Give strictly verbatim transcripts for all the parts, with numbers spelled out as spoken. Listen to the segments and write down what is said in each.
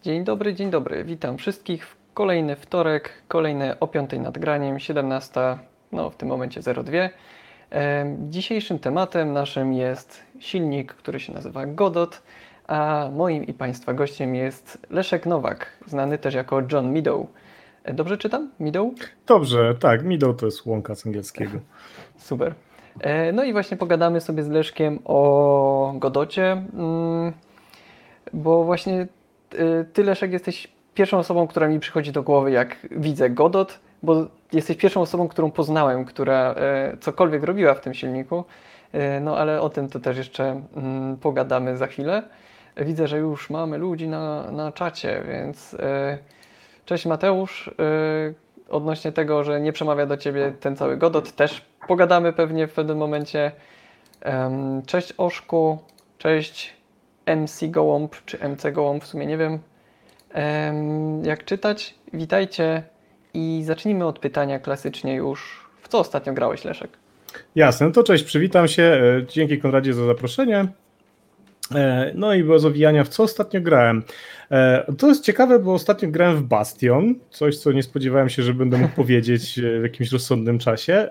Dzień dobry, dzień dobry. Witam wszystkich w kolejny wtorek, kolejne o piątej nad graniem, siedemnasta, no w tym momencie zero dwa. Dzisiejszym tematem naszym jest silnik, który się nazywa Godot, a moim i Państwa gościem jest Leszek Nowak, znany też jako John Meadow. Dobrze czytam? Meadow? Dobrze, tak, Meadow to jest łąka z angielskiego. Super. No i właśnie pogadamy sobie z Leszkiem o Godocie, bo właśnie Ty, Leszek, jesteś pierwszą osobą, która mi przychodzi do głowy, jak widzę Godot, bo jesteś pierwszą osobą, którą poznałem, która e, cokolwiek robiła w tym silniku, e, no ale o tym to też jeszcze mm, pogadamy za chwilę. Widzę, że już mamy ludzi na, na czacie, więc e, cześć Mateusz. E, odnośnie tego, że nie przemawia do Ciebie ten cały Godot, też pogadamy pewnie w pewnym momencie. E, cześć Oszku, cześć M C Gołąb, czy M C Gołąb, w sumie nie wiem jak czytać. Witajcie i zacznijmy od pytania klasycznie już. W co ostatnio grałeś, Leszek? Jasne, no to cześć, przywitam się. Dzięki Konradzie za zaproszenie. No i bez owijania, w co ostatnio grałem. To jest ciekawe, bo ostatnio grałem w Bastion, coś co nie spodziewałem się, że będę mógł powiedzieć w jakimś rozsądnym czasie.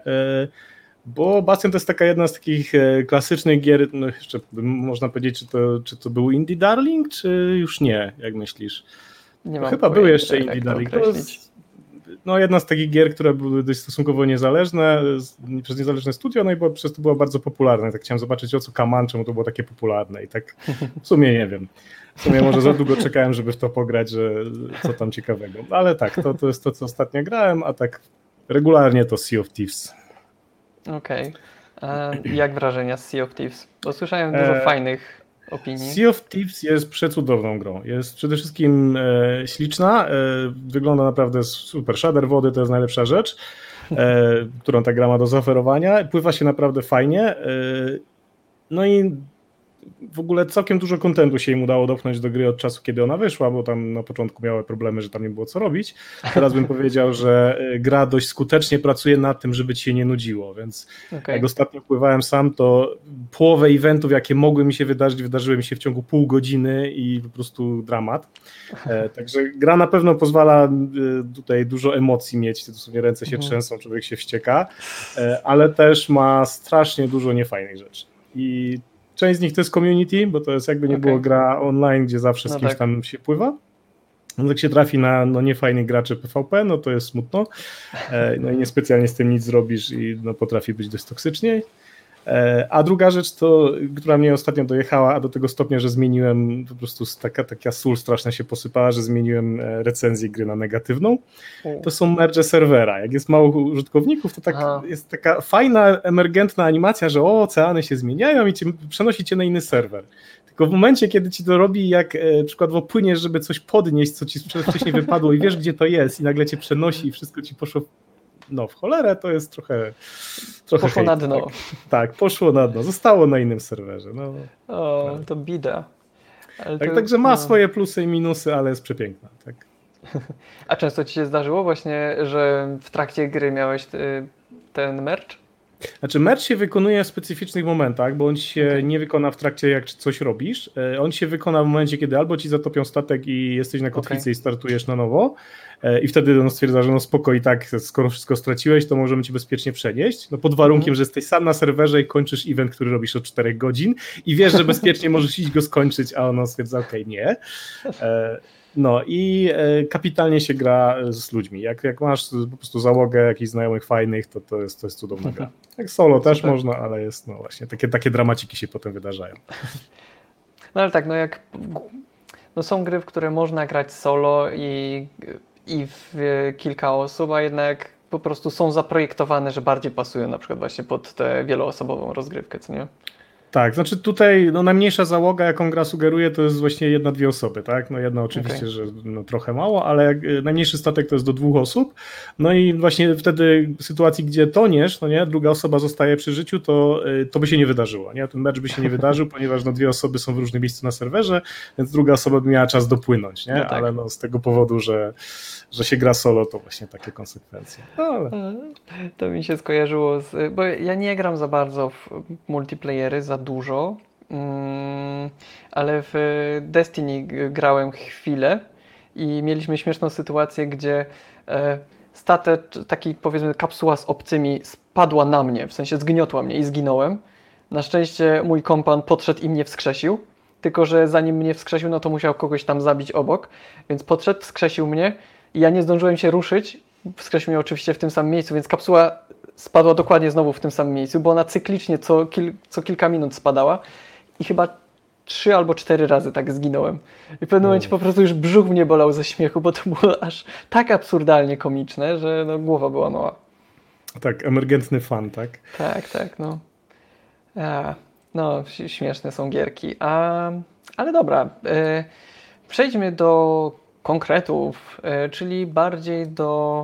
Bo Bastion to jest taka jedna z takich klasycznych gier, no jeszcze można powiedzieć, czy to, czy to był Indie Darling, czy już nie, jak myślisz? Nie No mam chyba były jeszcze Indie Darling. To jest no, jedna z takich gier, które były dość stosunkowo niezależne, przez niezależne studio, no i bo, przez to była bardzo popularna. Tak chciałem zobaczyć, o co kaman, czemu to było takie popularne i tak w sumie nie wiem. W sumie może za długo czekałem, żeby w to pograć, że co tam ciekawego. Ale tak, to, to jest to, co ostatnio grałem, a tak regularnie to Sea of Thieves. Okej. Okay. Jak wrażenia z Sea of Thieves? Bo słyszałem dużo e... fajnych opinii. Sea of Thieves jest przecudowną grą. Jest przede wszystkim e, śliczna, e, wygląda naprawdę super. Shader wody to jest najlepsza rzecz, e, którą ta gra ma do zaoferowania. Pływa się naprawdę fajnie. E, no i w ogóle całkiem dużo kontentu się im udało dopchnąć do gry od czasu, kiedy ona wyszła, bo tam na początku miały problemy, że tam nie było co robić. Teraz bym powiedział, że gra dość skutecznie pracuje nad tym, żeby ci się nie nudziło, więc okay. Jak ostatnio pływałem sam, to połowę eventów, jakie mogły mi się wydarzyć, wydarzyły mi się w ciągu pół godziny i po prostu dramat. Także gra na pewno pozwala tutaj dużo emocji mieć, dosłownie ręce się trzęsą, człowiek się wścieka, ale też ma strasznie dużo niefajnych rzeczy. I część z nich to jest community, bo to jest jakby nie okay. było gra online, gdzie zawsze z no kimś tak. tam się pływa. No jak się trafi na no, niefajnych graczy P V P, no to jest smutno. No i niespecjalnie z tym nic zrobisz i no, potrafi być dość toksycznie. A druga rzecz, to, która mnie ostatnio dojechała, a do tego stopnia, że zmieniłem, po prostu taka, taka sól straszna się posypała, że zmieniłem recenzję gry na negatywną, to są merge serwera. Jak jest mało użytkowników, to tak jest taka fajna, emergentna animacja, że o, oceany się zmieniają i cię, przenosi cię na inny serwer. Tylko w momencie, kiedy ci to robi, jak e, przykładowo płyniesz, żeby coś podnieść, co ci wcześniej wypadło i wiesz, gdzie to jest i nagle cię przenosi i wszystko ci poszło no w cholerę, to jest trochę... trochę poszło hejt, na dno. Tak, tak, poszło na dno. Zostało na innym serwerze. No, o, to bida. Ale tak, to, także ma no. swoje plusy i minusy, ale jest przepiękna. Tak. A często ci się zdarzyło właśnie, że w trakcie gry miałeś ten merch? Znaczy merch się wykonuje w specyficznych momentach, bo on się okay. nie wykona w trakcie jak coś robisz. On się wykona w momencie, kiedy albo ci zatopią statek i jesteś na kotwicy okay. i startujesz na nowo i wtedy on stwierdza, że no spoko i tak, skoro wszystko straciłeś, to możemy cię bezpiecznie przenieść, no pod warunkiem, mm-hmm. że jesteś sam na serwerze i kończysz event, który robisz od czterech godzin i wiesz, że bezpiecznie możesz iść go skończyć, a ono stwierdza, okej, okay, nie. No i kapitalnie się gra z ludźmi. Jak, jak masz po prostu załogę jakichś znajomych fajnych, to to jest, to jest cudowna gra. Jak solo Super. Też można, ale jest no właśnie, takie, takie dramaciki się potem wydarzają. No ale tak, no jak no są gry, w które można grać solo i, i w kilka osób, a jednak po prostu są zaprojektowane, że bardziej pasują na przykład właśnie pod tę wieloosobową rozgrywkę, co nie? Tak, znaczy tutaj no, najmniejsza załoga, jaką gra sugeruje, to jest właśnie jedna, dwie osoby, tak? No jedna oczywiście, okay. że no, trochę mało, ale jak, najmniejszy statek to jest do dwóch osób, no i właśnie wtedy w sytuacji, gdzie toniesz, no nie, druga osoba zostaje przy życiu, to, to by się nie wydarzyło, nie? Ten mecz by się nie wydarzył, ponieważ no, dwie osoby są w różnym miejscu na serwerze, więc druga osoba by miała czas dopłynąć, nie? No tak. Ale no, z tego powodu, że, że się gra solo, to właśnie takie konsekwencje. No, ale... To mi się skojarzyło, z, bo ja nie gram za bardzo w multiplayery, za dużo, ale w Destiny grałem chwilę i mieliśmy śmieszną sytuację, gdzie e, statek, taki powiedzmy kapsuła z obcymi spadła na mnie, w sensie zgniotła mnie i zginąłem. Na szczęście mój kompan podszedł i mnie wskrzesił, tylko że zanim mnie wskrzesił, no to musiał kogoś tam zabić obok, więc podszedł, wskrzesił mnie i ja nie zdążyłem się ruszyć. Wskrzesił mnie oczywiście w tym samym miejscu, więc kapsuła spadła dokładnie znowu w tym samym miejscu, bo ona cyklicznie co, kil, co kilka minut spadała i chyba trzy albo cztery razy tak zginąłem. I w pewnym No. momencie po prostu już brzuch mnie bolał ze śmiechu, bo to było aż tak absurdalnie komiczne, że no, głowa była mała. Tak, emergentny fan, tak? Tak, tak, no. A, no, śmieszne są gierki. A, ale dobra, e, przejdźmy do konkretów, e, czyli bardziej do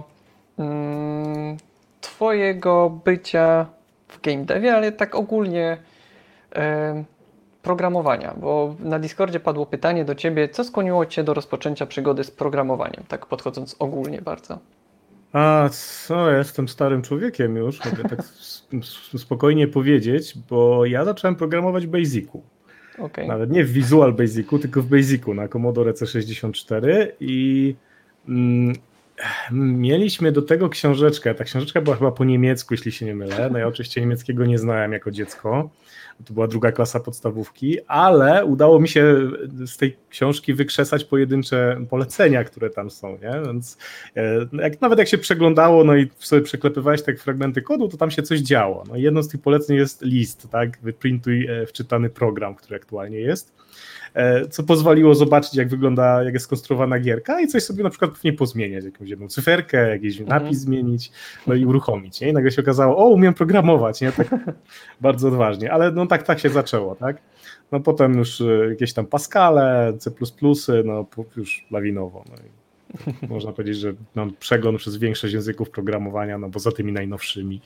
mm, twojego bycia w game devie, ale tak ogólnie e, programowania, bo na Discordzie padło pytanie do ciebie, co skłoniło cię do rozpoczęcia przygody z programowaniem, tak podchodząc ogólnie bardzo. A co, ja jestem starym człowiekiem już, mogę tak spokojnie powiedzieć, bo ja zacząłem programować w Basicu. Okay. Nawet nie w Visual Basicu, tylko w Basicu na Commodore C sześćdziesiąt cztery i mm, mieliśmy do tego książeczkę. Ta książeczka była chyba po niemiecku, jeśli się nie mylę. No ja oczywiście niemieckiego nie znałem jako dziecko. To była druga klasa podstawówki, ale udało mi się z tej książki wykrzesać pojedyncze polecenia, które tam są, nie? Więc jak, nawet jak się przeglądało, no i sobie przeklepywałeś te fragmenty kodu, to tam się coś działo. No i jedno z tych poleceń jest list, tak? Wyprintuj wczytany program, który aktualnie jest, co pozwoliło zobaczyć, jak wygląda, jak jest skonstruowana gierka i coś sobie na przykład pewnie pozmieniać, jakąś jedną cyferkę, jakiś napis mhm. zmienić, no i uruchomić, nie? I nagle się okazało, o, umiem programować, nie? Tak bardzo odważnie, ale no tak, tak się zaczęło, tak? No potem już jakieś tam Pascale, C plus plus, no już lawinowo, no i można powiedzieć, że mam przegląd przez większość języków programowania, no poza tymi najnowszymi.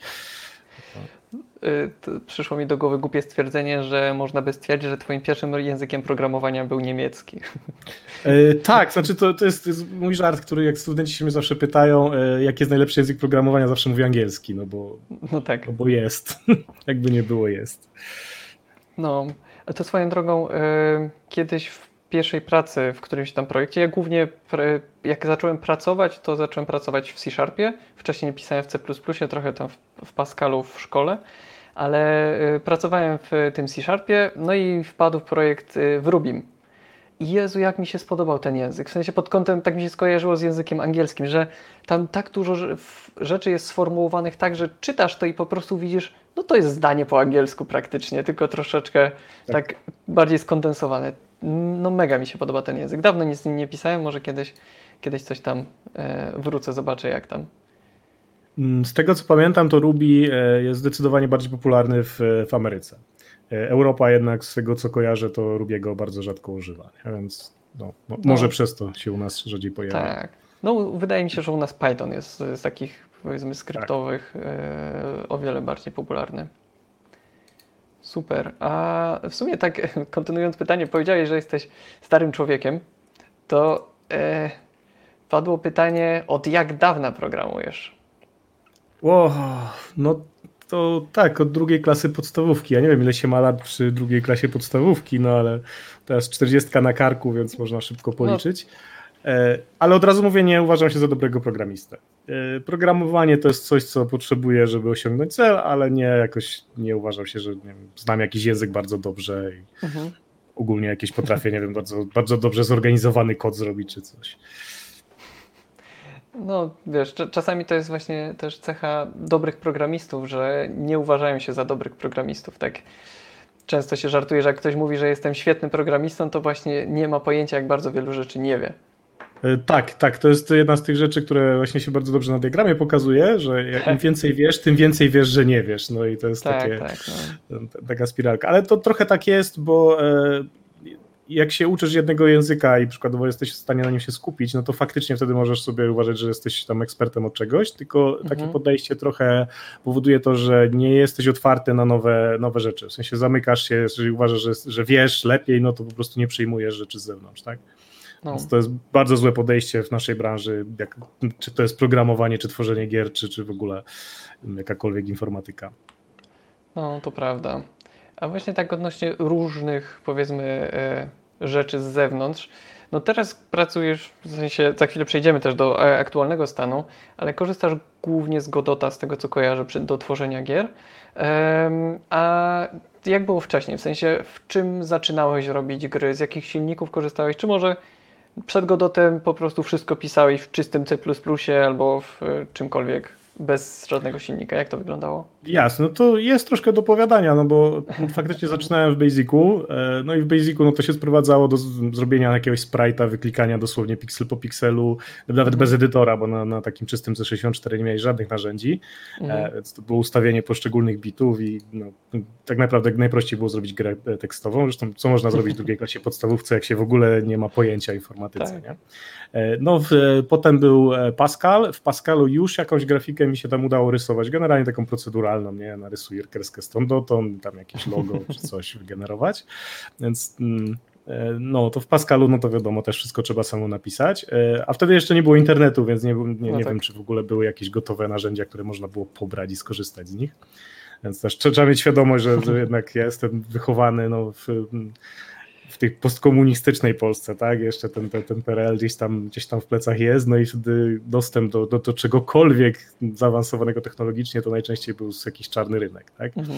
To przyszło mi do głowy głupie stwierdzenie, że można by stwierdzić, że twoim pierwszym językiem programowania był niemiecki. E, tak, znaczy to, to, jest, to jest mój żart, który jak studenci się mnie zawsze pytają, e, jaki jest najlepszy język programowania, zawsze mówię angielski, no bo, no tak. no bo jest. Jakby nie było, jest. No, a to swoją drogą y, kiedyś w pierwszej pracy w którymś tam projekcie, ja głównie jak zacząłem pracować, to zacząłem pracować w C Sharpie, wcześniej pisałem w C plus plus, trochę tam w, w Pascalu w szkole, ale y, pracowałem w tym C Sharpie, no i wpadł w projekt y, w Rubim. I Jezu, jak mi się spodobał ten język. W sensie pod kątem tak mi się skojarzyło z językiem angielskim, że tam tak dużo rzeczy jest sformułowanych tak, że czytasz to i po prostu widzisz, no to jest zdanie po angielsku praktycznie, tylko troszeczkę tak, tak bardziej skondensowane. No mega mi się podoba ten język. Dawno nic z nim nie pisałem, może kiedyś, kiedyś coś tam e, wrócę, zobaczę jak tam. Z tego co pamiętam, to Ruby jest zdecydowanie bardziej popularny w, w Ameryce. Europa jednak z tego co kojarzę, to Rubiego bardzo rzadko używa, więc no, no, może no. przez to się u nas rzadziej pojawia. Tak. No wydaje mi się, że u nas Python jest z takich powiedzmy skryptowych tak. e, o wiele bardziej popularny. Super. A w sumie tak kontynuując pytanie, powiedziałeś, że jesteś starym człowiekiem, to e, padło pytanie, od jak dawna programujesz? O, no to tak, od drugiej klasy podstawówki. Ja nie wiem, ile się ma lat przy drugiej klasie podstawówki, no ale teraz czterdziestka na karku, więc można szybko policzyć. No. Ale od razu mówię, nie uważam się za dobrego programistę. Programowanie to jest coś, co potrzebuję, żeby osiągnąć cel, ale nie jakoś nie uważam się, że nie wiem, znam jakiś język bardzo dobrze i mhm. ogólnie jakieś potrafię, nie wiem, bardzo, bardzo dobrze zorganizowany kod zrobić czy coś. No wiesz, czasami to jest właśnie też cecha dobrych programistów, że nie uważają się za dobrych programistów. Tak często się żartuje, że jak ktoś mówi, że jestem świetnym programistą, to właśnie nie ma pojęcia, jak bardzo wielu rzeczy nie wie. Tak, tak, to jest jedna z tych rzeczy, które właśnie się bardzo dobrze na diagramie pokazuje, że im więcej wiesz, tym więcej wiesz, że nie wiesz. No i to jest tak, takie, tak, no. taka spiralka. Ale to trochę tak jest, bo jak się uczysz jednego języka i przykładowo jesteś w stanie na nim się skupić, no to faktycznie wtedy możesz sobie uważać, że jesteś tam ekspertem od czegoś, tylko takie mhm. podejście trochę powoduje to, że nie jesteś otwarty na nowe, nowe rzeczy. W sensie zamykasz się, jeżeli uważasz, że, że wiesz lepiej, no to po prostu nie przyjmujesz rzeczy z zewnątrz, tak? No. Więc to jest bardzo złe podejście w naszej branży, jak, czy to jest programowanie, czy tworzenie gier, czy, czy w ogóle jakakolwiek informatyka. No, to prawda. A właśnie tak odnośnie różnych, powiedzmy, rzeczy z zewnątrz, No teraz pracujesz, w sensie za chwilę przejdziemy też do e, aktualnego stanu, ale korzystasz głównie z Godota, z tego co kojarzę, przy, do tworzenia gier. Em, a jak było wcześniej? W sensie w czym zaczynałeś robić gry? Z jakich silników korzystałeś? Czy może przed Godotem po prostu wszystko pisałeś w czystym C plus plus albo w e, czymkolwiek bez żadnego silnika? Jak to wyglądało? Jasne, no to jest troszkę do powiadania, no bo faktycznie zaczynałem w Basicu, e, no i w Basicu no to się sprowadzało do z- zrobienia jakiegoś sprite'a, wyklikania dosłownie piksel po pikselu, nawet bez edytora, bo na, na takim czystym C sześćdziesiąt cztery nie miałeś żadnych narzędzi, e, więc to było ustawienie poszczególnych bitów i no, tak naprawdę najprościej było zrobić grę e, tekstową, zresztą co można zrobić w drugiej klasie podstawówce, jak się w ogóle nie ma pojęcia o informatyce, Tak. nie? E, No, w, potem był e, Pascal. W Pascalu już jakąś grafikę mi się tam udało rysować. Generalnie taką proceduralną, nie? Narysuję kreskę z tą dotą, tam jakieś logo czy coś wygenerować. Więc mm, e, no, to w Pascalu, no to wiadomo, też wszystko trzeba samo napisać. E, A wtedy jeszcze nie było internetu, więc nie, nie, No nie tak. wiem, czy w ogóle były jakieś gotowe narzędzia, które można było pobrać i skorzystać z nich. Więc też trzeba mieć świadomość, że, że jednak ja jestem wychowany no, w, w tej postkomunistycznej Polsce, tak? Jeszcze ten, ten, ten P R L gdzieś tam, gdzieś tam w plecach jest, no i wtedy dostęp do, do, do czegokolwiek zaawansowanego technologicznie to najczęściej był jakiś czarny rynek, tak? Mhm.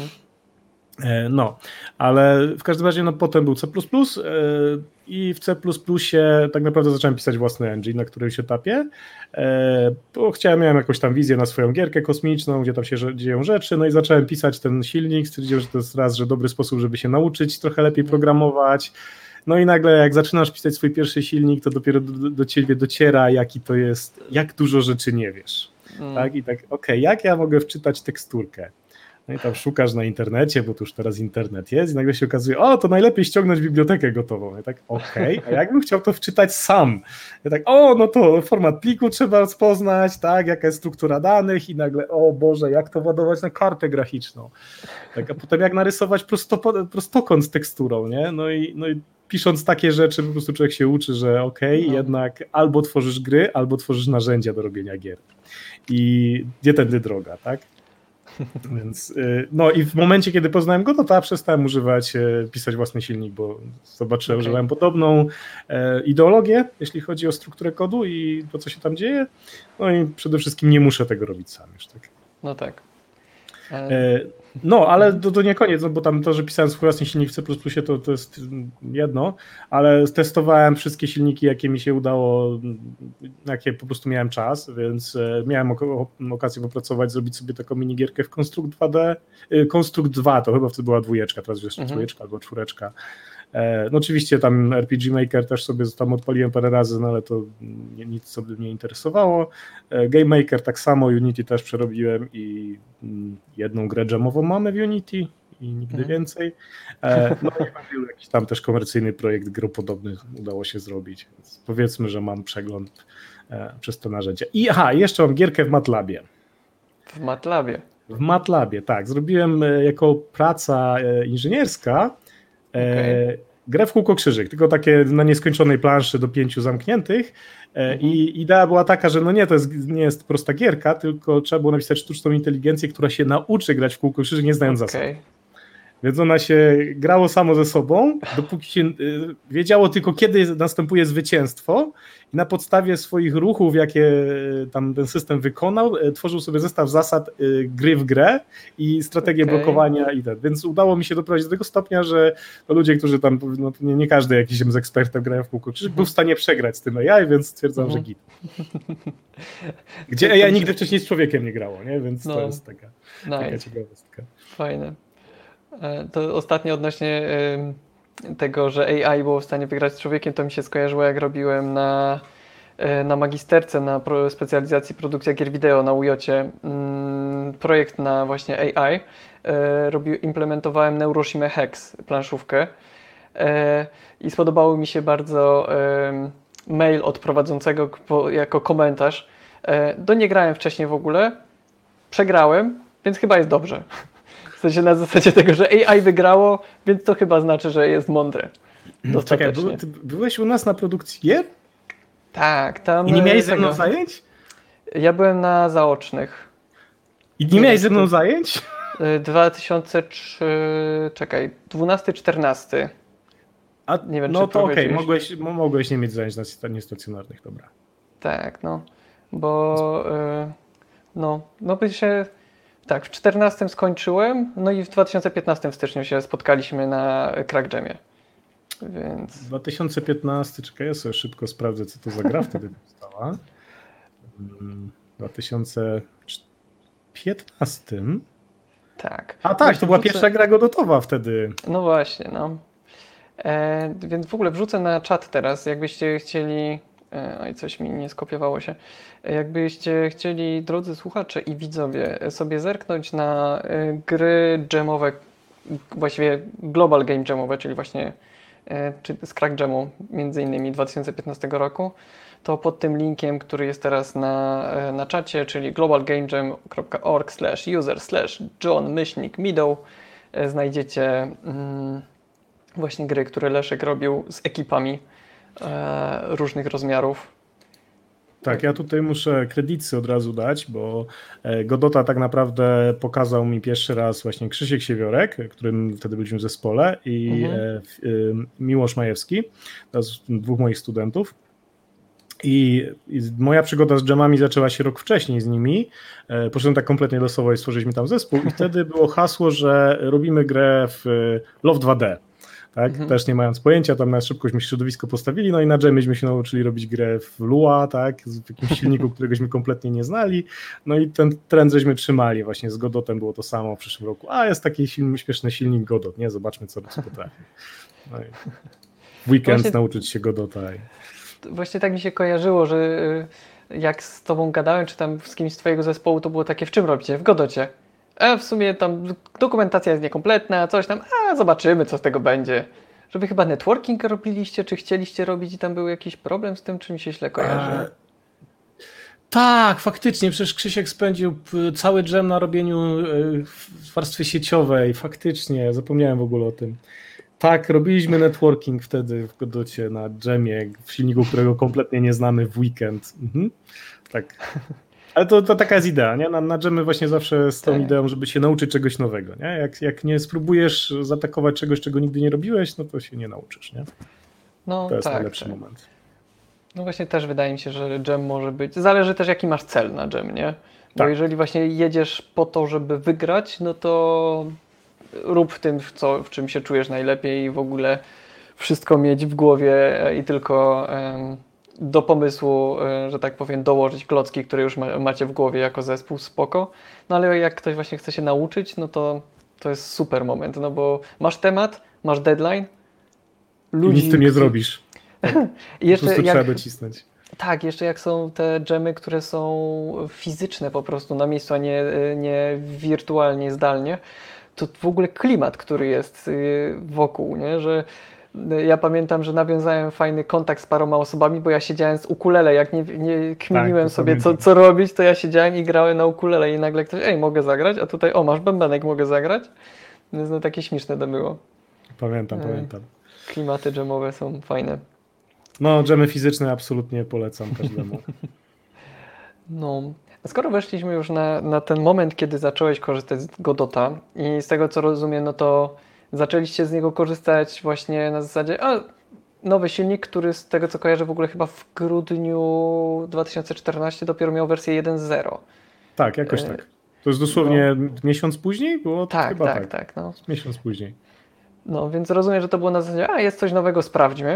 E, No, ale w każdym razie no, potem był C plus plus e, i w C plus plus tak naprawdę zacząłem pisać własny engine na którymś etapie, e, bo chciałem, miałem jakąś tam wizję na swoją gierkę kosmiczną, gdzie tam się że- dzieją rzeczy, no i zacząłem pisać ten silnik, stwierdziłem, że to jest raz, że dobry sposób, żeby się nauczyć trochę lepiej programować, no i nagle jak zaczynasz pisać swój pierwszy silnik, to dopiero do, do ciebie dociera, jaki to jest, jak dużo rzeczy nie wiesz, Mm. tak? I tak, okej, jak ja mogę wczytać teksturkę? No i tam szukasz na internecie, bo tu już teraz internet jest i nagle się okazuje, o, to najlepiej ściągnąć bibliotekę gotową. Ja tak, okej, a jakbym chciał to wczytać sam? Ja tak, o, no to format pliku trzeba rozpoznać, tak, jaka jest struktura danych i nagle, o Boże, jak to ładować na kartę graficzną? Tak, a potem jak narysować prosto, prostokąt z teksturą, nie? No i, no i pisząc takie rzeczy, po prostu człowiek się uczy, że okej, No. jednak albo tworzysz gry, albo tworzysz narzędzia do robienia gier. I nie tędy droga, tak? Więc, y, no i w momencie, kiedy poznałem go, to ta przestałem używać, e, pisać własny silnik, bo zobaczyłem, Okej. że mam podobną e, ideologię, jeśli chodzi o strukturę kodu i to, co się tam dzieje. No i przede wszystkim nie muszę tego robić sam już, tak. No tak. E, E, No, ale to, to nie koniec, no bo tam to, że pisałem swój własny silnik w C plus plus, to, to jest jedno, ale testowałem wszystkie silniki, jakie mi się udało, jakie po prostu miałem czas, więc e, miałem ok- okazję popracować, zrobić sobie taką minigierkę w Construct dwa D, e, Construct dwa, to chyba wtedy była dwójeczka, teraz jeszcze Mhm. dwójeczka albo czwóreczka. E, No oczywiście tam R P G Maker też sobie tam odpaliłem parę razy, no ale to nie, nic sobie nie interesowało. E, Game Maker tak samo, Unity też przerobiłem i mm, jedną grę jamową mamy w Unity i nigdy Mhm. więcej. E, No i był jakiś tam też komercyjny projekt gropodobny udało się zrobić, więc powiedzmy, że mam przegląd e, przez to narzędzie. I aha, jeszcze mam gierkę w MATLabie. w MATLabie. W MATLabie, tak. Zrobiłem e, jako praca e, inżynierska e, Okej. grę w kółko krzyżyk, tylko takie na nieskończonej planszy do pięciu zamkniętych. E, Mhm. I idea była taka, że no nie, to jest, nie jest prosta gierka, tylko trzeba było napisać sztuczną inteligencję, która się nauczy grać w kółko krzyżyk, nie znając zasad. Okej. Więc ona się grało samo ze sobą, dopóki się y, wiedziało tylko, kiedy następuje zwycięstwo i na podstawie swoich ruchów, jakie y, tam ten system wykonał, y, tworzył sobie zestaw zasad y, gry w grę i strategię Okej. blokowania i tak. Więc udało mi się doprowadzić do tego stopnia, że no, ludzie, którzy tam, no, nie, nie każdy jakiś tam z ekspertem grają w kółko krzyżyk, Mhm. był w stanie przegrać z tym A I, więc stwierdzam, Mhm. że git. Gdzie To- A to I mi się- nigdy wcześniej z człowiekiem nie grało, nie? Więc No. to jest taka, taka Nice. ciekawostka. Fajne. E, To ostatnio odnośnie em, tego, że A I było w stanie wygrać z człowiekiem, to mi się skojarzyło, jak robiłem na, e, na magisterce, na pro, specjalizacji produkcja gier wideo na ujocie mm, projekt na właśnie A I. E, robi, implementowałem Neuroshima Hex, planszówkę. E, I spodobało mi się bardzo em, mail od prowadzącego k- po, jako komentarz. E, do nie grałem wcześniej w ogóle, przegrałem, więc chyba jest dobrze. W sensie na zasadzie tego, że A I wygrało, więc to chyba znaczy, że jest mądre. Czekaj, Dostatecznie. był, ty byłeś u nas na produkcji gier? Tak, tam... I nie miałeś e, ze mną tego- zajęć? Ja byłem na zaocznych. I nie Nie, miałeś ze mną to- zajęć? E, dwa tysiące trzy... Czekaj, dwunasty czternasty. A, Nie wiem, no czy to okej, prowadziłeś. mogłeś, mo- mogłeś nie mieć zajęć na- niestacjonarnych, dobra. Tak, no, bo y, no, no by się, tak, w czternastym skończyłem, no i w dwa tysiące piętnastym w styczniu się spotkaliśmy na Crack Jamie, więc dwa tysiące piętnasty, czekaj, ja sobie szybko sprawdzę, co to za gra wtedy powstała. Mm, w dwa tysiące piętnastym? tak. A tak, Właśnie to była wrzucę- pierwsza gra godotowa wtedy. No właśnie, no. E, więc w ogóle wrzucę na czat teraz, jakbyście chcieli. E, oj, coś mi nie skopiowało się. E, Jakbyście chcieli, drodzy słuchacze i widzowie, e, sobie zerknąć na e, gry jamowe, właściwie Global Game Jamowe, czyli właśnie e, czy z Crack Jamu, między innymi dwa tysiące piętnastego roku, to pod tym linkiem, który jest teraz na, e, na czacie, czyli globalgamejam.org slash user slash John myślnik Meadow, e, znajdziecie mm, właśnie gry, które Leszek robił z ekipami e, różnych rozmiarów. Tak, ja tutaj muszę kredyty od razu dać, bo e, Godota tak naprawdę pokazał mi pierwszy raz właśnie Krzysiek Siewiorek, którym wtedy byliśmy w zespole, i Mhm. e, f- y, Miłosz Majewski, to jest dwóch moich studentów. I, I moja przygoda z dżemami zaczęła się rok wcześniej z nimi. E, Poszedłem tak kompletnie losowo i stworzyliśmy tam zespół i wtedy było hasło, że robimy grę w e, Love dwa D. Tak? Mhm. Też nie mając pojęcia, tam na szybkośmy środowisko postawili, no i na dżemieśmy się nauczyli robić grę w Lua, tak? W jakimś silniku, któregośmy kompletnie nie znali, no i ten trend żeśmy trzymali, właśnie z Godotem było to samo w przyszłym roku, a jest taki film, śmieszny silnik Godot, nie? Zobaczmy, co, co potrafi. No i w weekend Właśnie- nauczyć się Godota. I... Właśnie tak mi się kojarzyło, że y, jak z tobą gadałem, czy tam z kimś z twojego zespołu, to było takie, w czym robicie? W Godocie. A w sumie tam dokumentacja jest niekompletna, coś tam, a zobaczymy, co z tego będzie. Że wy chyba networking robiliście, czy chcieliście robić i tam był jakiś problem z tym, czy mi się źle kojarzy? E, Tak, faktycznie, przecież Krzysiek spędził p- cały dżem na robieniu e, w warstwie sieciowej, faktycznie, zapomniałem w ogóle o tym. Tak, robiliśmy networking wtedy w Godocie na dżemie, w silniku, którego kompletnie nie znamy, w weekend. Mhm. Tak. Ale to, to taka jest idea, nie? Na, na dżemy właśnie zawsze z tą Tak. ideą, żeby się nauczyć czegoś nowego, nie? Jak, jak nie spróbujesz zaatakować czegoś, czego nigdy nie robiłeś, no to się nie nauczysz, nie? No To jest tak, najlepszy tak. moment. No właśnie też wydaje mi się, że dżem może być. Zależy też jaki masz cel na dżem, nie? Bo Tak. jeżeli właśnie jedziesz po to, żeby wygrać, no to rób w tym, w, co, w czym się czujesz najlepiej i w ogóle wszystko mieć w głowie e, i tylko em, do pomysłu, e, że tak powiem, dołożyć klocki, które już ma, macie w głowie jako zespół, spoko. No ale jak ktoś właśnie chce się nauczyć, no to to jest super moment, no bo masz temat, masz deadline, I nic z tym nie którzy- zrobisz. I Po jeszcze prostu jak, trzeba docisnąć. tak, jeszcze jak są te dżemy, które są fizyczne po prostu na miejscu, a nie, nie wirtualnie, zdalnie, to w ogóle klimat, który jest y, wokół, nie? Że y, ja pamiętam, że nawiązałem fajny kontakt z paroma osobami, bo ja siedziałem z ukulele, jak nie, nie kminiłem Tak, to sobie co, pamiętam. co robić, to ja siedziałem i grałem na ukulele i nagle ktoś, ej, mogę zagrać, a tutaj, o, masz bębenek, mogę zagrać. Więc no takie śmieszne to było. Pamiętam, Ej. pamiętam. Klimaty dżemowe są fajne. No, dżemy fizyczne absolutnie polecam każdemu. No, a skoro weszliśmy już na, na ten moment, kiedy zacząłeś korzystać z Godota i z tego co rozumiem, no to zaczęliście z niego korzystać właśnie na zasadzie, a nowy silnik, który z tego co kojarzę w ogóle chyba w grudniu dwa tysiące czternastego dopiero miał wersję jeden zero. Tak, jakoś E, tak. To jest dosłownie miesiąc później? Było Tak, chyba tak, tak. tak, no. Miesiąc później. No, więc rozumiem, że to było na zasadzie, a jest coś nowego, sprawdźmy.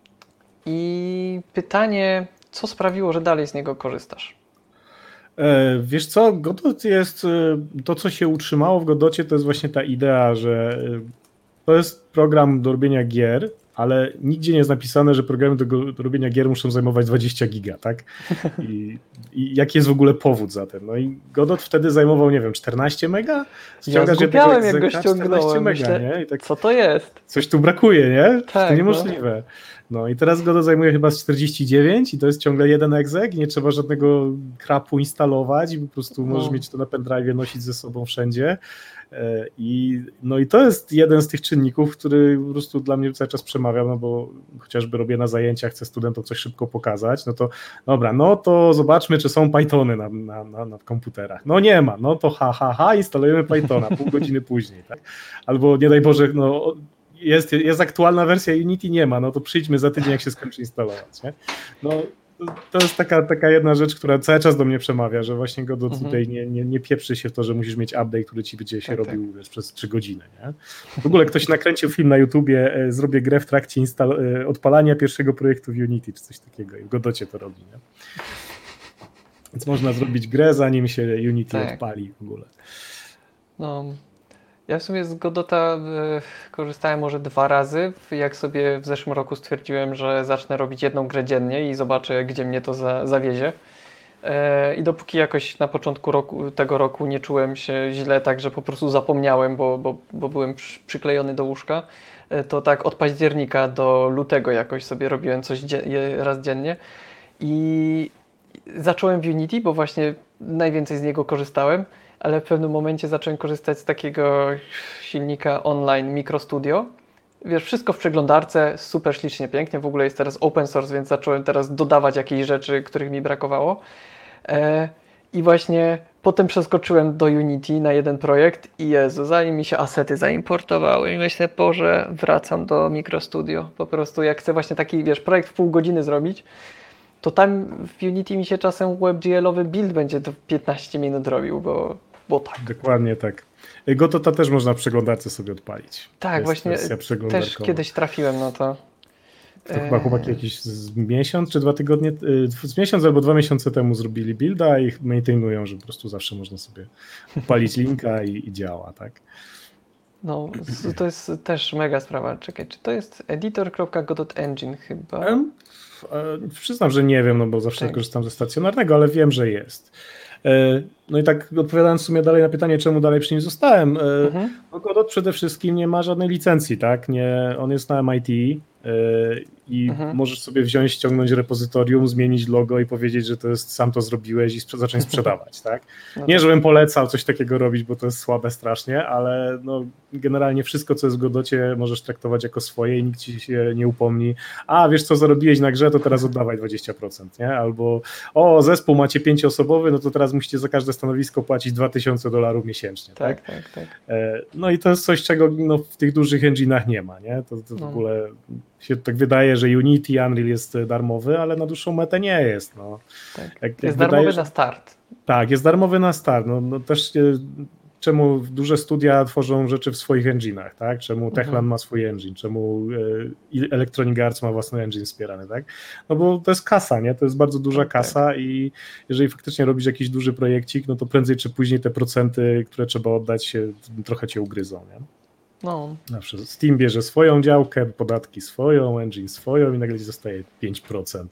I pytanie, co sprawiło, że dalej z niego korzystasz? E, wiesz co, Godot jest, e, to co się utrzymało w Godocie, to jest właśnie ta idea, że e, to jest program do robienia gier, ale nigdzie nie jest napisane, że programy do, go- do robienia gier muszą zajmować dwadzieścia giga, tak? I, I jaki jest w ogóle powód za tym? No i Godot wtedy zajmował, nie wiem, czternaście mega? Ja Ściągasz zgubiałem, jednego jak go execa, czternaście ściągnąłem. mega, Myślę, nie? I tak co to jest? coś tu brakuje, nie? Tak, to niemożliwe. No i teraz Godot zajmuje chyba z czterdzieści dziewięć i to jest ciągle jeden egzek i nie trzeba żadnego krapu instalować i po prostu możesz No. mieć to na pendrive, nosić ze sobą wszędzie. E, I, no i to jest jeden z tych czynników, który po prostu dla mnie cały czas przemawia, no bo chociażby robię na zajęciach, chcę studentom coś szybko pokazać, no to dobra, no to zobaczmy, czy są Pythony na, na, na, na komputerach. No nie ma, no to ha, ha, ha, instalujemy Pythona pół godziny później, tak? Albo nie daj Boże, no jest, jest aktualna wersja Unity, nie ma, no to przyjdźmy za tydzień, jak się skończy instalować, nie? No, to jest taka, taka jedna rzecz, która cały czas do mnie przemawia, że właśnie Godot mhm. tutaj nie, nie, nie pieprzy się w to, że musisz mieć update, który ci będzie się tak, robił tak. Wiesz, przez trzy godziny, nie? W ogóle ktoś nakręcił film na YouTubie, e, zrobię grę w trakcie instal- e, odpalania pierwszego projektu w Unity, czy coś takiego i w Godocie to robi, nie? Więc można zrobić grę, zanim się Unity tak. odpali w ogóle. No, ja w sumie z Godota y, korzystałem może dwa razy, jak sobie w zeszłym roku stwierdziłem, że zacznę robić jedną grę dziennie i zobaczę, gdzie mnie to za, zawiezie. E, I dopóki jakoś na początku roku, tego roku nie czułem się źle, tak że po prostu zapomniałem, bo, bo, bo byłem przy, przyklejony do łóżka, e, to tak od października do lutego jakoś sobie robiłem coś dzie- raz dziennie. I zacząłem w Unity, bo właśnie najwięcej z niego korzystałem, ale w pewnym momencie zacząłem korzystać z takiego silnika online MicroStudio. Wiesz, wszystko w przeglądarce, super ślicznie, pięknie, w ogóle jest teraz open source, więc zacząłem teraz dodawać jakieś rzeczy, których mi brakowało. E, I właśnie potem przeskoczyłem do Unity na jeden projekt i Jezu, zanim mi się asety zaimportowały i myślę, Boże, wracam do MicroStudio. Po prostu jak chcę właśnie taki, wiesz, projekt w pół godziny zrobić, to tam w Unity mi się czasem WebGL-owy build będzie to piętnaście minut robił, bo, bo tak. Dokładnie tak. Godota też można w przeglądarce sobie odpalić. Tak, właśnie też kiedyś trafiłem na to. To chyba chłopaki jakiś z miesiąc czy dwa tygodnie, z miesiąc albo dwa miesiące temu zrobili builda i ich maintainują, że po prostu zawsze można sobie odpalić linka i, i działa, tak? No, to jest też mega sprawa. Czekaj, czy to jest editor kropka godot engine chyba? Um, przyznam, że nie wiem, no bo zawsze tak. korzystam ze stacjonarnego, ale wiem, że jest. No i tak odpowiadając w sumie dalej na pytanie, czemu dalej przy nim zostałem, mhm. no Godot przede wszystkim nie ma żadnej licencji, tak? Nie, on jest na M I T i mhm. możesz sobie wziąć, ściągnąć repozytorium, zmienić logo i powiedzieć, że to jest sam to zrobiłeś i sprze- zacząć sprzedawać, tak? No nie, tak. żebym polecał coś takiego robić, bo to jest słabe strasznie, ale no, generalnie wszystko, co jest w Godocie, możesz traktować jako swoje i nikt ci się nie upomni. A, wiesz co zarobiłeś na grze, to teraz oddawaj dwadzieścia procent, nie? Albo o, zespół macie pięcioosobowy, no to teraz musicie za każde stanowisko płacić dwa tysiące dolarów miesięcznie, tak? Tak, tak, tak. No i to jest coś, czego no, w tych dużych engine'ach nie ma, nie? To, to w no. ogóle się tak wydaje, że Unity, Unreal jest darmowy, ale na dłuższą metę nie jest. No. Tak. Jak, jest jak darmowy wydaje, na start. Tak, jest darmowy na start. No, no też czemu duże studia tworzą rzeczy w swoich engine'ach, tak? Czemu Techland mhm. ma swój engine, czemu Electronic Arts ma własny engine wspierany, tak? No bo to jest kasa, nie? To jest bardzo duża tak, kasa tak. i jeżeli faktycznie robisz jakiś duży projekcik, no to prędzej czy później te procenty, które trzeba oddać, się trochę cię ugryzą, nie? No. Zawsze Steam bierze swoją działkę, podatki swoją, engine swoją i nagle ci zostaje pięć procent.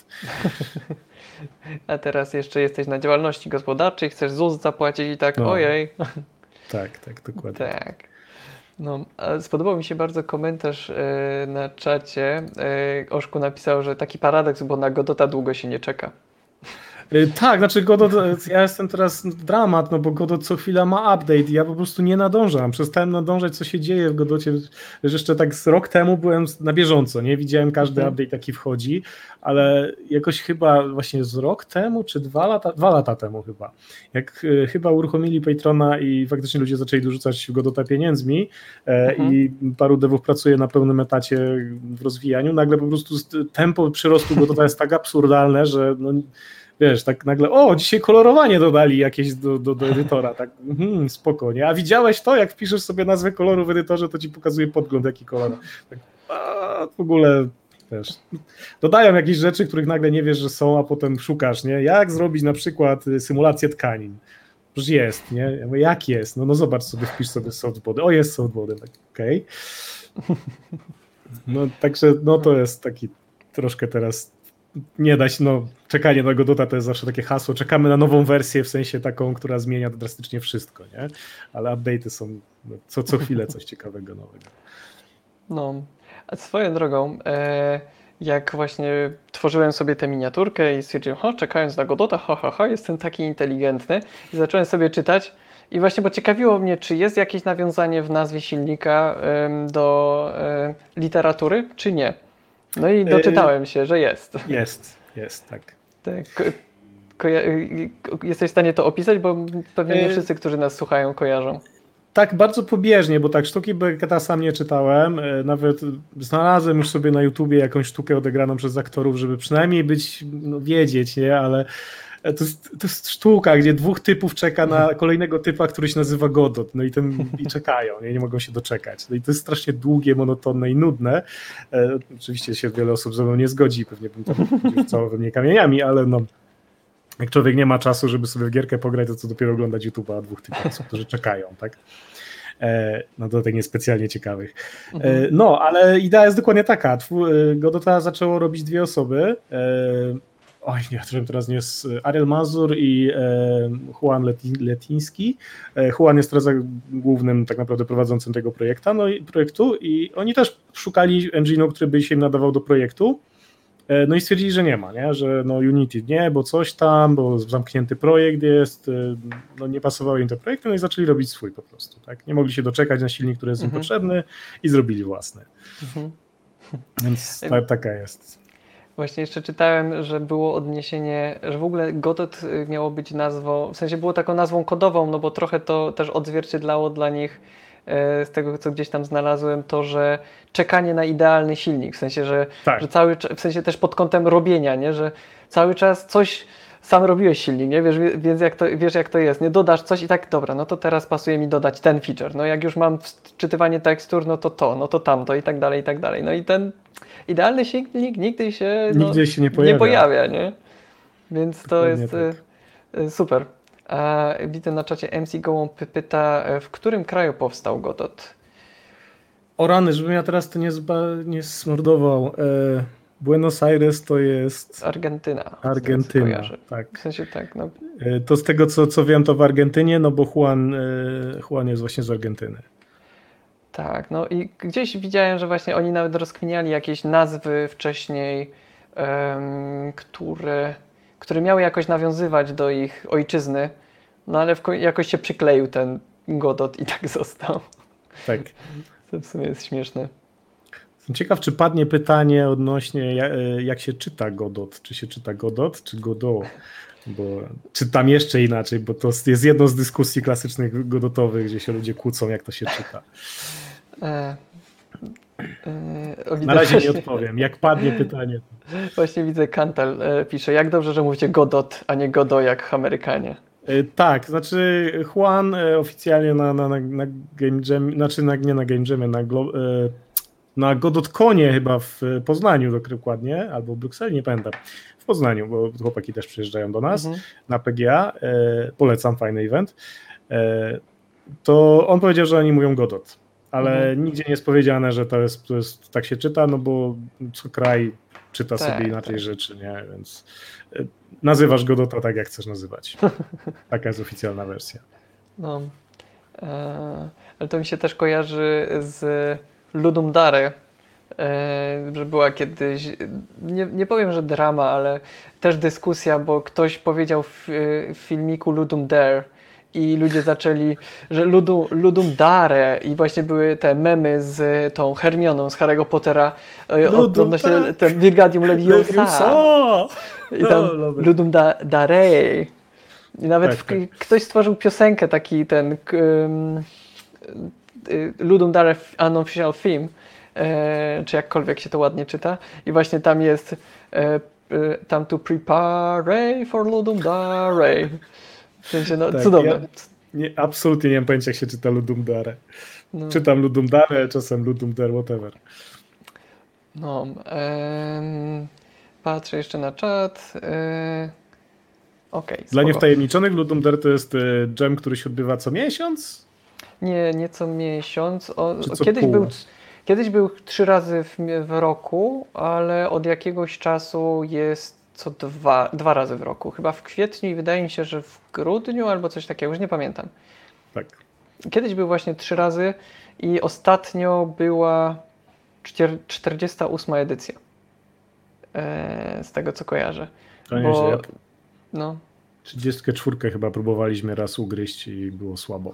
A teraz jeszcze jesteś na działalności gospodarczej, chcesz ZUS zapłacić i tak, no. ojej. Tak, tak, dokładnie. Tak. No, spodobał mi się bardzo komentarz yy, na czacie. Yy, Oszku napisał, że taki paradoks, bo na Godota długo się nie czeka. Tak, znaczy Godot, ja jestem teraz dramat, no bo Godot co chwila ma update i ja po prostu nie nadążam, przestałem nadążać, co się dzieje w Godocie, że jeszcze tak z rok temu byłem na bieżąco, nie, widziałem każdy mhm. update jaki wchodzi, ale jakoś chyba właśnie z rok temu, czy dwa lata, dwa lata temu chyba, jak y, chyba uruchomili Patrona i faktycznie ludzie zaczęli dorzucać w Godota pieniędzmi e, mhm. i paru devów pracuje na pełnym etacie w rozwijaniu, nagle po prostu tempo przyrostu Godota jest tak absurdalne, że no, wiesz, tak nagle, o, dzisiaj kolorowanie dodali jakieś do, do, do edytora, tak, hmm, spoko, nie? A widziałeś to, jak wpiszesz sobie nazwę koloru w edytorze, to ci pokazuje podgląd, jaki kolor. Tak, a, w ogóle, wiesz, dodają jakieś rzeczy, których nagle nie wiesz, że są, a potem szukasz, nie? Jak zrobić na przykład symulację tkanin? Przecież jest, nie? Ja mówię, jak jest? No, no zobacz sobie, wpisz sobie softbody. O, jest softbody, tak, okej. Okay. No, także, no to jest taki troszkę teraz nie da się, no czekanie na Godota to jest zawsze takie hasło, czekamy na nową wersję, w sensie taką, która zmienia drastycznie wszystko, nie? Ale update'y są no, co, co chwilę coś ciekawego nowego. No, a swoją drogą, e, jak właśnie tworzyłem sobie tę miniaturkę i stwierdziłem, ho, czekając na Godota, ha, ha, ha, jestem taki inteligentny i zacząłem sobie czytać i właśnie pociekawiło mnie, czy jest jakieś nawiązanie w nazwie silnika e, do e, literatury, czy nie. No i doczytałem się, że jest. Jest, jest, tak. tak. Ko- ko- jesteś w stanie to opisać, bo pewnie nie wszyscy, którzy nas słuchają, kojarzą. Tak bardzo pobieżnie, bo tak sztuki Becketa sam nie czytałem, nawet znalazłem już sobie na YouTubie jakąś sztukę odegraną przez aktorów, żeby przynajmniej być, no wiedzieć, nie, ale to jest, to jest sztuka, gdzie dwóch typów czeka na kolejnego typa, który się nazywa Godot, no i, ten, i czekają, nie, nie mogą się doczekać. No i to jest strasznie długie, monotonne i nudne. E, oczywiście się wiele osób ze mną nie zgodzi, pewnie bym tam rzucał we mnie kamieniami, ale no jak człowiek nie ma czasu, żeby sobie w gierkę pograć, to co dopiero oglądać YouTube'a dwóch typów, którzy czekają, tak? E, no do tych niespecjalnie ciekawych. E, no, ale idea jest dokładnie taka. Godota zaczęło robić dwie osoby. E, oj, nie, którym teraz nie jest Ariel Mazur i e, Juan Leti- Letiński. E, Juan jest teraz głównym tak naprawdę prowadzącym tego projekta, no i projektu i oni też szukali engine'u, który by się im nadawał do projektu. No i stwierdzili, że nie ma, nie? Że no Unity nie, bo coś tam, bo zamknięty projekt jest, no nie pasowały im te projekty, no i zaczęli robić swój po prostu, tak? Nie mogli się doczekać na silnik, który jest im Mhm. potrzebny i zrobili własny. Mhm. Więc ta, taka jest. Właśnie jeszcze czytałem, że było odniesienie, że w ogóle Godot miało być nazwą, w sensie było taką nazwą kodową, no bo trochę to też odzwierciedlało dla nich z tego, co gdzieś tam znalazłem, to, że czekanie na idealny silnik, w sensie, że, Tak. że cały w sensie też pod kątem robienia, nie? Że cały czas coś sam robiłeś silnik, nie? Wiesz, więc jak to, wiesz jak to jest, nie? Dodasz coś i tak, dobra, no to teraz pasuje mi dodać ten feature, no jak już mam wczytywanie tekstur, no to to, no to tamto i tak dalej, i tak dalej. No i ten idealny silnik nigdy się, no, Nigdy się nie pojawia. nie pojawia, nie? Więc to Dokładnie jest tak. super. A widzę na czacie M C Gołąb pyta, w którym kraju powstał Godot? O rany, żebym ja teraz to nie, zba- nie smordował. E, Buenos Aires to jest Argentyna. Argentyna, tak. W sensie tak, no. E, to z tego, co, co wiem, to w Argentynie, no bo Juan, e, Juan jest właśnie z Argentyny. Tak, no i gdzieś widziałem, że właśnie oni nawet rozkminiali jakieś nazwy wcześniej, um, które, które miały jakoś nawiązywać do ich ojczyzny, no ale w, jakoś się przykleił ten Godot i tak został. Tak. To w sumie jest śmieszne. Jestem ciekaw, czy padnie pytanie odnośnie jak się czyta Godot. Czy się czyta Godot, czy Godot? Bo czytam jeszcze inaczej, bo to jest jedną z dyskusji klasycznych godotowych, gdzie się ludzie kłócą, jak to się czyta. E, e, Na razie nie odpowiem. Jak padnie pytanie. Właśnie widzę, Kantal e, pisze, jak dobrze, że mówicie Godot, a nie Godo jak Amerykanie. E, tak, znaczy Juan e, oficjalnie na, na, na, na Game Jam, znaczy na, nie na Game Jamie, na, Glo, e, na GodotConie chyba w Poznaniu dokładnie, albo w Brukseli, nie pamiętam. W Poznaniu, bo chłopaki też przyjeżdżają do nas mhm. na P G A. E, polecam, fajny event. E, to on powiedział, że oni mówią Godot, ale mhm. nigdzie nie jest powiedziane, że to jest, to jest tak się czyta, no bo co kraj czyta tak, sobie inaczej tak. rzeczy, nie? Więc e, nazywasz Godota tak, jak chcesz nazywać. Taka jest oficjalna wersja. No, e, ale to mi się też kojarzy z Ludum Dare, e, że była kiedyś, nie, nie powiem, że drama, ale też dyskusja, bo ktoś powiedział w, w filmiku Ludum Dare i ludzie zaczęli, że Ludum, Ludum Dare i właśnie były te memy z tą Hermioną z Harry'ego Pottera odnośnie tak. ten Wingardium Leviosa i tam no, Ludum da, Dare i nawet tak, w, tak. ktoś stworzył piosenkę taki ten um, Ludum Dare Unofficial Theme, e, czy jakkolwiek się to ładnie czyta i właśnie tam jest e, e, tam to prepare for Ludum Dare. W sensie, no, tak, cudowne. Ja nie, absolutnie nie mam pojęcia, jak się czyta Ludum Dare. No. Czytam Ludum Dare, czasem Ludum Dare, whatever. No, em, patrzę jeszcze na czat. E, Okej. Okay, Dla niewtajemniczonych Ludum Dare to jest jam, który się odbywa co miesiąc? Nie, nie co miesiąc. O, co kiedyś, pół? był, kiedyś był trzy razy w, w roku, ale od jakiegoś czasu jest co dwa, dwa razy w roku. Chyba w kwietniu i wydaje mi się, że w grudniu albo coś takiego, już nie pamiętam. Tak. Kiedyś był właśnie trzy razy i ostatnio była czterdziesta ósma edycja. E, z tego co kojarzę. To nieźle. No. trzydziestą czwórkę chyba próbowaliśmy raz ugryźć i było słabo.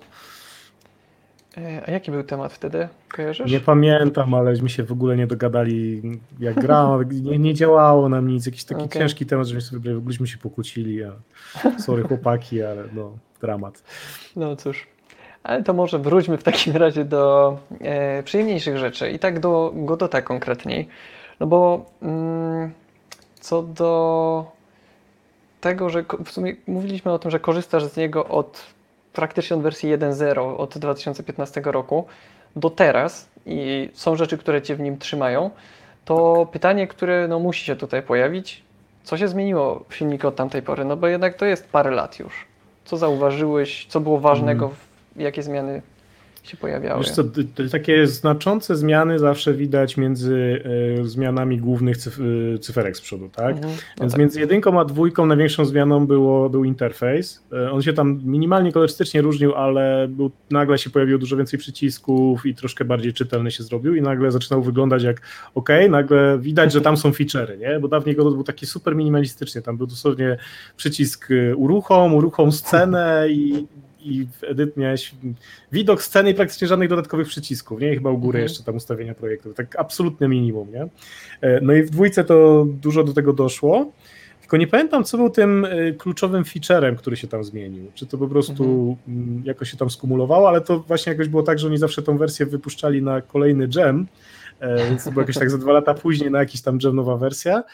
A jaki był temat wtedy? Kojarzysz? Nie pamiętam, ale mi się w ogóle nie dogadali jak grałem, nie, nie działało nam nic, jakiś taki okay. ciężki temat, żeśmy sobie w ogóleśmy się pokłócili, a sorry chłopaki, ale no, dramat. No cóż, Ale to może wróćmy w takim razie do e, przyjemniejszych rzeczy i tak do Godota konkretniej. No bo mm, co do tego, że w sumie mówiliśmy o tym, że korzystasz z niego od praktycznie od wersji jeden zero, od dwa tysiące piętnastego roku do teraz i są rzeczy, które cię w nim trzymają, to pytanie, które no, musi się tutaj pojawić, co się zmieniło w silniku od tamtej pory? No bo jednak to jest parę lat już. Co zauważyłeś, co było ważnego, w, jakie zmiany się pojawiały? Wiesz co, takie znaczące zmiany zawsze widać między y, zmianami głównych cyf y, cyferek z przodu, tak? Mhm, no Więc tak. Między jedynką a dwójką największą zmianą było, był interfejs. Y, on się tam minimalnie kolorystycznie różnił, ale był, nagle się pojawiło dużo więcej przycisków i troszkę bardziej czytelny się zrobił i nagle zaczynał wyglądać jak ok, nagle widać, że tam są feature'y, nie? Bo dawniej Godot był taki super minimalistyczny, tam był dosłownie przycisk uruchom, uruchom scenę i i edyt miałeś widok sceny i praktycznie żadnych dodatkowych przycisków, nie? I chyba u góry mhm. jeszcze tam ustawienia projektu, tak absolutne minimum, nie? No i w dwójce to dużo do tego doszło, tylko nie pamiętam, co był tym kluczowym featurem, który się tam zmienił, czy to po prostu mhm. jakoś się tam skumulowało, ale to właśnie jakoś było tak, że oni zawsze tą wersję wypuszczali na kolejny dżem, więc to było jakoś tak za dwa lata później na jakiś tam dżem nowa wersja.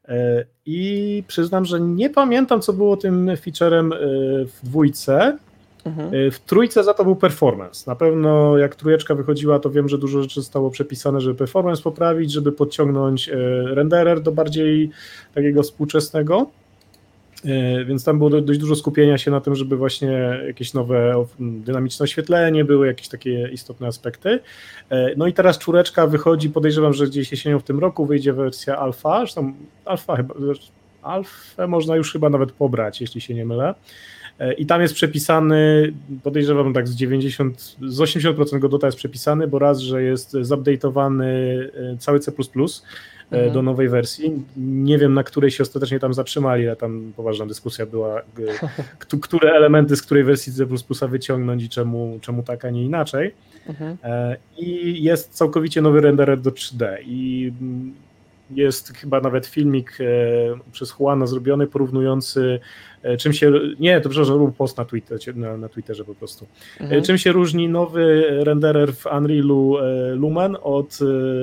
I przyznam, że nie pamiętam, co było tym featurem w dwójce. Mhm. W trójce za to był performance. Na pewno jak trójeczka wychodziła, to wiem, że dużo rzeczy zostało przepisane, żeby performance poprawić, żeby podciągnąć renderer do bardziej takiego współczesnego. Więc tam było dość dużo skupienia się na tym, żeby właśnie jakieś nowe dynamiczne oświetlenie były, jakieś takie istotne aspekty. No i teraz czwóreczka wychodzi, podejrzewam, że gdzieś jesienią w tym roku wyjdzie wersja alfa, zresztą alfa chyba, alfę można już chyba nawet pobrać, jeśli się nie mylę. I tam jest przepisany, podejrzewam tak z dziewięćdziesiąt, z osiemdziesiąt procent Godota jest przepisany, bo raz, że jest zupdate'owany cały C plus plus mhm. do nowej wersji. Nie wiem, na której się ostatecznie tam zatrzymali, ale tam poważna dyskusja była, które elementy z której wersji C plus plus wyciągnąć i czemu, czemu tak, a nie inaczej. Mhm. I jest całkowicie nowy renderer do trzy D i jest chyba nawet filmik przez Juana zrobiony, porównujący czym się, nie, to przepraszam, był post na Twitterze, na, na Twitterze po prostu. Mhm. Czym się różni nowy renderer w Unrealu Lumen od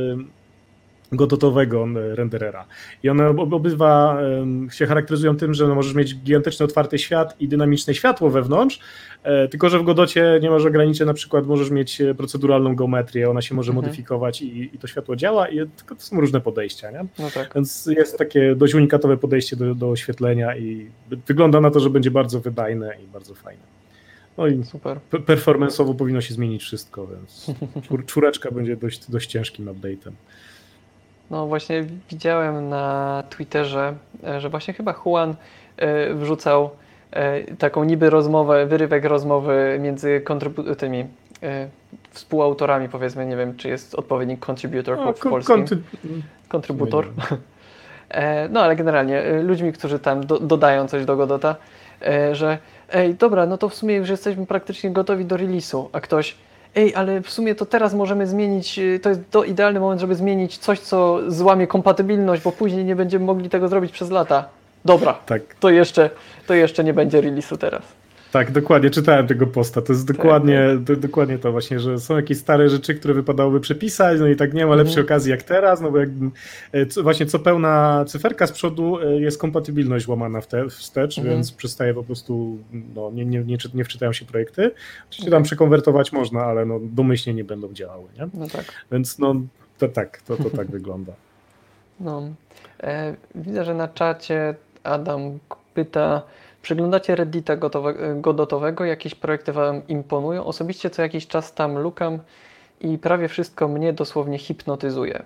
godotowego renderera. I one obydwa się charakteryzują tym, że możesz mieć gigantyczny otwarty świat i dynamiczne światło wewnątrz, tylko że w Godocie nie masz ograniczeń, na przykład możesz mieć proceduralną geometrię, ona się może mhm. modyfikować i, i to światło działa, i tylko to są różne podejścia, nie? No tak. Więc jest takie dość unikatowe podejście do, do oświetlenia i wygląda na to, że będzie bardzo wydajne i bardzo fajne. No i super. Performance'owo powinno się zmienić wszystko, więc czwóreczka będzie dość, dość ciężkim update'em. No właśnie widziałem na Twitterze, że właśnie chyba Juan wrzucał taką niby rozmowę, wyrywek rozmowy między kontrybu- tymi współautorami, powiedzmy, nie wiem, czy jest odpowiednik contributor no, w polskim. Kontry- Kontrybutor. No ale generalnie ludźmi, którzy tam do, dodają coś do Godota, że ej, dobra, no to w sumie już jesteśmy praktycznie gotowi do release'u, a ktoś ej, ale w sumie to teraz możemy zmienić, to jest to idealny moment, żeby zmienić coś, co złamie kompatybilność, bo później nie będziemy mogli tego zrobić przez lata. Dobra, tak. to, jeszcze, to jeszcze nie będzie release'u teraz. Tak, dokładnie, czytałem tego posta, to jest dokładnie, tak, tak. Do, dokładnie to właśnie, że są jakieś stare rzeczy, które wypadałoby przepisać, no i tak nie ma lepszej mhm. okazji jak teraz, no bo jak, co, właśnie co pełna cyferka z przodu jest kompatybilność łamana w te, wstecz, mhm. więc przestaje po prostu, no nie, nie, nie, nie wczytają się projekty. Oczywiście tam przekonwertować można, ale no domyślnie nie będą działały, nie? No tak. Więc no to tak, to, to tak wygląda. No, e, widzę, że na czacie Adam pyta, przeglądacie Reddita godotowego, jakieś projekty wam imponują? Osobiście co jakiś czas tam lukam i prawie wszystko mnie dosłownie hipnotyzuje.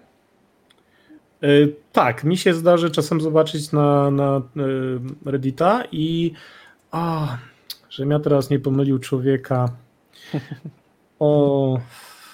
Yy, tak, mi się zdarzy czasem zobaczyć na, na yy, Reddita i a, żebym ja teraz nie pomylił człowieka. O...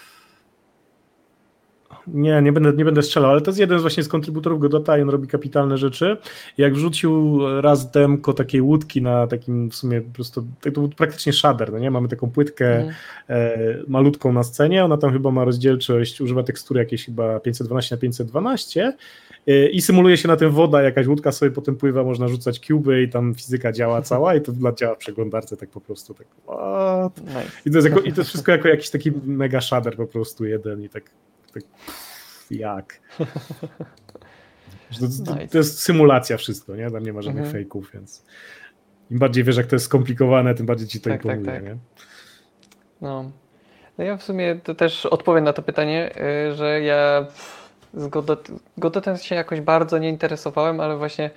Nie, nie będę, nie będę strzelał, ale to jest jeden z właśnie z kontrybutorów Godota i on robi kapitalne rzeczy. Jak wrzucił raz demko takiej łódki na takim w sumie po prostu, to był praktycznie shader, no nie? Mamy taką płytkę mm. e, malutką na scenie, ona tam chyba ma rozdzielczość, używa tekstury jakieś chyba pięćset dwanaście na pięćset dwanaście i symuluje się na tym woda, jakaś łódka sobie potem pływa, można rzucać cuby i tam fizyka działa cała i to działa w przeglądarce tak po prostu. Tak, what? Nice. I, to jest jako, I to jest wszystko jako jakiś taki mega shader po prostu jeden i tak, tak jak? To, to, Nice. to jest symulacja wszystko, nie? Tam nie ma żadnych Mhm. fejków, więc im bardziej wiesz, jak to jest skomplikowane, tym bardziej ci to Tak, tak, imponuje, tak. nie? No. No ja w sumie to też odpowiem na to pytanie, y, że ja z Godot, Godotem się jakoś bardzo nie interesowałem, ale właśnie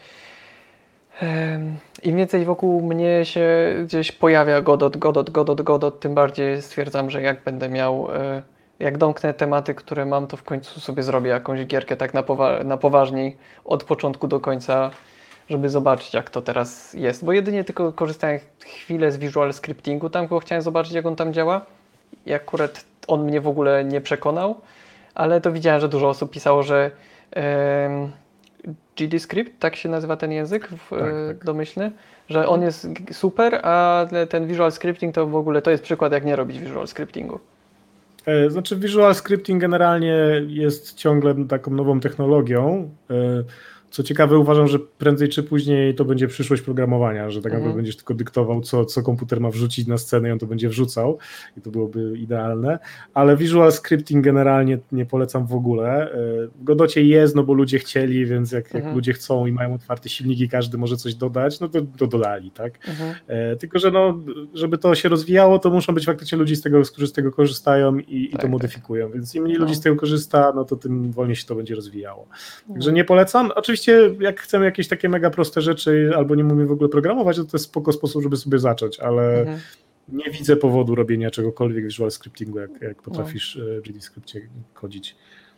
em, im więcej wokół mnie się gdzieś pojawia Godot, Godot, Godot, Godot, tym bardziej stwierdzam, że jak będę miał, y, jak domknę tematy, które mam, to w końcu sobie zrobię jakąś gierkę tak na, powa- na poważniej, od początku do końca, żeby zobaczyć, jak to teraz jest. Bo jedynie tylko korzystałem chwilę z Visual Scriptingu tam, bo chciałem zobaczyć, jak on tam działa. I akurat on mnie w ogóle nie przekonał, ale to widziałem, że dużo osób pisało, że em, GDScript, tak się nazywa ten język w, Tak, tak. domyślny, że on jest g- super, a ten Visual Scripting to w ogóle to jest przykład, jak nie robić Visual Scriptingu. E, Znaczy Visual Scripting generalnie jest ciągle taką nową technologią. E, Co ciekawe, uważam, że prędzej czy później to będzie przyszłość programowania, że tak naprawdę Mhm. będziesz tylko dyktował, co, co komputer ma wrzucić na scenę i on to będzie wrzucał i to byłoby idealne, ale Visual Scripting generalnie nie polecam w ogóle. W Godocie jest, no bo ludzie chcieli, więc jak, Mhm. jak ludzie chcą i mają otwarty silnik i każdy może coś dodać, no to, to dodali, tak? Mhm. E, Tylko, że no, żeby to się rozwijało, to muszą być faktycznie ludzie z tego, którzy z tego korzystają i, i Tak, to tak. modyfikują, więc im mniej No. ludzi z tego korzysta, no to tym wolniej się to będzie rozwijało. Także No. nie polecam. Oczywiście jak chcemy jakieś takie mega proste rzeczy albo nie umiemy w ogóle programować, to to jest spoko sposób, żeby sobie zacząć, ale Mhm. nie widzę powodu robienia czegokolwiek w Visual Scriptingu, jak, jak potrafisz w G D Scriptie kodzić.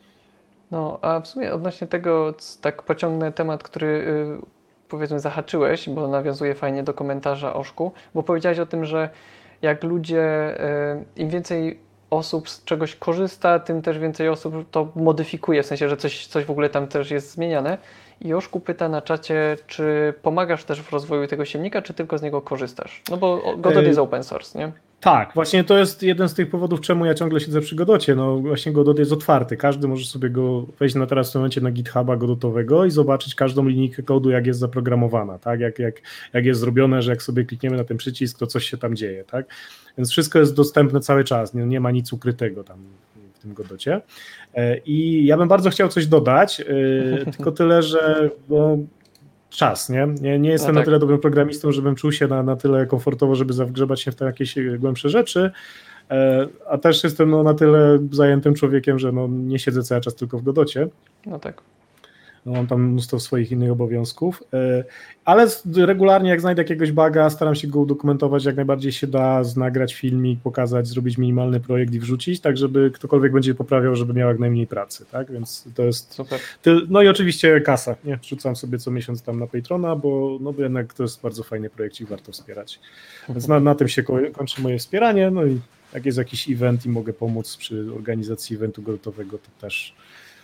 No, a w sumie odnośnie tego, c- tak pociągnę temat, który y, powiedzmy zahaczyłeś, bo nawiązuje fajnie do komentarza Oszku, bo powiedziałeś o tym, że jak ludzie, y, im więcej osób z czegoś korzysta, tym też więcej osób to modyfikuje, w sensie, że coś, coś w ogóle tam też jest zmieniane. I Oszku pyta na czacie, czy pomagasz też w rozwoju tego silnika, czy tylko z niego korzystasz? No bo o- Godot Ej. jest open source, nie? Tak, właśnie to jest jeden z tych powodów, czemu ja ciągle siedzę przy Godocie. No właśnie Godot jest otwarty. Każdy może sobie go wejść na teraz w tym momencie na GitHuba Godotowego i zobaczyć każdą linijkę kodu, jak jest zaprogramowana, tak? Jak, jak, jak jest zrobione, że jak sobie klikniemy na ten przycisk, to coś się tam dzieje, tak? Więc wszystko jest dostępne cały czas, nie, nie ma nic ukrytego tam w tym Godocie. E, I ja bym bardzo chciał coś dodać, e, tylko tyle, że no, czas, nie? Nie, nie jestem No na tak. tyle dobrym programistą, żebym czuł się na, na tyle komfortowo, żeby zawgrzebać się w te jakieś głębsze rzeczy, e, a też jestem no, na tyle zajętym człowiekiem, że no, nie siedzę cały czas tylko w Godocie. No tak. No, mam tam mnóstwo swoich innych obowiązków, e, ale z- regularnie jak znajdę jakiegoś buga, staram się go udokumentować jak najbardziej się da, nagrać filmik, pokazać, zrobić minimalny projekt i wrzucić, tak żeby ktokolwiek będzie poprawiał, żeby miał jak najmniej pracy, tak? Więc to jest Super. ty- No i oczywiście kasa, nie? Wrzucam sobie co miesiąc tam na Patrona, bo, no bo jednak to jest bardzo fajny projekt i warto wspierać. Więc na, na tym się ko- kończy moje wspieranie, no i jak jest jakiś event i mogę pomóc przy organizacji eventu gotowego, to też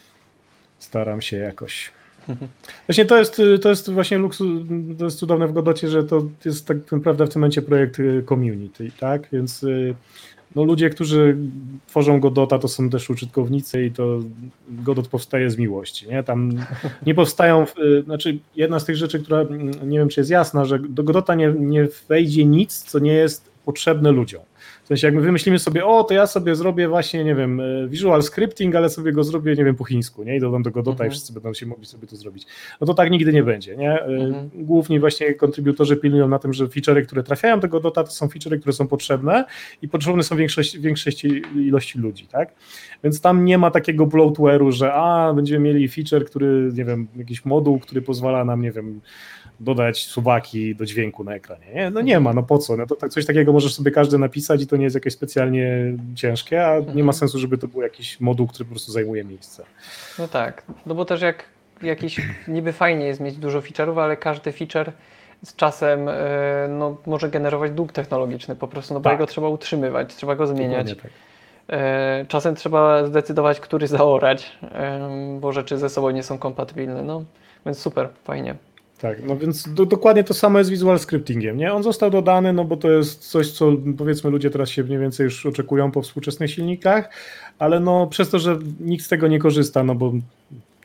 staram się jakoś. Właśnie to jest, to jest właśnie luksus, to jest cudowne w Godocie, że to jest tak naprawdę w tym momencie projekt y, community, tak? Więc y, no ludzie, którzy tworzą Godota, to są też użytkownicy i to Godot powstaje z miłości, nie? Tam nie powstają, y, znaczy jedna z tych rzeczy, która mm, nie wiem, czy jest jasna, że do Godota nie, nie wejdzie nic, co nie jest potrzebne ludziom. W sensie jak my wymyślimy sobie, o, to ja sobie zrobię właśnie, nie wiem, visual scripting, ale sobie go zrobię, nie wiem, po chińsku, nie? I dodam do Godota Mhm. i wszyscy będą się mogli sobie to zrobić. No to tak nigdy nie będzie, nie? Mhm. Głównie właśnie kontrybutorzy pilnują na tym, że feature'y, które trafiają do Godota, to są feature'y, które są potrzebne i potrzebne są większości, większości ilości ludzi, tak? Więc tam nie ma takiego bloatware'u, że a, będziemy mieli feature, który, nie wiem, jakiś moduł, który pozwala nam, nie wiem, dodać suwaki do dźwięku na ekranie. Nie? No nie ma, no po co? No to tak, coś takiego możesz sobie każdy napisać i to nie jest jakieś specjalnie ciężkie, a nie ma sensu, żeby to był jakiś moduł, który po prostu zajmuje miejsce. No tak, no bo też jak jakiś, niby fajnie jest mieć dużo feature'ów, ale każdy feature z czasem e, no, może generować dług technologiczny po prostu, no bo Tak. jego trzeba utrzymywać, trzeba go zmieniać. Dokładnie tak. E, Czasem trzeba zdecydować, który zaorać, e, bo rzeczy ze sobą nie są kompatybilne, no więc super, fajnie. Tak, no więc do, dokładnie to samo jest z visual scriptingiem, nie? On został dodany, no bo to jest coś, co powiedzmy ludzie teraz się mniej więcej już oczekują po współczesnych silnikach, ale no przez to, że nikt z tego nie korzysta, no bo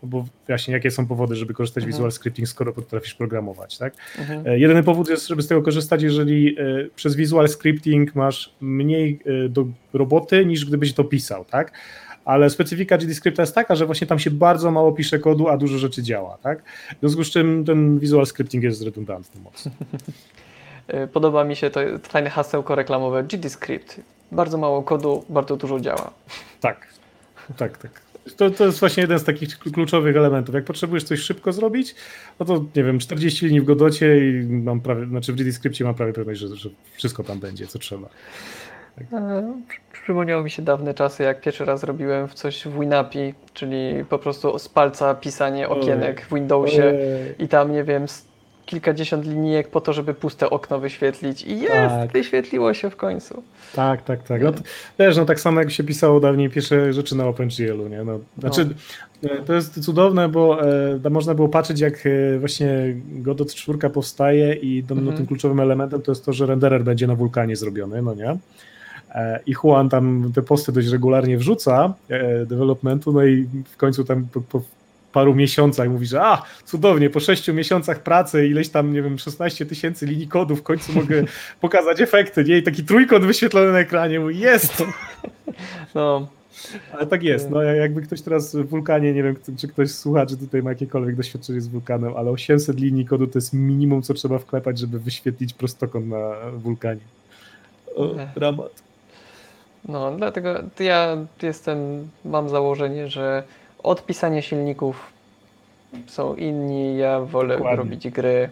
bo właśnie jakie są powody, żeby korzystać z Mhm. Visual Scripting, skoro potrafisz programować, tak? Mhm. E, Jedyny powód jest, żeby z tego korzystać, jeżeli e, przez Visual Scripting masz mniej e, do roboty, niż gdybyś to pisał, tak? Ale specyfika GDScripta jest taka, że właśnie tam się bardzo mało pisze kodu, a dużo rzeczy działa, tak? W związku z czym ten Visual Scripting jest redundantny mocno. Y, Podoba mi się to fajne hasełko reklamowe GDScript. Bardzo mało kodu, bardzo dużo działa. Tak, tak, tak. To, to jest właśnie jeden z takich kluczowych elementów. Jak potrzebujesz coś szybko zrobić, no to nie wiem, czterdzieści linii w Godocie i mam prawie, znaczy w GDScriptie mam prawie pewność, że, że wszystko tam będzie, co trzeba. E, przy- Przypomniało mi się dawne czasy, jak pierwszy raz robiłem w coś w Winapi, czyli po prostu z palca pisanie okienek w Windowsie Ojej. i tam, nie wiem, z kilkadziesiąt linijek po to, żeby puste okno wyświetlić i jest, Tak. wyświetliło się w końcu. Tak, tak, tak. No to, wiesz, no tak samo jak się pisało dawniej pierwsze rzeczy na OpenGL-u, nie? No, znaczy, e, to jest cudowne, bo e, tam można było patrzeć, jak e, właśnie Godot cztery powstaje i tam, no, Mhm. tym kluczowym elementem to jest to, że renderer będzie na wulkanie zrobiony, no nie? E, I Juan tam te posty dość regularnie wrzuca e, developmentu, no i w końcu tam po, po paru miesiącach mówi, że a, cudownie, po sześciu miesiącach pracy, ileś tam, nie wiem, szesnaście tysięcy linii kodu, w końcu mogę pokazać efekty, nie? I taki trójkąt wyświetlony na ekranie, mówi, jest! No, Ale tak jest, no jakby ktoś teraz w wulkanie, nie wiem, czy ktoś słucha, czy tutaj ma jakiekolwiek doświadczenie z wulkanem, ale osiemset linii kodu to jest minimum, co trzeba wklepać, żeby wyświetlić prostokąt na wulkanie. O, dramat. no, dlatego ja jestem, mam założenie, że od pisania silników są inni, ja wolę Dokładnie. robić gry.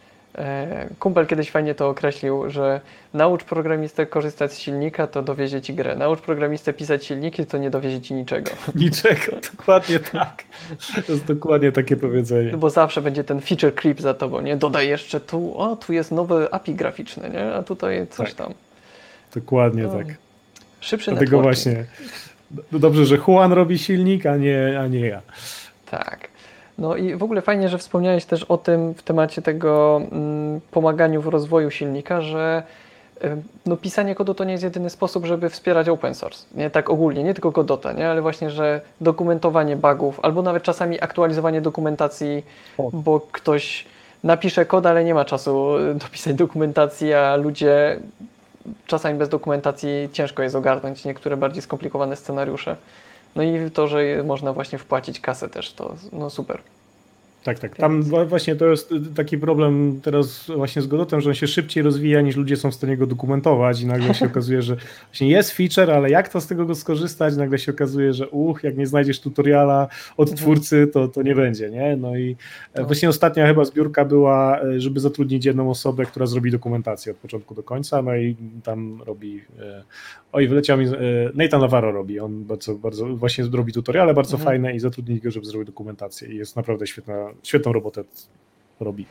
E, Kumpel kiedyś fajnie to określił, że naucz programistę korzystać z silnika, to dowiezie ci grę. Naucz programistę pisać silniki, to nie dowiezie ci niczego. Niczego, dokładnie tak. To jest dokładnie takie powiedzenie. No bo zawsze będzie ten feature creep za tobą, nie? Dodaj jeszcze tu, o, tu jest nowe A P I graficzne, nie? A tutaj coś Tak. tam. Dokładnie No, tak. Szybszy Dlatego networking. właśnie no dobrze, że Juan robi silnik, a nie, a nie ja. Tak. No i w ogóle fajnie, że wspomniałeś też o tym w temacie tego mm, pomaganiu w rozwoju silnika, że y, no, pisanie kodu to nie jest jedyny sposób, żeby wspierać open source. Nie tak ogólnie, nie tylko Godota, nie? Ale właśnie, że dokumentowanie bugów, albo nawet czasami aktualizowanie dokumentacji, O. bo ktoś napisze kod, ale nie ma czasu y, dopisać dokumentacji, a ludzie czasami bez dokumentacji ciężko jest ogarnąć niektóre bardziej skomplikowane scenariusze. No i to, że można właśnie wpłacić kasę też, to no super. Tak, tak. Tam wa- właśnie to jest taki problem teraz właśnie z Godotem, że on się szybciej rozwija, niż ludzie są w stanie go dokumentować i nagle się okazuje, że właśnie jest feature, ale jak to z tego go skorzystać? Nagle się okazuje, że uch, jak nie znajdziesz tutoriala od Mhm. twórcy, to, to nie będzie, nie? No i e, No. właśnie ostatnia chyba zbiórka była, e, żeby zatrudnić jedną osobę, która zrobi dokumentację od początku do końca, no i tam robi, e, oj, wyleciał mi, e, Nathan Navarro robi, on bardzo, bardzo właśnie robi tutoriale bardzo Mhm. fajne i zatrudnili go, żeby zrobił dokumentację i jest naprawdę świetna, świetną robotę robi.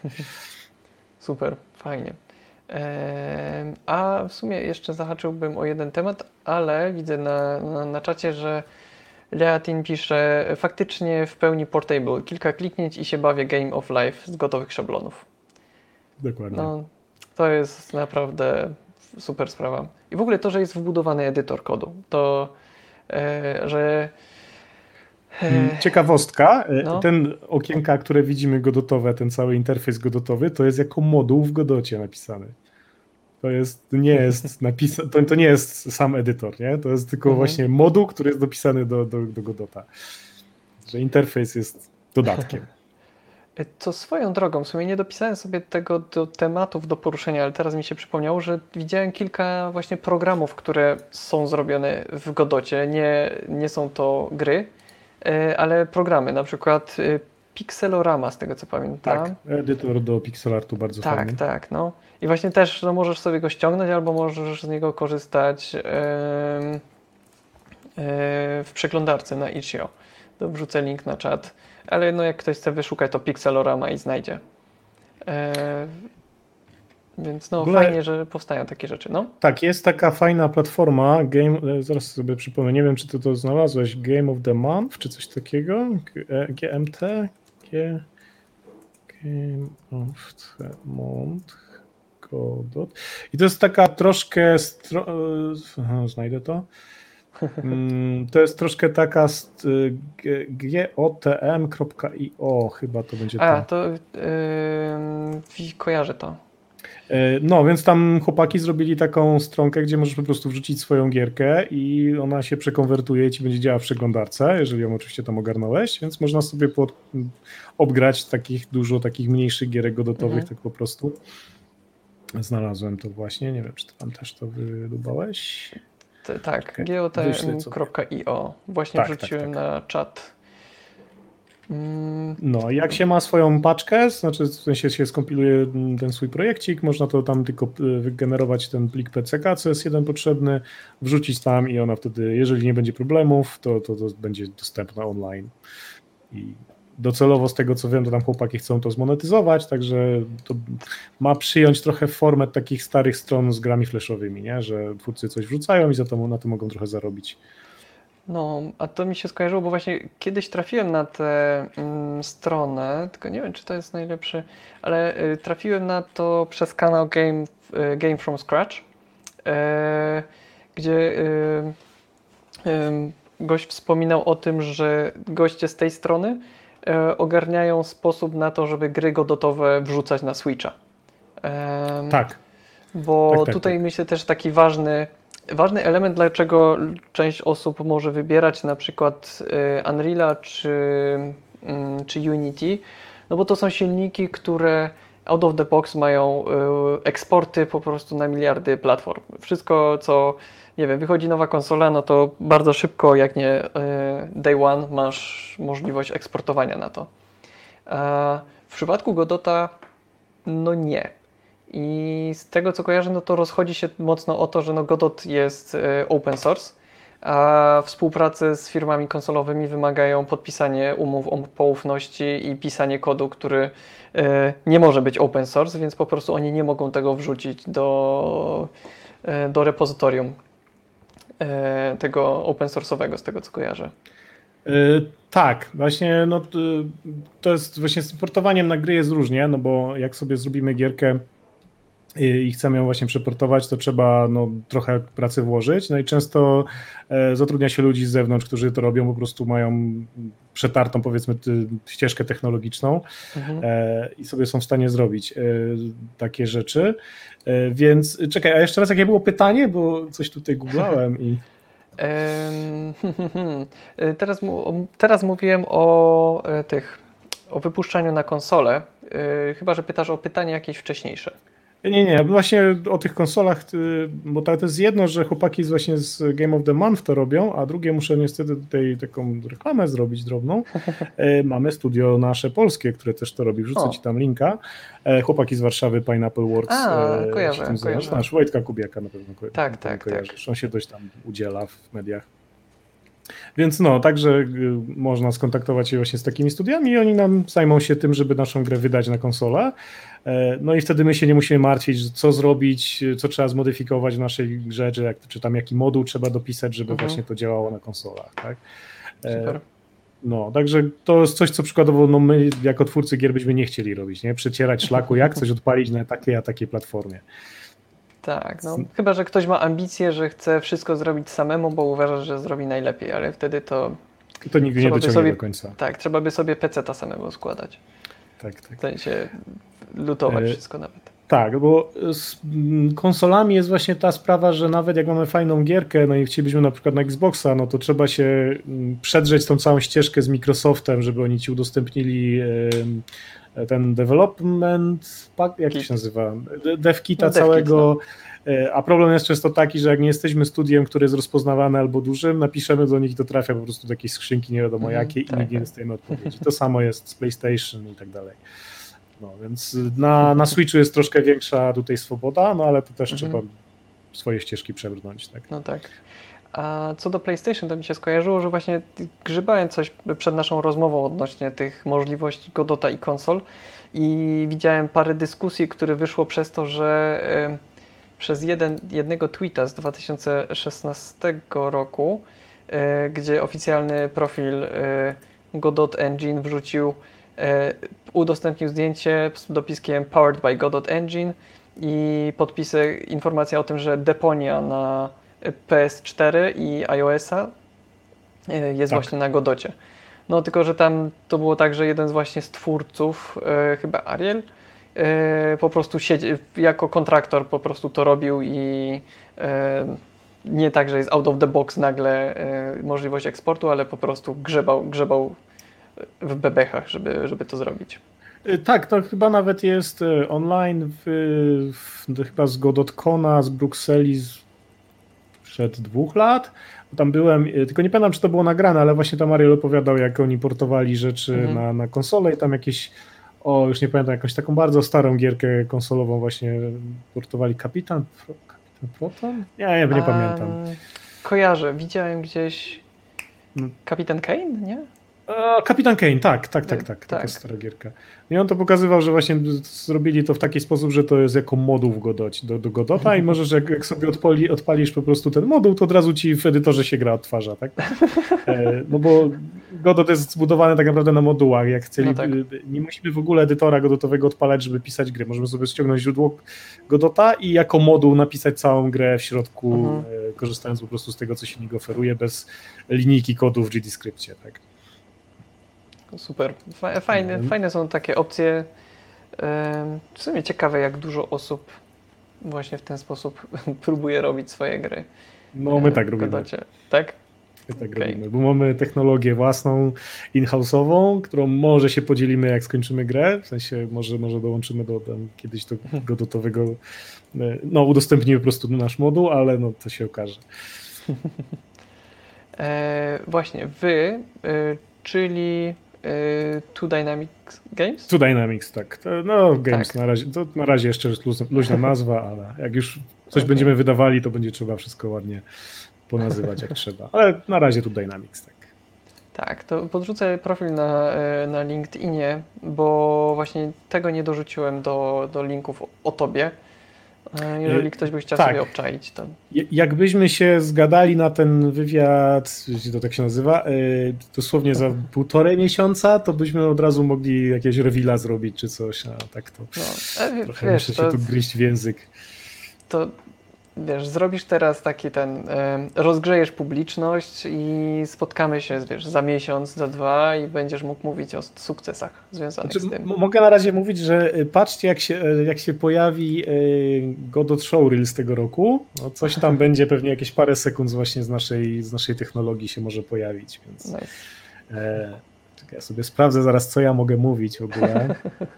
Super, fajnie. Ehm, a w sumie jeszcze zahaczyłbym o jeden temat, ale widzę na, na, na czacie, że Leatin pisze faktycznie w pełni portable. Kilka kliknięć i się bawię Game of Life z gotowych szablonów. Dokładnie. No, to jest naprawdę super sprawa. I w ogóle to, że jest wbudowany edytor kodu, to e, że Mm, Ciekawostka, e, No. ten okienka, które widzimy godotowe, ten cały interfejs godotowy, to jest jako moduł w Godocie napisany. To jest, nie jest napisa- to, to nie jest sam edytor, nie? To jest tylko Mhm. właśnie moduł, który jest dopisany do, do, do Godota. Że interfejs jest dodatkiem. To swoją drogą, w sumie nie dopisałem sobie tego do tematów do poruszenia, ale teraz mi się przypomniało, że widziałem kilka właśnie programów, które są zrobione w Godocie. Nie, nie są to gry, e, ale programy, na przykład e, Pixelorama, z tego co pamiętam. Tak, edytor do pixelartu bardzo Tak, fajny. tak, no. I właśnie też no, możesz sobie go ściągnąć, albo możesz z niego korzystać em, e, w przeglądarce na itch kropka io. To wrzucę link na czat, ale no jak ktoś chce wyszukać, to Pixelorama i znajdzie. E, więc no W ogóle- fajnie, że powstają takie rzeczy, no. Tak, jest taka fajna platforma, game, e, zaraz sobie przypomnę, nie wiem, czy ty to znalazłeś, Game of the Month, czy coś takiego, G- e, G M T, G, Game of the Month, Godot. I to jest taka troszkę, stro, e, aha, znajdę to, Mm, To jest troszkę taka st- g- gotm kropka io, chyba to będzie A, to. to yy, kojarzę to. E, No, więc tam chłopaki zrobili taką stronkę, gdzie możesz po prostu wrzucić swoją gierkę i ona się przekonwertuje i ci będzie działała w przeglądarce, jeżeli ją oczywiście tam ogarnąłeś, więc można sobie pod, obgrać takich dużo takich mniejszych gierek godotowych, Mhm. tak po prostu. Znalazłem to właśnie, nie wiem, czy ty tam też to wydubałeś? T- tak, Czekaj, wyślę gotm sobie. kropka io. Właśnie Tak, tak, wrzuciłem tak. na czat. Mm, No, jak się ma swoją paczkę, znaczy w sensie się skompiluje ten swój projekcik, można to tam tylko y, wygenerować ten plik P C K, co jest jeden potrzebny, wrzucić tam i ona wtedy, jeżeli nie będzie problemów, to, to, to będzie dostępna online. I docelowo z tego co wiem, to tam chłopaki chcą to zmonetyzować, także to ma przyjąć trochę formę takich starych stron z grami flashowymi, nie? Że twórcy coś wrzucają i za to na to mogą trochę zarobić. No, a to mi się skojarzyło, bo właśnie kiedyś trafiłem na tę mm, stronę, tylko nie wiem, czy to jest najlepszy, ale y, trafiłem na to przez kanał Game, y, Game from Scratch, y, gdzie y, y, gość wspominał o tym, że goście z tej strony y, ogarniają sposób na to, żeby gry godotowe wrzucać na Switcha. Em, Tak, Bo tak, tak, tutaj tak. myślę też taki ważny, ważny element, dlaczego część osób może wybierać na przykład y, Unreala czy, mm, czy Unity, no bo to są silniki, które out of the box mają y, eksporty po prostu na miliardy platform. Wszystko, co, nie wiem, wychodzi nowa konsola, no to bardzo szybko, jak nie y, day one, masz możliwość eksportowania na to. A w przypadku Godota, no nie. I z tego co kojarzę, no to rozchodzi się mocno o to, że no Godot jest e, open source, a współpracy z firmami konsolowymi wymagają podpisania umów o poufności i pisanie kodu, który e, nie może być open source, więc po prostu oni nie mogą tego wrzucić do, e, do repozytorium e, tego open source'owego, z tego co kojarzę. Yy, tak, właśnie no, to, to jest właśnie z portowaniem na gry jest różnie, no bo jak sobie zrobimy gierkę i, i chcemy ją właśnie przeportować, to trzeba no, trochę pracy włożyć, no i często e, zatrudnia się ludzi z zewnątrz, którzy to robią, po prostu mają przetartą powiedzmy ty, ścieżkę technologiczną Mhm. e, i sobie są w stanie zrobić e, takie rzeczy, e, więc czekaj, a jeszcze raz jakie było pytanie, bo coś tutaj googlałem i... Em, Teraz, mu- teraz mówiłem o e, tych, o wypuszczaniu na konsolę. E, Chyba, że pytasz o pytanie jakieś wcześniejsze. Nie, nie, właśnie o tych konsolach, y, bo to jest jedno, że chłopaki z właśnie z Game of the Month to robią, a drugie muszę niestety tutaj taką reklamę zrobić drobną. E, Mamy studio nasze polskie, które też to robi, wrzucę O. ci tam linka. E, Chłopaki z Warszawy, Pineapple Works, A, e, kojarzę, się tym zajmują. kojarzę. Znasz, Wojtka Kubiaka na pewno, ko- Tak, na pewno tak, kojarzysz. tak. On się dość tam udziela w mediach. Więc no, także y, można skontaktować się właśnie z takimi studiami i oni nam zajmą się tym, żeby naszą grę wydać na konsolę. E, No i wtedy my się nie musimy martwić, że co zrobić, co trzeba zmodyfikować w naszej grze, czy, jak, czy tam jaki moduł trzeba dopisać, żeby Mhm. właśnie to działało na konsolach. Tak? E, Super. No, także to jest coś, co przykładowo no my jako twórcy gier byśmy nie chcieli robić, nie? Przecierać szlaku, jak coś odpalić na takiej, a takiej platformie. Tak, no chyba, że ktoś ma ambicje, że chce wszystko zrobić samemu, bo uważa, że zrobi najlepiej, ale wtedy to To nigdy nie trzeba by dociągnie sobie, do końca. tak, trzeba by sobie peceta samemu składać. Tak, tak. W sensie lutować E, wszystko nawet. Tak, bo z mm, konsolami jest właśnie ta sprawa, że nawet jak mamy fajną gierkę, no i chcielibyśmy na przykład na Xboxa, no to trzeba się mm, przedrzeć tą całą ścieżkę z Microsoftem, żeby oni ci udostępnili em, ten development pack, jak to Kit. się nazywa? De- Dev kita No, dev kit, całego. E, A problem jest często taki, że jak nie jesteśmy studiem, które jest rozpoznawane albo dużym, napiszemy do nich i to trafia po prostu do jakiejś skrzynki nie wiadomo Mhm, jakiej i tak, nigdy nie tak. dostajemy odpowiedzi. To samo jest z PlayStation i tak dalej. No, więc na, na Switchu jest troszkę większa tutaj swoboda, no ale to też Mhm. trzeba swoje ścieżki przebrnąć. Tak? No tak. A co do PlayStation, to mi się skojarzyło, że właśnie grzebałem coś przed naszą rozmową odnośnie tych możliwości Godota i konsol i widziałem parę dyskusji, które wyszło przez to, że y, przez jeden, jednego tweeta z dwa tysiące szesnastego roku, y, gdzie oficjalny profil y, Godot Engine wrzucił, y, udostępnił zdjęcie z dopiskiem Powered by Godot Engine i podpisy, informacja o tym, że deponia na P S cztery i iOS-a e, jest Tak. właśnie na Godocie. No tylko, że tam to było tak, że jeden z właśnie z twórców, e, chyba Ariel, e, po prostu siedzi, jako kontraktor po prostu to robił i e, nie tak, że jest out of the box nagle e, możliwość eksportu, ale po prostu grzebał, grzebał w bebechach, żeby, żeby to zrobić. Y, Tak, to chyba nawet jest y, online w, w, chyba z GodotCona z Brukseli z przed dwóch lat. Tam byłem, y, tylko nie pamiętam, czy to było nagrane, ale właśnie tam Ariel opowiadał, jak oni portowali rzeczy Mhm. na, na konsolę i tam jakieś, o już nie pamiętam, jakąś taką bardzo starą gierkę konsolową właśnie portowali. Kapitan, Pro, Kapitan Proton? Nie, nie, nie pamiętam. Um, kojarzę, widziałem gdzieś No. Kapitan Kane, nie? E, Kapitan Kane, tak, tak, tak, tak, taka Tak. stara gierka. I on to pokazywał, że właśnie zrobili to w taki sposób, że to jest jako moduł w Godocie, do, do Godota i możesz, jak, jak sobie odpali, odpalisz po prostu ten moduł, to od razu ci w edytorze się gra odtwarza, tak? E, no bo Godot jest zbudowany tak naprawdę na modułach. Jak chcieli, No tak. nie musimy w ogóle edytora godotowego odpalać, żeby pisać gry. Możemy sobie ściągnąć źródło Godota i jako moduł napisać całą grę w środku, Mhm. e, korzystając po prostu z tego, co silnik oferuje, bez linijki kodu w GDScriptie, tak? Super. Fa- Fajne, Mhm. fajne są takie opcje. Ym, W sumie ciekawe, jak dużo osób właśnie w ten sposób próbuje robić swoje gry. No my tak w robimy. Godocie. Tak? My tak Okej. robimy, bo mamy technologię własną, in-house'ową, którą może się podzielimy, jak skończymy grę, w sensie może, może dołączymy do tam, kiedyś do godotowego, e, no udostępnimy po prostu nasz moduł, ale no to się okaże. E, właśnie, wy, y, czyli y, Two Dynamics Games? Two Dynamics, tak. To, no Games Tak. na razie, to na razie jeszcze jest luźna, luźna nazwa, ale jak już coś Okej. będziemy wydawali, to będzie trzeba wszystko ładnie ponazywać jak trzeba. Ale na razie Two Dynamics, tak. Tak, to podrzucę profil na, e, na LinkedInie, bo właśnie tego nie dorzuciłem do, do linków o, o tobie. E, Jeżeli E, ktoś by chciał tak. sobie obczaić, to Ja- Jakbyśmy się zgadali na ten wywiad, jeśli to tak się nazywa, yy, dosłownie za półtorej miesiąca, to byśmy od razu mogli jakieś rewila zrobić czy coś, a tak to no, e, trochę wiesz, muszę to, się tu gryźć w język. to wiesz, zrobisz teraz taki ten, e, rozgrzejesz publiczność i spotkamy się, wiesz, za miesiąc, za dwa i będziesz mógł mówić o sukcesach związanych Znaczy, z tym. m- mogę na razie mówić, że y, patrzcie jak się, y, jak się pojawi y, Godot Showreel z tego roku, no coś tam będzie, pewnie jakieś parę sekund właśnie z naszej, z naszej technologii się może pojawić, więc Nice. e, czekaj, ja sobie sprawdzę zaraz, co ja mogę mówić w ogóle.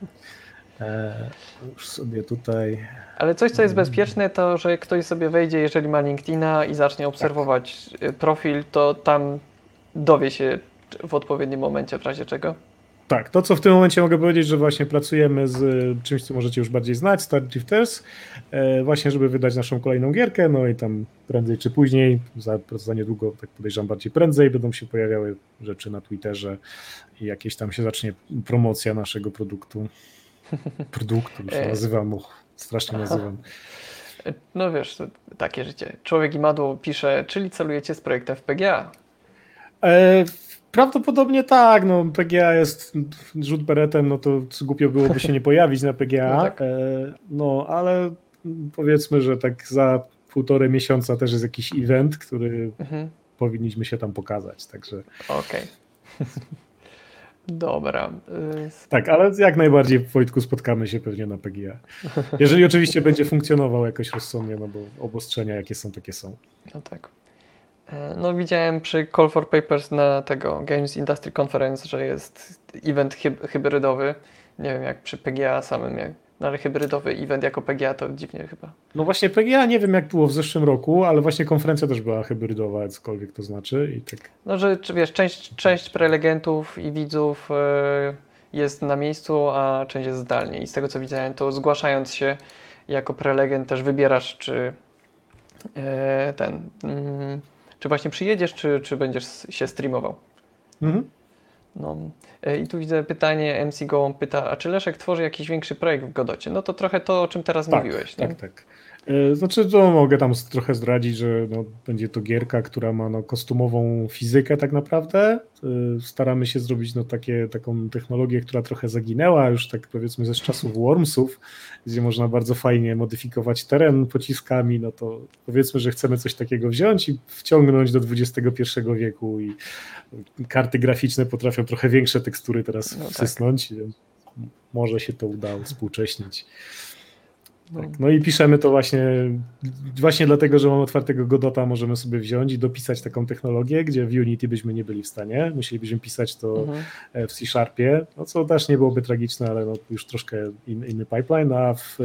E, już sobie tutaj... Ale coś, co jest bezpieczne, to że ktoś sobie wejdzie, jeżeli ma LinkedIna i zacznie obserwować y, profil, to tam dowie się w odpowiednim momencie, w razie czego. Tak, to co w tym momencie mogę powiedzieć, że właśnie pracujemy z y, czymś, co możecie już bardziej znać, Star Drifters, e, właśnie żeby wydać naszą kolejną gierkę, no i tam prędzej czy później, za, za niedługo, tak podejrzewam bardziej prędzej, będą się pojawiały rzeczy na Twitterze i jakieś tam się zacznie promocja naszego produktu. Produktu, już E. nazywam, och, strasznie nazywam. Y, No wiesz, to takie życie. Człowiek Imadło pisze, czyli celujecie z projektem w P G A. E, prawdopodobnie tak, no P G A jest rzut beretem, no to głupio byłoby się nie pojawić na P G A, No tak. e, no ale powiedzmy, że tak za półtorej miesiąca też jest jakiś event, który Mhm. powinniśmy się tam pokazać, także Okej. Dobra. y, tak, ale jak najbardziej Wojtku spotkamy się pewnie na P G A. Jeżeli oczywiście będzie funkcjonował jakoś rozsądnie, no bo obostrzenia jakie są, takie są. No tak. E, No widziałem przy Call for Papers na tego Games Industry Conference, że jest event hyb- hybrydowy. Nie wiem jak przy P G A samym, jak, no ale hybrydowy event jako P G A to dziwnie chyba. No właśnie P G A nie wiem jak było w zeszłym roku, ale właśnie konferencja też była hybrydowa, cokolwiek to znaczy i tak. No, że czy wiesz, część, część prelegentów i widzów e, jest na miejscu, a część jest zdalnie. I z tego co widziałem, to zgłaszając się jako prelegent też wybierasz, czy e, ten, mm, czy właśnie przyjedziesz, czy, czy będziesz s- się streamował. Mhm. No. E, I tu widzę pytanie, M C Gołąb pyta, a czy Leszek tworzy jakiś większy projekt w Godocie? No to trochę to, o czym teraz Tak, mówiłeś, nie? tak, tak. Znaczy, to mogę tam trochę zdradzić, że no, będzie to gierka, która ma no, kostumową fizykę tak naprawdę. Staramy się zrobić no, takie, taką technologię, która trochę zaginęła już tak powiedzmy ze czasów Wormsów, gdzie można bardzo fajnie modyfikować teren pociskami, no to powiedzmy, że chcemy coś takiego wziąć i wciągnąć do dwudziestego pierwszego wieku i karty graficzne potrafią trochę większe tekstury teraz No tak. wsysnąć, więc może się to uda uspółcześnić. No. Tak. No i piszemy to właśnie, właśnie dlatego, że mamy otwartego Godota, możemy sobie wziąć i dopisać taką technologię, gdzie w Unity byśmy nie byli w stanie. Musielibyśmy pisać to Mhm. w C-Sharpie, no co też nie byłoby tragiczne, ale no już troszkę in, inny pipeline, a w,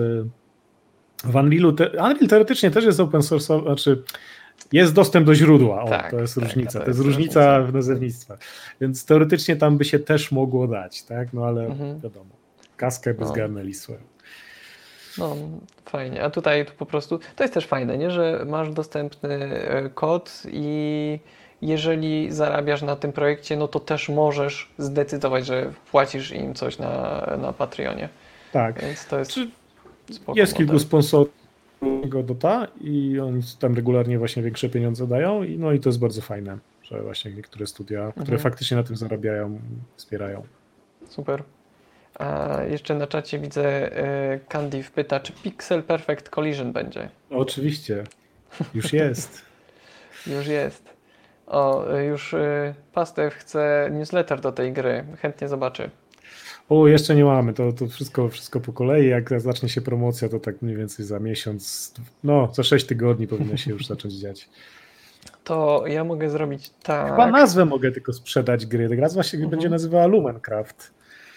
w Unrealu, te, Unreal teoretycznie też jest open source, znaczy jest dostęp do źródła, o, Tak, to jest tak, różnica, to to jest jest różnica różnica. w nazewnictwie, więc teoretycznie tam by się też mogło dać, tak, no ale Mhm. wiadomo, kaskę bez No. G M L i swoją. No, fajnie. A tutaj to po prostu, to jest też fajne, nie? Że masz dostępny e, kod i jeżeli zarabiasz na tym projekcie, no to też możesz zdecydować, że płacisz im coś na, na Patreonie. Tak. Więc to jest Czy spoko jest model. kilku sponsorów Godota i oni tam regularnie właśnie większe pieniądze dają i no i to jest bardzo fajne, że właśnie niektóre studia, które Mhm. faktycznie na tym zarabiają, wspierają. Super. A jeszcze na czacie widzę, e, Candy pyta, czy Pixel Perfect Collision będzie? No, oczywiście, już jest. Już jest. O, e, już e, Pastew chce newsletter do tej gry. Chętnie zobaczy. O, jeszcze nie mamy, to, to wszystko, wszystko po kolei, jak zacznie się promocja, to tak mniej więcej za miesiąc, no za sześć tygodni powinno się już zacząć dziać. To ja mogę zrobić tak. Chyba nazwę mogę tylko sprzedać gry, gra właśnie Mhm. będzie nazywała Lumencraft.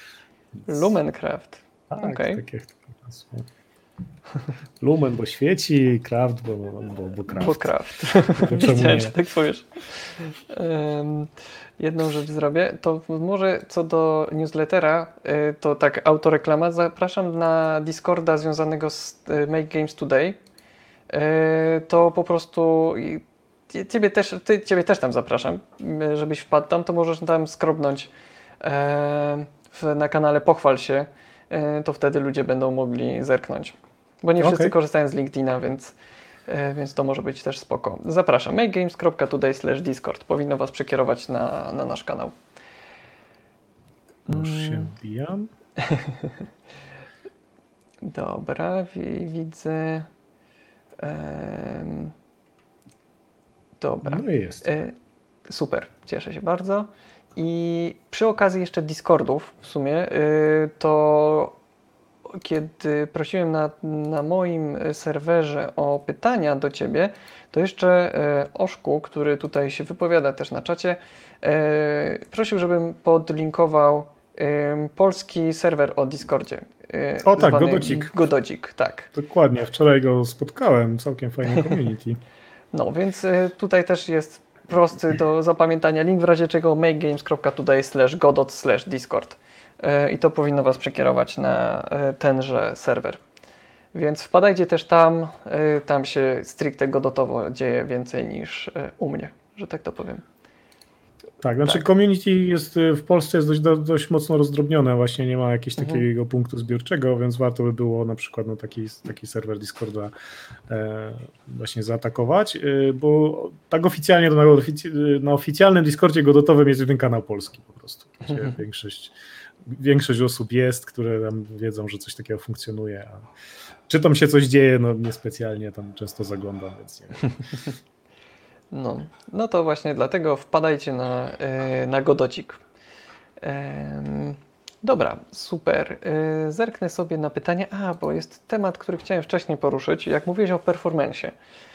Lumencraft. Tak, Okej. tak jak to nazwa. Lumen, bo świeci, Craft, bo, bo, bo Craft. Bo Craft. To czemu Wiedziałem, nie? że tak powiesz. Um, jedną rzecz zrobię. To może co do newslettera, y, to tak autoreklama. Zapraszam na Discorda związanego z y, Make Games Today. Y, to po prostu i- ciebie też, ty, ciebie też tam zapraszam, y, żebyś wpadł tam, to możesz tam skrobnąć e, w, na kanale Pochwal się, y, to wtedy ludzie będą mogli zerknąć. Bo nie wszyscy Okej. korzystają z LinkedIna, więc, e, więc to może być też spoko. Zapraszam. makegames kropka today slash discord. Powinno Was przekierować na, na nasz kanał. Już się Mm, wbijam. Dobra, wi- widzę. Em, dobra. No i jest. E, super, cieszę się bardzo. I przy okazji jeszcze Discordów w sumie, y, to kiedy prosiłem na, na moim serwerze o pytania do Ciebie, to jeszcze e, Oszku, który tutaj się wypowiada też na czacie, e, prosił, żebym podlinkował e, polski serwer o Discordzie. e, O tak, zwany Godocik. Gododzik, tak. Dokładnie, wczoraj go spotkałem, całkiem fajne community. No, więc e, tutaj też jest prosty do zapamiętania link, w razie czego makegames kropka today slash godot slash discord. E, I to powinno Was przekierować na e, tenże serwer. Więc wpadajcie też tam, e, tam się stricte godotowo dzieje więcej niż e, u mnie, że tak to powiem. Tak, znaczy Tak. community jest y, w Polsce jest dość, do- dość mocno rozdrobnione, właśnie nie ma jakiegoś Mhm. takiego punktu zbiorczego, więc warto by było na przykład no, taki, taki serwer Discorda e, właśnie zaatakować, y, bo tak oficjalnie to na, ofic- na oficjalnym Discordzie godotowym jest jeden kanał polski po prostu, gdzie Mhm. większość, większość osób jest, które tam wiedzą, że coś takiego funkcjonuje, a czy tam się coś dzieje, no niespecjalnie tam często zaglądam, więc nie. No, no to właśnie dlatego wpadajcie na, e, na Godocik. Em, Dobra, super. E, Zerknę sobie na pytanie. A, bo jest temat, który chciałem wcześniej poruszyć. Jak mówiłeś o performanceie,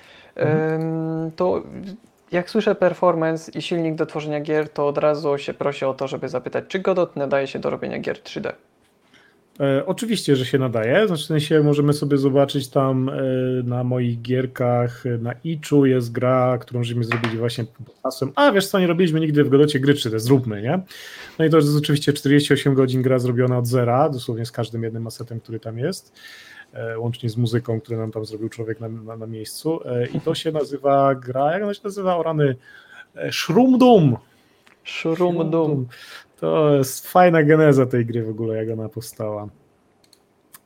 em, to jak słyszę performance i silnik do tworzenia gier, to od razu się prosi o to, żeby zapytać, czy Godot nadaje się do robienia gier trzy D. E, oczywiście, że się nadaje. Znaczy, w sensie możemy sobie zobaczyć tam e, na moich gierkach, e, na Itchu jest gra, którą żeśmy zrobili właśnie pod hasłem, a wiesz co, nie robiliśmy nigdy w Godocie gry trzy D, zróbmy, nie? No i to jest oczywiście czterdzieści osiem godzin gra zrobiona od zera, dosłownie z każdym jednym asetem, który tam jest, e, łącznie z muzyką, który nam tam zrobił człowiek na, na, na miejscu. E, I to się nazywa gra, jak ona się nazywa? O rany, e, Shroom Shroom Doom. To jest fajna geneza tej gry w ogóle, jak ona powstała.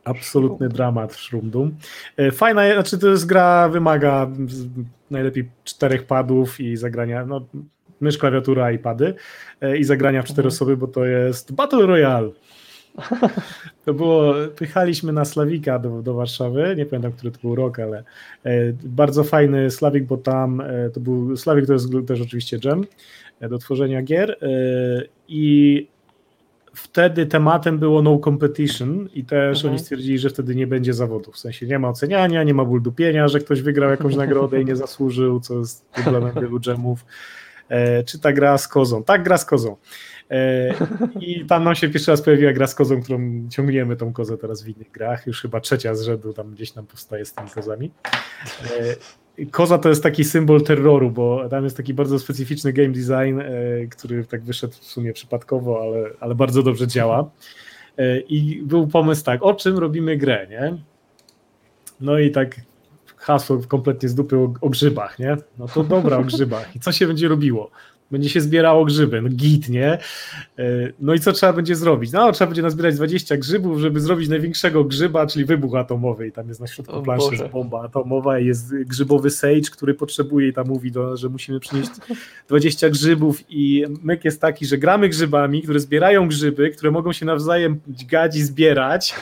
Absolutny dramat w Shroom Doom. Fajna, znaczy to jest gra, wymaga najlepiej czterech padów i zagrania, no mysz, klawiatura i pady i zagrania w cztery Mhm. osoby, bo to jest Battle Royale. To było, pychaliśmy na Slawika do, do Warszawy, nie pamiętam, który to był rok, ale e, bardzo fajny Slawik, bo tam e, to był, Slawik to jest też oczywiście dżem e, do tworzenia gier e, i wtedy tematem było no competition i też Mhm. oni stwierdzili, że wtedy nie będzie zawodów, w sensie nie ma oceniania, nie ma ból dupienia, że ktoś wygrał jakąś nagrodę i nie zasłużył, co jest problemem wielu dżemów. E, czy ta gra z kozą? Tak, gra z kozą. I tam nam się pierwszy raz pojawiła gra z kozą, którą ciągniemy tą kozę teraz w innych grach, już chyba trzecia z rzędu tam gdzieś nam powstaje z tymi kozami. Koza to jest taki symbol terroru, bo tam jest taki bardzo specyficzny game design, który tak wyszedł w sumie przypadkowo, ale, ale bardzo dobrze działa. I był pomysł tak, o czym robimy grę, nie? No i tak hasło kompletnie z dupy o, o grzybach, nie? No to dobra, o grzybach. I co się będzie robiło? Będzie się zbierało grzyby, no git, nie? No i co trzeba będzie zrobić? No trzeba będzie nazbierać dwadzieścia grzybów, żeby zrobić największego grzyba, czyli wybuch atomowy i tam jest na środku O planszy Boże. jest bomba atomowa i jest grzybowy sage, który potrzebuje i tam mówi, do, że musimy przynieść dwadzieścia grzybów i myk jest taki, że gramy grzybami, które zbierają grzyby, które mogą się nawzajem dźgać i zbierać.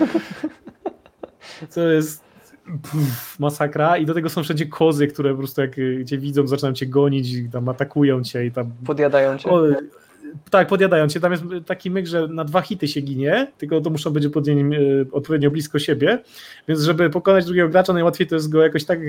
Co jest Puf, masakra i do tego są wszędzie kozy, które po prostu jak cię widzą, zaczynają cię gonić i tam atakują cię i tam... Podjadają cię? O, tak, podjadają cię. Tam jest taki myk, że na dwa hity się ginie, tylko to muszą być odpowiednio, odpowiednio blisko siebie, więc żeby pokonać drugiego gracza, najłatwiej to jest go jakoś tak,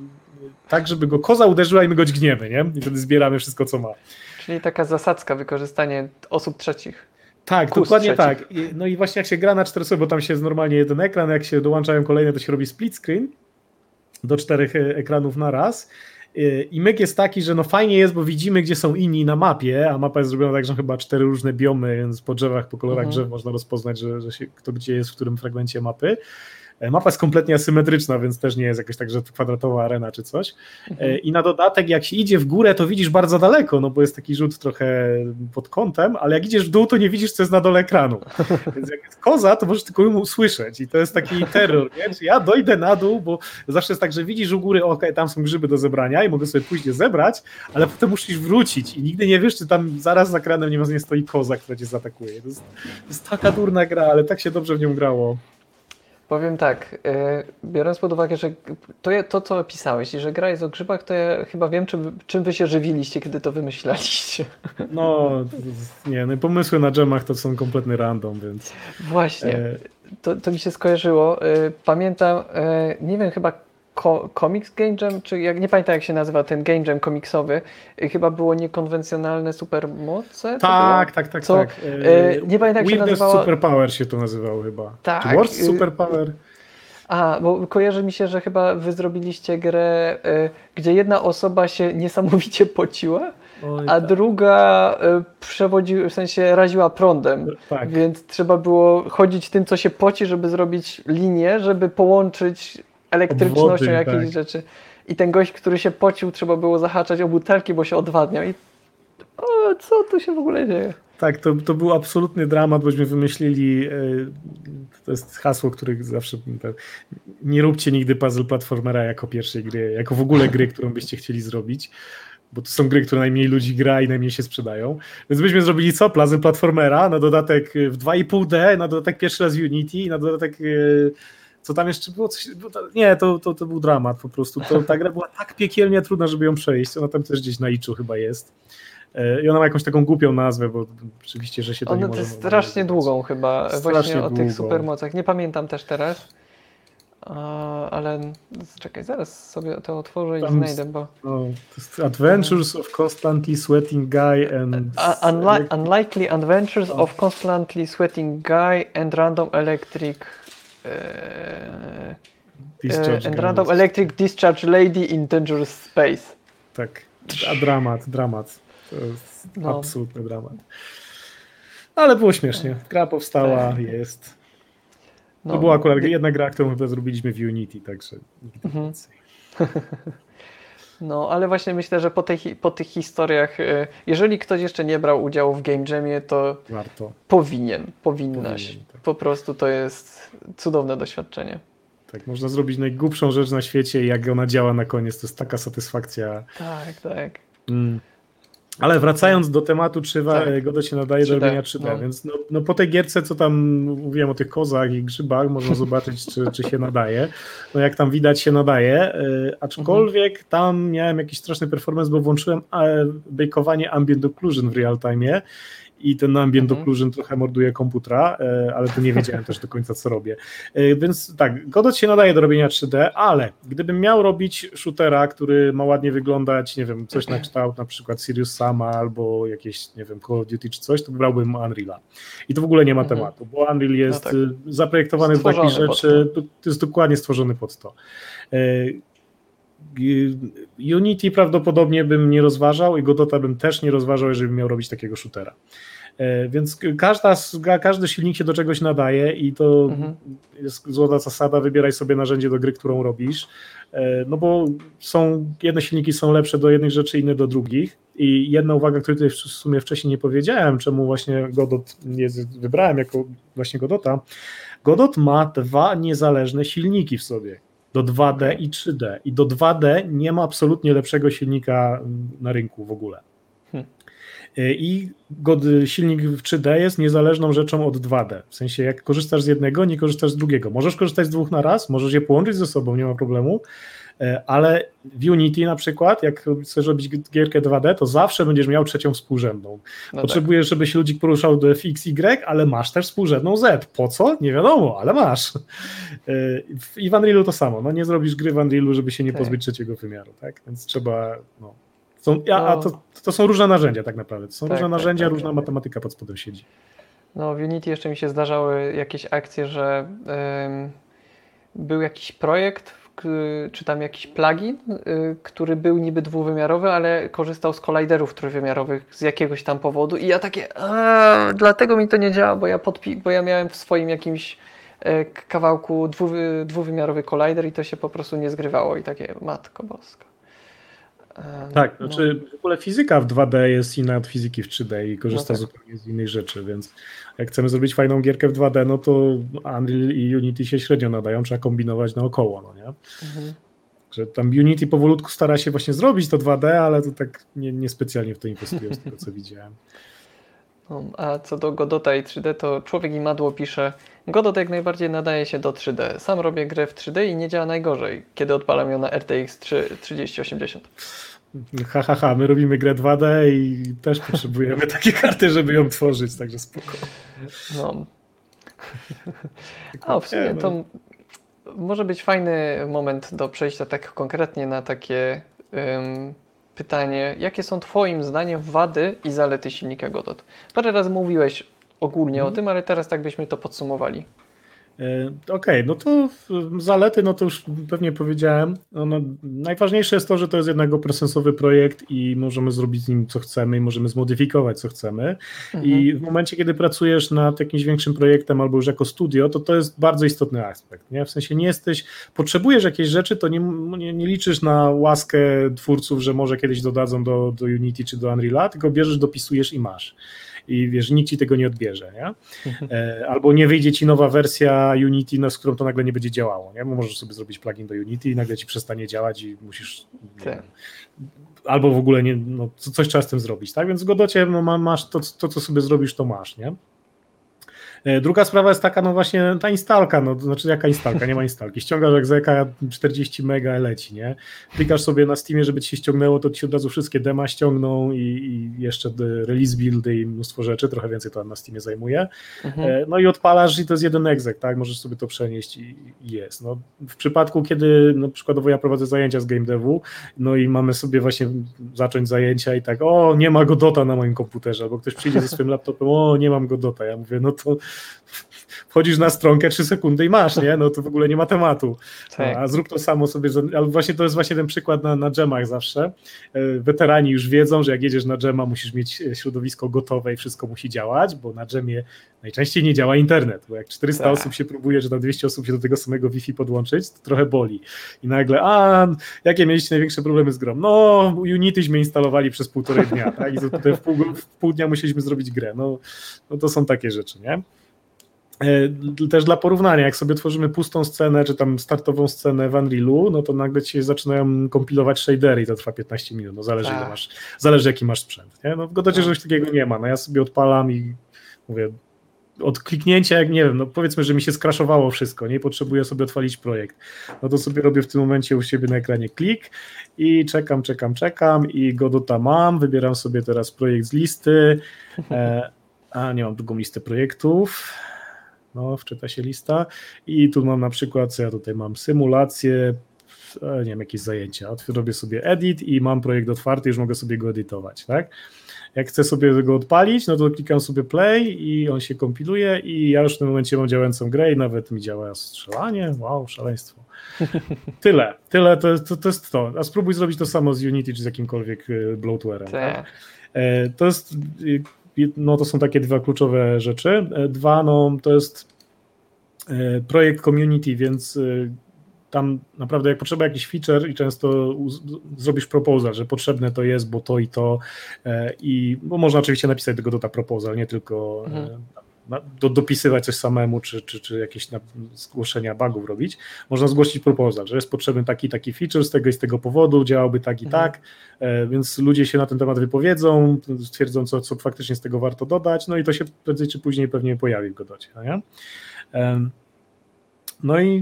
tak żeby go koza uderzyła i my go dźgniemy, nie? I wtedy zbieramy wszystko, co ma. Czyli taka zasadzka, wykorzystanie osób trzecich. Tak, Kus dokładnie trzecich. tak. No i właśnie jak się gra na cztery osoby, bo tam się jest normalnie jeden ekran, jak się dołączają kolejne, to się robi split screen do czterech ekranów na raz. I myk jest taki, że no fajnie jest, bo widzimy, gdzie są inni na mapie, a mapa jest zrobiona tak, że chyba cztery różne biomy, więc po drzewach, po kolorach mhm. drzew można rozpoznać, że, że się, kto gdzie jest, w którym fragmencie mapy. Mapa jest kompletnie asymetryczna, więc też nie jest jakaś tak, że kwadratowa arena czy coś. Mhm. I na dodatek, jak się idzie w górę, to widzisz bardzo daleko, no bo jest taki rzut trochę pod kątem, ale jak idziesz w dół, to nie widzisz, co jest na dole ekranu. Więc jak jest koza, to możesz tylko ją usłyszeć i to jest taki terror, nie? Czy ja dojdę na dół, bo zawsze jest tak, że widzisz u góry, okej, okay, tam są grzyby do zebrania i mogę sobie pójść je zebrać, ale potem musisz wrócić i nigdy nie wiesz, czy tam zaraz za ekranem nie, ma, nie stoi koza, która cię zaatakuje. To jest, to jest taka durna gra, ale tak się dobrze w nią grało. Powiem tak, biorąc pod uwagę, że to, to co opisałeś i że gra jest o grzybach, to ja chyba wiem, czym, czym wy się żywiliście, kiedy to wymyślaliście. No, nie, no pomysły na dżemach to są kompletny random, więc... Właśnie, to, to mi się skojarzyło. Pamiętam, nie wiem, chyba Comics Game Jam, czy jak, nie pamiętam jak się nazywa ten Game Jam komiksowy, chyba było niekonwencjonalne supermoce? Tak, tak, tak, Co, tak. E, nie pamiętam jak się nazywało. Superpower się to nazywało chyba. Tak. Czy Wars Superpower? A, bo kojarzy mi się, że chyba wy zrobiliście grę, y, gdzie jedna osoba się niesamowicie pociła, Oj, a tak. druga y, przewodziła, w sensie raziła prądem, tak. Więc trzeba było chodzić tym, co się poci, żeby zrobić linię, żeby połączyć elektrycznością Obwody, jakieś tak. rzeczy. I ten gość, który się pocił, trzeba było zahaczać o butelki, bo się odwadniał. I o, co tu się w ogóle dzieje? Tak, to, to był absolutny dramat, bośmy wymyślili, to jest hasło, które zawsze, nie róbcie nigdy puzzle platformera jako pierwszej gry, jako w ogóle gry, którą byście chcieli zrobić, bo to są gry, które najmniej ludzi gra i najmniej się sprzedają. Więc byśmy zrobili co? Puzzle platformera, na dodatek w dwa i pół D, na dodatek pierwszy raz Unity i na dodatek... Co tam jeszcze było? Coś, nie, to, to, to był dramat po prostu. To, ta gra była tak piekielnie trudna, żeby ją przejść. Ona tam też gdzieś na Iczu chyba jest. I ona ma jakąś taką głupią nazwę, bo oczywiście, że się to Ona nie może... Ona jest strasznie długą chyba, strasznie właśnie o długo. tych supermocach. Nie pamiętam też teraz, ale czekaj, zaraz sobie to otworzę i znajdę, bo... No, to jest Adventures of Constantly Sweating Guy and... Unli unlikely Adventures of Constantly Sweating Guy and Random Electric... Discharge and Random guys. Electric Discharge Lady in Dangerous Space. Tak, a dramat, dramat. To jest no. absolutny dramat. Ale było śmiesznie. Gra powstała, tak. jest. No, to była akurat jedna gra, którą chyba zrobiliśmy w Unity, także nigdy mhm. więcej. No, ale właśnie myślę, że po, tej, hi- po tych historiach, y, jeżeli ktoś jeszcze nie brał udziału w Game Jamie, to Warto. powinien, powinnaś. Powinien, tak. Po prostu to jest cudowne doświadczenie. Tak, można zrobić najgłupszą rzecz na świecie i jak ona działa na koniec, to jest taka satysfakcja. Tak, tak. Mm. Ale wracając do tematu, czy wa- Tak. Godot się nadaje do trzy D, robienia trzy D, no. więc no, no po tej gierce, co tam mówiłem o tych kozach i grzybach, można zobaczyć, czy, czy się nadaje. No jak tam widać, się nadaje, y, aczkolwiek Mhm. tam miałem jakiś straszny performance, bo włączyłem e, bejkowanie ambient occlusion w real time i ten ambient Mhm. occlusion trochę morduje komputera, e, ale to nie wiedziałem też do końca, co robię. E, Więc tak, Godot się nadaje do robienia trzy D, ale gdybym miał robić shootera, który ma ładnie wyglądać, nie wiem, coś na kształt na przykład Serious Sama albo jakieś, nie wiem, Call of Duty czy coś, to brałbym Unreala. I to w ogóle nie ma Mhm. tematu, bo Unreal jest tak. y, zaprojektowany do takich Stworzony pod rzeczy, to, to jest dokładnie stworzony pod to. E, Unity prawdopodobnie bym nie rozważał i Godota bym też nie rozważał, jeżeli bym miał robić takiego shootera. Więc każda, każdy silnik się do czegoś nadaje i to Mhm. jest złota zasada, wybieraj sobie narzędzie do gry, którą robisz, no bo są, jedne silniki są lepsze do jednych rzeczy, inne do drugich i jedna uwaga, której tutaj w sumie wcześniej nie powiedziałem, czemu właśnie Godot jest, wybrałem jako właśnie Godota. Godot ma dwa niezależne silniki w sobie, do dwa D i trzy D i do dwa D nie ma absolutnie lepszego silnika na rynku w ogóle. Hmm. I silnik w trzy D jest niezależną rzeczą od dwa D. W sensie jak korzystasz z jednego, nie korzystasz z drugiego. Możesz korzystać z dwóch na raz, możesz je połączyć ze sobą, nie ma problemu, ale w Unity na przykład, jak chcesz robić gierkę dwa D, to zawsze będziesz miał trzecią współrzędną. No Potrzebujesz, żeby się ludzik poruszał do F X Y, ale masz też współrzędną Z. Po co? Nie wiadomo, ale masz. I w Unrealu to samo. No nie zrobisz gry w Unrealu, żeby się nie Tak. pozbyć trzeciego wymiaru. Tak? Więc trzeba... No. Są, a, a No. to, to są różne narzędzia tak naprawdę. To są Tak, różne tak, narzędzia, tak, różna tak. matematyka pod spodem siedzi. No, w Unity jeszcze mi się zdarzały jakieś akcje, że ym, był jakiś projekt, w k- czy tam jakiś plugin, y, który był niby dwuwymiarowy, ale korzystał z kolliderów trójwymiarowych z jakiegoś tam powodu i ja takie, "A, dlatego mi to nie działa, bo ja, podpi- bo ja miałem w swoim jakimś e, k- kawałku dwuwy- dwuwymiarowy collider i to się po prostu nie zgrywało i takie, matko boska. Ym, Tak, no. znaczy w ogóle fizyka w dwa D jest inna od fizyki w trzy D i korzysta No tak. zupełnie z innych rzeczy, więc jak chcemy zrobić fajną gierkę w dwa D, no to Unreal i Unity się średnio nadają, trzeba kombinować naokoło, no nie? Mhm. Że tam Unity powolutku stara się właśnie zrobić to dwa D, ale to tak nie, niespecjalnie w to inwestuje, z tego co widziałem. No, a co do Godota i trzy D, to Człowiek i Madło pisze: Godot jak najbardziej nadaje się do trzy D. Sam robię grę w trzy D i nie działa najgorzej, kiedy odpalam ją na R T X trzydzieści osiemdziesiąt. Ha, ha, ha, my robimy grę dwa D i też potrzebujemy takie karty, żeby ją tworzyć, także spoko. No. A w sumie Nie, no. to może być fajny moment do przejścia tak konkretnie na takie ym, pytanie. Jakie są Twoim zdaniem wady i zalety silnika Godot? Parę razy mówiłeś ogólnie Mhm. o tym, ale teraz tak byśmy to podsumowali. E, Okej, no to w- zalety, no to już pewnie powiedziałem. No, no, najważniejsze jest to, że to jest jednak open-source'owy projekt i możemy zrobić z nim co chcemy i możemy zmodyfikować co chcemy. Mhm. I w momencie, kiedy pracujesz nad jakimś większym projektem albo już jako studio, to to jest bardzo istotny aspekt. Nie? W sensie nie jesteś, potrzebujesz jakiejś rzeczy, to nie, nie, nie liczysz na łaskę twórców, że może kiedyś dodadzą do, do Unity czy do Unreala, tylko bierzesz, dopisujesz i masz. I wiesz, nikt ci tego nie odbierze, nie? E, Albo nie wyjdzie ci nowa wersja Unity, no, z którą to nagle nie będzie działało, nie? Bo możesz sobie zrobić plugin do Unity i nagle ci przestanie działać i musisz, nie Tak. wiem, albo w ogóle nie, no, co- coś trzeba z tym zrobić, tak? Więc w Godocie no, ma- masz to, to, co sobie zrobisz, to masz, nie? E, Druga sprawa jest taka, no właśnie ta instalka, no to znaczy jaka instalka, nie ma instalki. Ściągasz egzeka, czterdzieści mega leci, nie? Klikasz sobie na Steamie, żeby ci się ściągnęło, to ci od razu wszystkie dema ściągną i, i jeszcze de- release buildy i mnóstwo rzeczy, trochę więcej to na Steamie zajmuje. Mhm. E, No i odpalasz i to jest jeden egzek, tak? Możesz sobie to przenieść i, i jest. No, w przypadku, kiedy no, przykładowo ja prowadzę zajęcia z game devu, no i mamy sobie właśnie zacząć zajęcia i tak, o, nie ma Godota na moim komputerze, albo ktoś przyjdzie ze swoim laptopem, o, nie mam Godota. Ja mówię, no to wchodzisz na stronkę trzy sekundy i masz, nie? No to w ogóle nie ma tematu. No, Tak. a zrób to samo sobie, ale właśnie to jest właśnie ten przykład na, na dżemach zawsze. Weterani już wiedzą, że jak jedziesz na dżema, musisz mieć środowisko gotowe i wszystko musi działać, bo na dżemie najczęściej nie działa internet, bo jak czterysta Tak. osób się próbuje, że tam dwieście osób się do tego samego Wi-Fi podłączyć, to trochę boli. I nagle, a jakie mieliście największe problemy z grą? No, Unityśmy instalowali przez półtorej dnia, tak? I tutaj w pół, w pół dnia musieliśmy zrobić grę. No, no to są takie rzeczy, nie? Też dla porównania, jak sobie tworzymy pustą scenę, czy tam startową scenę w Unrealu, no to nagle ci się zaczynają kompilować shadery i to trwa piętnaście minut, no zależy, ile masz, zależy jaki masz sprzęt, nie? No w Godocie czegoś takiego nie ma, no ja sobie odpalam i mówię, od kliknięcia, jak nie wiem, no powiedzmy, że mi się skraszowało wszystko, nie potrzebuję sobie odpalić projekt, no to sobie robię w tym momencie u siebie na ekranie klik i czekam, czekam, czekam i Godota mam, wybieram sobie teraz projekt z listy, e, a nie mam drugą listę projektów, no wczyta się lista i tu mam na przykład, co ja tutaj mam, symulację, nie wiem, jakieś zajęcia, robię sobie edit i mam projekt otwarty, już mogę sobie go edytować, tak? Jak chcę sobie go odpalić, no to klikam sobie play i on się kompiluje i ja już w tym momencie mam działającą grę i nawet mi działa strzelanie, wow, szaleństwo. Tyle, tyle to, to, to jest to, a spróbuj zrobić to samo z Unity czy z jakimkolwiek bloatware'em. Tak? To jest, no to są takie dwa kluczowe rzeczy. Dwa, no to jest projekt community, więc tam naprawdę jak potrzeba jakiś feature i często zrobisz proposal, że potrzebne to jest, bo to i to i bo można oczywiście napisać tego do ta proposal, nie tylko mhm. do, dopisywać coś samemu, czy, czy, czy jakieś zgłoszenia bugów robić. Można zgłosić proposal, że jest potrzebny taki taki feature z tego i z tego powodu, działałby tak i mhm. tak, więc ludzie się na ten temat wypowiedzą, stwierdzą, co, co faktycznie z tego warto dodać, no i to się prędzej czy później pewnie pojawi w Godocie. Nie? No i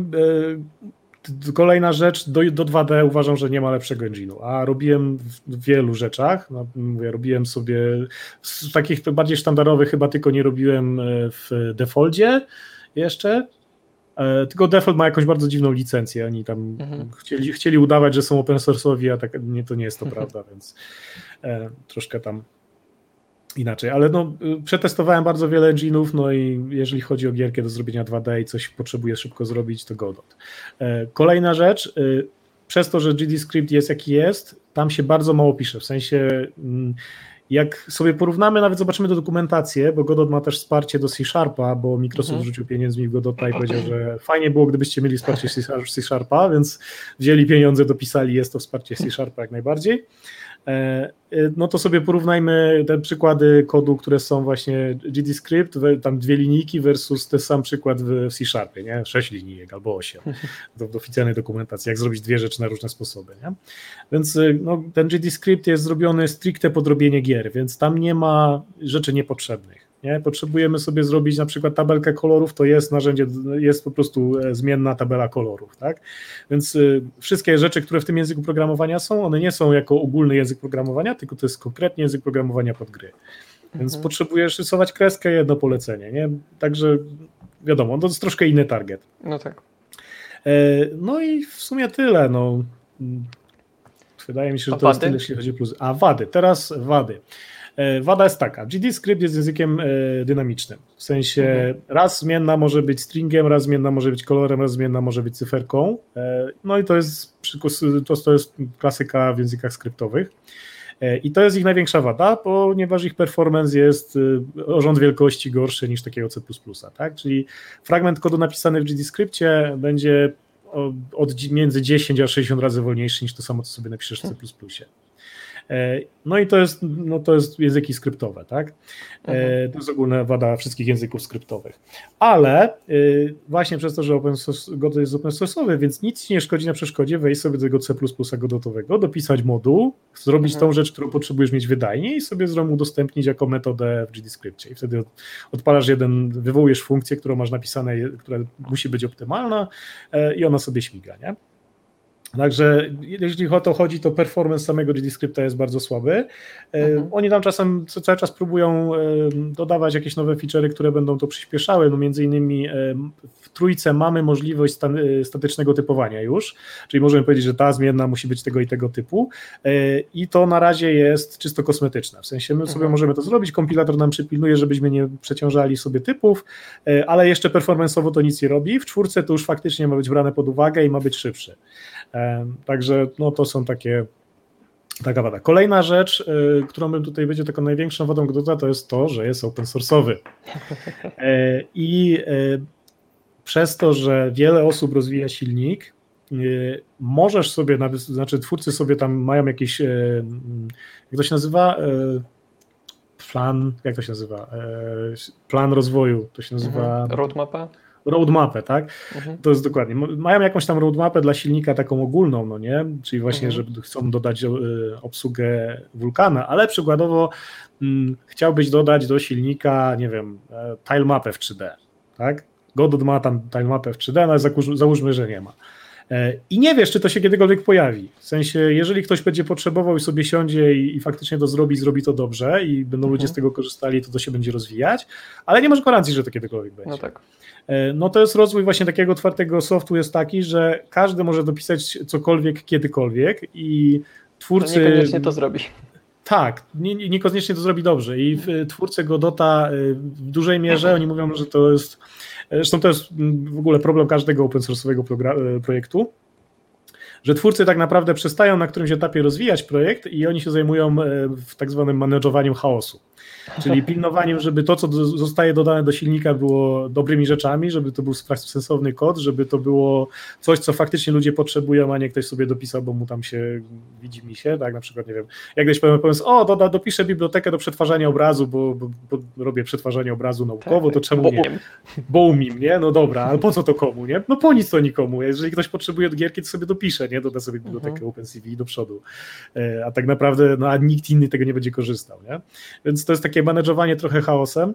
kolejna rzecz, do, do dwa D uważam, że nie ma lepszego engine'u, a robiłem w wielu rzeczach, no, mówię, robiłem sobie z takich bardziej sztandarowych chyba tylko nie robiłem w Defoldzie jeszcze, tylko Default ma jakąś bardzo dziwną licencję, oni tam mhm. chcieli, chcieli udawać, że są open source'owi, a tak nie, to nie jest to prawda, więc e, troszkę tam inaczej, ale no, przetestowałem bardzo wiele engine'ów, no i jeżeli chodzi o gierkę do zrobienia dwa D i coś potrzebujesz szybko zrobić, to Godot. Kolejna rzecz, przez to, że G D Script jest jaki jest, tam się bardzo mało pisze, w sensie jak sobie porównamy, nawet zobaczymy do dokumentację, bo Godot ma też wsparcie do C Sharpa, bo Microsoft mhm. rzucił pieniędzmi w Godota i powiedział, że fajnie było, gdybyście mieli wsparcie C Sharpa, więc wzięli pieniądze, dopisali, jest to wsparcie C Sharpa jak najbardziej. No to sobie porównajmy te przykłady kodu, które są właśnie G D Script, tam dwie linijki versus ten sam przykład w C Sharpie, nie? Sześć linijek albo osiem do, do oficjalnej dokumentacji, jak zrobić dwie rzeczy na różne sposoby, nie? Więc no, ten G D Script jest zrobiony stricte pod robienie gier, więc tam nie ma rzeczy niepotrzebnych. Nie? Potrzebujemy sobie zrobić na przykład tabelkę kolorów, to jest narzędzie, jest po prostu zmienna tabela kolorów, tak? Więc y, wszystkie rzeczy, które w tym języku programowania są, one nie są jako ogólny język programowania, tylko to jest konkretnie język programowania pod gry. Więc mhm. potrzebujesz rysować kreskę, jedno polecenie, nie? Także wiadomo, to jest troszkę inny target. No tak. E, no i w sumie tyle, no. Wydaje mi się, że A to wady? jest tyle, jeśli chodzi o plusy. A wady, teraz wady. Wada jest taka, G D Script jest językiem dynamicznym, w sensie mhm. raz zmienna może być stringiem, raz zmienna może być kolorem, raz zmienna może być cyferką, no i to jest, to, to jest klasyka w językach skryptowych i to jest ich największa wada, ponieważ ich performance jest o rząd wielkości gorszy niż takiego C plus plus, tak? Czyli fragment kodu napisany w G D Scriptie będzie od między dziesięć a sześćdziesiąt razy wolniejszy niż to samo, co sobie napiszesz w C plus plus. No i to jest, no to jest języki skryptowe, tak? Mhm. To jest ogólna wada wszystkich języków skryptowych. Ale właśnie przez to, że open source, Godot jest open source'owy, więc nic ci nie szkodzi na przeszkodzie wejść sobie do tego C plus plus godotowego, dopisać moduł, zrobić mhm. tą rzecz, którą potrzebujesz mieć wydajnie i sobie z ROM udostępnić jako metodę w G D Scriptie. I wtedy odpalasz jeden, wywołujesz funkcję, którą masz napisane, która musi być optymalna i ona sobie śmiga, nie? Także jeśli o to chodzi, to performance samego JavaScripta jest bardzo słaby. Mhm. Oni tam czasem co cały czas próbują dodawać jakieś nowe feature'y, które będą to przyspieszały. No między innymi w trójce mamy możliwość statycznego typowania już, czyli możemy powiedzieć, że ta zmienna musi być tego i tego typu i to na razie jest czysto kosmetyczne. W sensie my sobie mhm. możemy to zrobić, kompilator nam przypilnuje, żebyśmy nie przeciążali sobie typów, ale jeszcze performance'owo to nic nie robi. W czwórce to już faktycznie ma być brane pod uwagę i ma być szybszy. Także no to są takie taka wada. Kolejna rzecz, y, którą bym tutaj będzie taką największą wadą Godota, to jest to, że jest open source'owy. Y, I y, przez to, że wiele osób rozwija silnik, y, możesz sobie, nawet, znaczy twórcy sobie tam mają jakiś, y, jak to się nazywa? Y, plan, jak to się nazywa? Y, plan rozwoju, to się nazywa... Mhm. Roadmapa? Roadmapę, tak? Mhm. To jest dokładnie. Mają jakąś tam roadmapę dla silnika taką ogólną, no nie? Czyli właśnie, mhm. że chcą dodać y, obsługę Vulkana, ale przykładowo mm, chciałbyś dodać do silnika, nie wiem, tilemapę w trzy D, tak? Godot ma tam tilemapę w trzy D, ale załóżmy, że nie ma. I nie wiesz, czy to się kiedykolwiek pojawi. W sensie, jeżeli ktoś będzie potrzebował i sobie siądzie i, i faktycznie to zrobi, zrobi to dobrze i będą mhm. ludzie z tego korzystali, to to się będzie rozwijać, ale nie masz gwarancji, że to kiedykolwiek będzie. No tak. No to jest rozwój właśnie takiego otwartego softu jest taki, że każdy może dopisać cokolwiek, kiedykolwiek i twórcy... No niekoniecznie to zrobi. Tak, nie, niekoniecznie to zrobi dobrze i twórcy Godota w dużej mierze, oni mówią, że to jest, zresztą to jest w ogóle problem każdego open source'owego projektu, że twórcy tak naprawdę przestają na którymś etapie rozwijać projekt i oni się zajmują w tak zwanym manażowaniem chaosu. Czyli pilnowaniem, żeby to, co zostaje dodane do silnika, było dobrymi rzeczami, żeby to był sensowny kod, żeby to było coś, co faktycznie ludzie potrzebują, a nie ktoś sobie dopisał, bo mu tam się widzi mi się, tak, na przykład, nie wiem, jak ktoś powiem, pomysł, o, doda, dopiszę bibliotekę do przetwarzania obrazu, bo, bo, bo robię przetwarzanie obrazu naukowo, to czemu nie? Bo umiem, nie? No dobra, ale po co to komu, nie? No po nic to nikomu. Jeżeli ktoś potrzebuje gierki, to sobie dopisze, nie? Doda sobie bibliotekę mhm. OpenCV do przodu. A tak naprawdę, no a nikt inny tego nie będzie korzystał, nie? Więc to jest takie manażowanie trochę chaosem.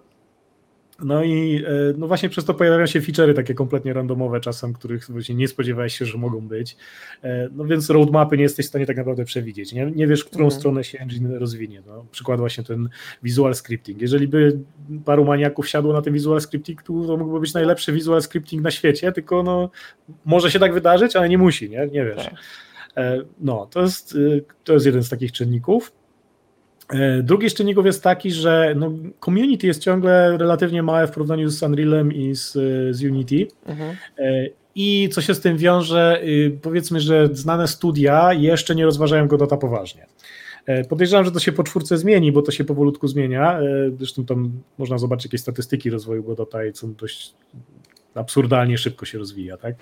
No i no właśnie przez to pojawiają się feature'y takie kompletnie randomowe czasem, których właśnie nie spodziewałeś się, że mogą być. No więc roadmapy nie jesteś w stanie tak naprawdę przewidzieć. Nie, nie wiesz, w którą mhm. stronę się engine rozwinie. No, przykład właśnie ten visual scripting. Jeżeli by paru maniaków siadło na ten visual scripting, to mógłby być najlepszy visual scripting na świecie, tylko no może się tak wydarzyć, ale nie musi, nie, nie wiesz. Tak. No, to jest, to jest jeden z takich czynników. Drugi z czynników jest taki, że no, community jest ciągle relatywnie małe w porównaniu z Unrealem i z, z Unity. Mhm. I co się z tym wiąże, powiedzmy, że znane studia jeszcze nie rozważają Godota poważnie. Podejrzewam, że to się po czwórce zmieni, bo to się powolutku zmienia. Zresztą tam można zobaczyć jakieś statystyki rozwoju Godota i co dość absurdalnie szybko się rozwija, tak?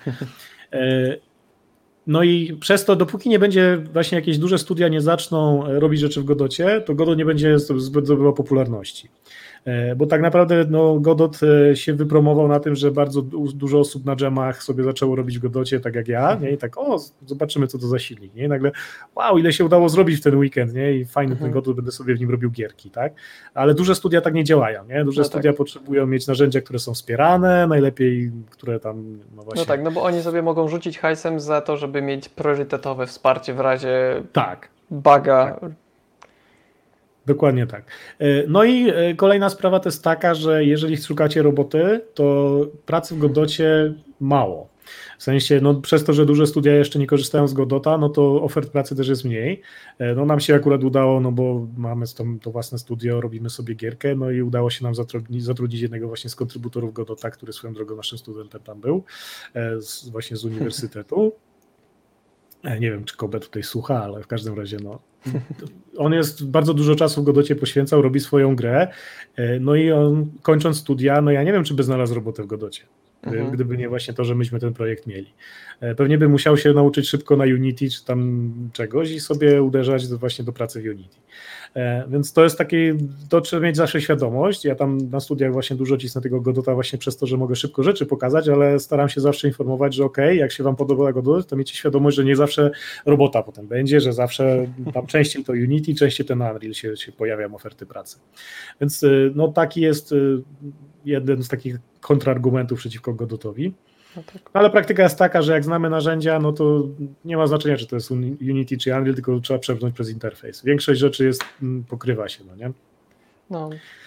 No i przez to, dopóki nie będzie właśnie jakieś duże studia nie zaczną robić rzeczy w Godocie, to Godot nie będzie zbyt zdobywał popularności. Bo tak naprawdę no, Godot się wypromował na tym, że bardzo dużo osób na dżemach sobie zaczęło robić w Godocie, tak jak ja, nie? I tak o, zobaczymy co to za silnik, nie? I nagle wow, ile się udało zrobić w ten weekend, nie? I fajny mhm. ten Godot, będę sobie w nim robił gierki, tak? Ale duże studia tak nie działają, nie? Duże no studia tak. potrzebują mieć narzędzia, które są wspierane, najlepiej, które tam, no właśnie... No tak, no bo oni sobie mogą rzucić hajsem za to, żeby mieć priorytetowe wsparcie w razie tak. buga. Tak. Dokładnie tak. No i kolejna sprawa to jest taka, że jeżeli szukacie roboty, to pracy w Godocie mało. W sensie, no przez to, że duże studia jeszcze nie korzystają z Godota, no to ofert pracy też jest mniej. No nam się akurat udało, no bo mamy to, to własne studio, robimy sobie gierkę, no i udało się nam zatrudnić, zatrudnić jednego właśnie z kontrybutorów Godota, który swoją drogą naszym studentem tam był, z, właśnie z uniwersytetu. Nie wiem, czy Kobe tutaj słucha, ale w każdym razie no, on jest bardzo dużo czasu w Godocie poświęcał, robi swoją grę, no i on kończąc studia, no ja nie wiem, czy by znalazł robotę w Godocie, mhm. gdyby nie właśnie to, że myśmy ten projekt mieli. Pewnie by musiał się nauczyć szybko na Unity czy tam czegoś i sobie uderzać do, właśnie do pracy w Unity. Więc to jest takie, to trzeba mieć zawsze świadomość. Ja tam na studiach właśnie dużo cisnę tego Godota właśnie przez to, że mogę szybko rzeczy pokazać, ale staram się zawsze informować, że okej, okay, jak się wam podoba Godot, to miejcie świadomość, że nie zawsze robota potem będzie, że zawsze tam częściej to Unity, częściej ten Unreal się, się pojawiają oferty pracy. Więc no taki jest jeden z takich kontrargumentów przeciwko Godotowi. No tak. Ale praktyka jest taka, że jak znamy narzędzia, no to nie ma znaczenia, czy to jest Unity czy Unreal, tylko trzeba przepchnąć przez interfejs. Większość rzeczy jest, pokrywa się, no nie? No.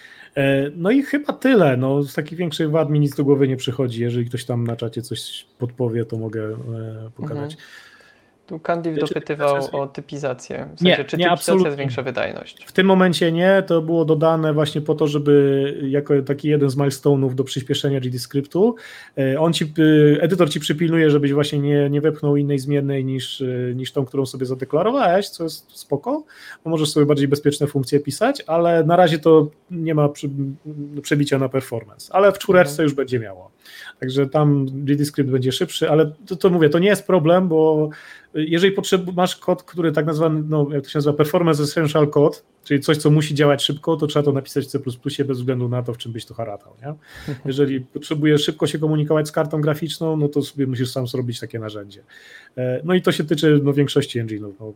No i chyba tyle. No, z takich większych wad mi nic do głowy nie przychodzi. Jeżeli ktoś tam na czacie coś podpowie, to mogę e, pokazać. Mhm. Tu Candiv dopytywał o typizację. W sensie, Nie, czy nie, typizacja absolutnie. zwiększa wydajność? W tym momencie nie, to było dodane właśnie po to, żeby jako taki jeden z milestone'ów do przyspieszenia GDScriptu, on ci, edytor ci przypilnuje, żebyś właśnie nie, nie wepchnął innej zmiennej niż, niż tą, którą sobie zadeklarowałeś, co jest spoko, bo możesz sobie bardziej bezpieczne funkcje pisać, ale na razie to nie ma przy, przebicia na performance, ale w czwórce mhm. już będzie miało. Także tam GDScript będzie szybszy, ale to, to mówię, to nie jest problem, bo jeżeli potrzeb, masz kod, który tak nazwany, no jak to się nazywa, Performance Essential Code, czyli coś, co musi działać szybko, to trzeba to napisać w C plus plus bez względu na to, w czym byś to haratał. Nie? Jeżeli potrzebujesz szybko się komunikować z kartą graficzną, no to sobie musisz sam zrobić takie narzędzie. No i to się tyczy no, większości engine'ów. No,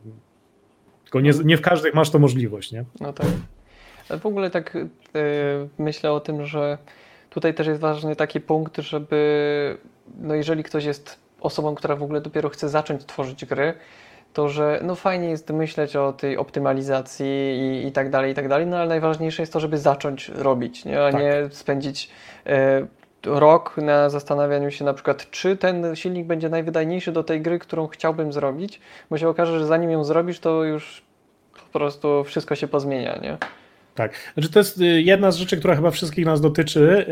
tylko nie, nie w każdych masz to możliwość. Nie? No tak. Ale w ogóle tak yy, myślę o tym, że tutaj też jest ważny taki punkt, żeby no jeżeli ktoś jest osobą, która w ogóle dopiero chce zacząć tworzyć gry, to że no fajnie jest myśleć o tej optymalizacji i, i tak dalej, i tak dalej, no ale najważniejsze jest to, żeby zacząć robić, nie? A tak. nie spędzić e, rok na zastanawianiu się na przykład, czy ten silnik będzie najwydajniejszy do tej gry, którą chciałbym zrobić, bo się okaże, że zanim ją zrobisz, to już po prostu wszystko się pozmienia, nie? Tak, znaczy to jest jedna z rzeczy, która chyba wszystkich nas dotyczy.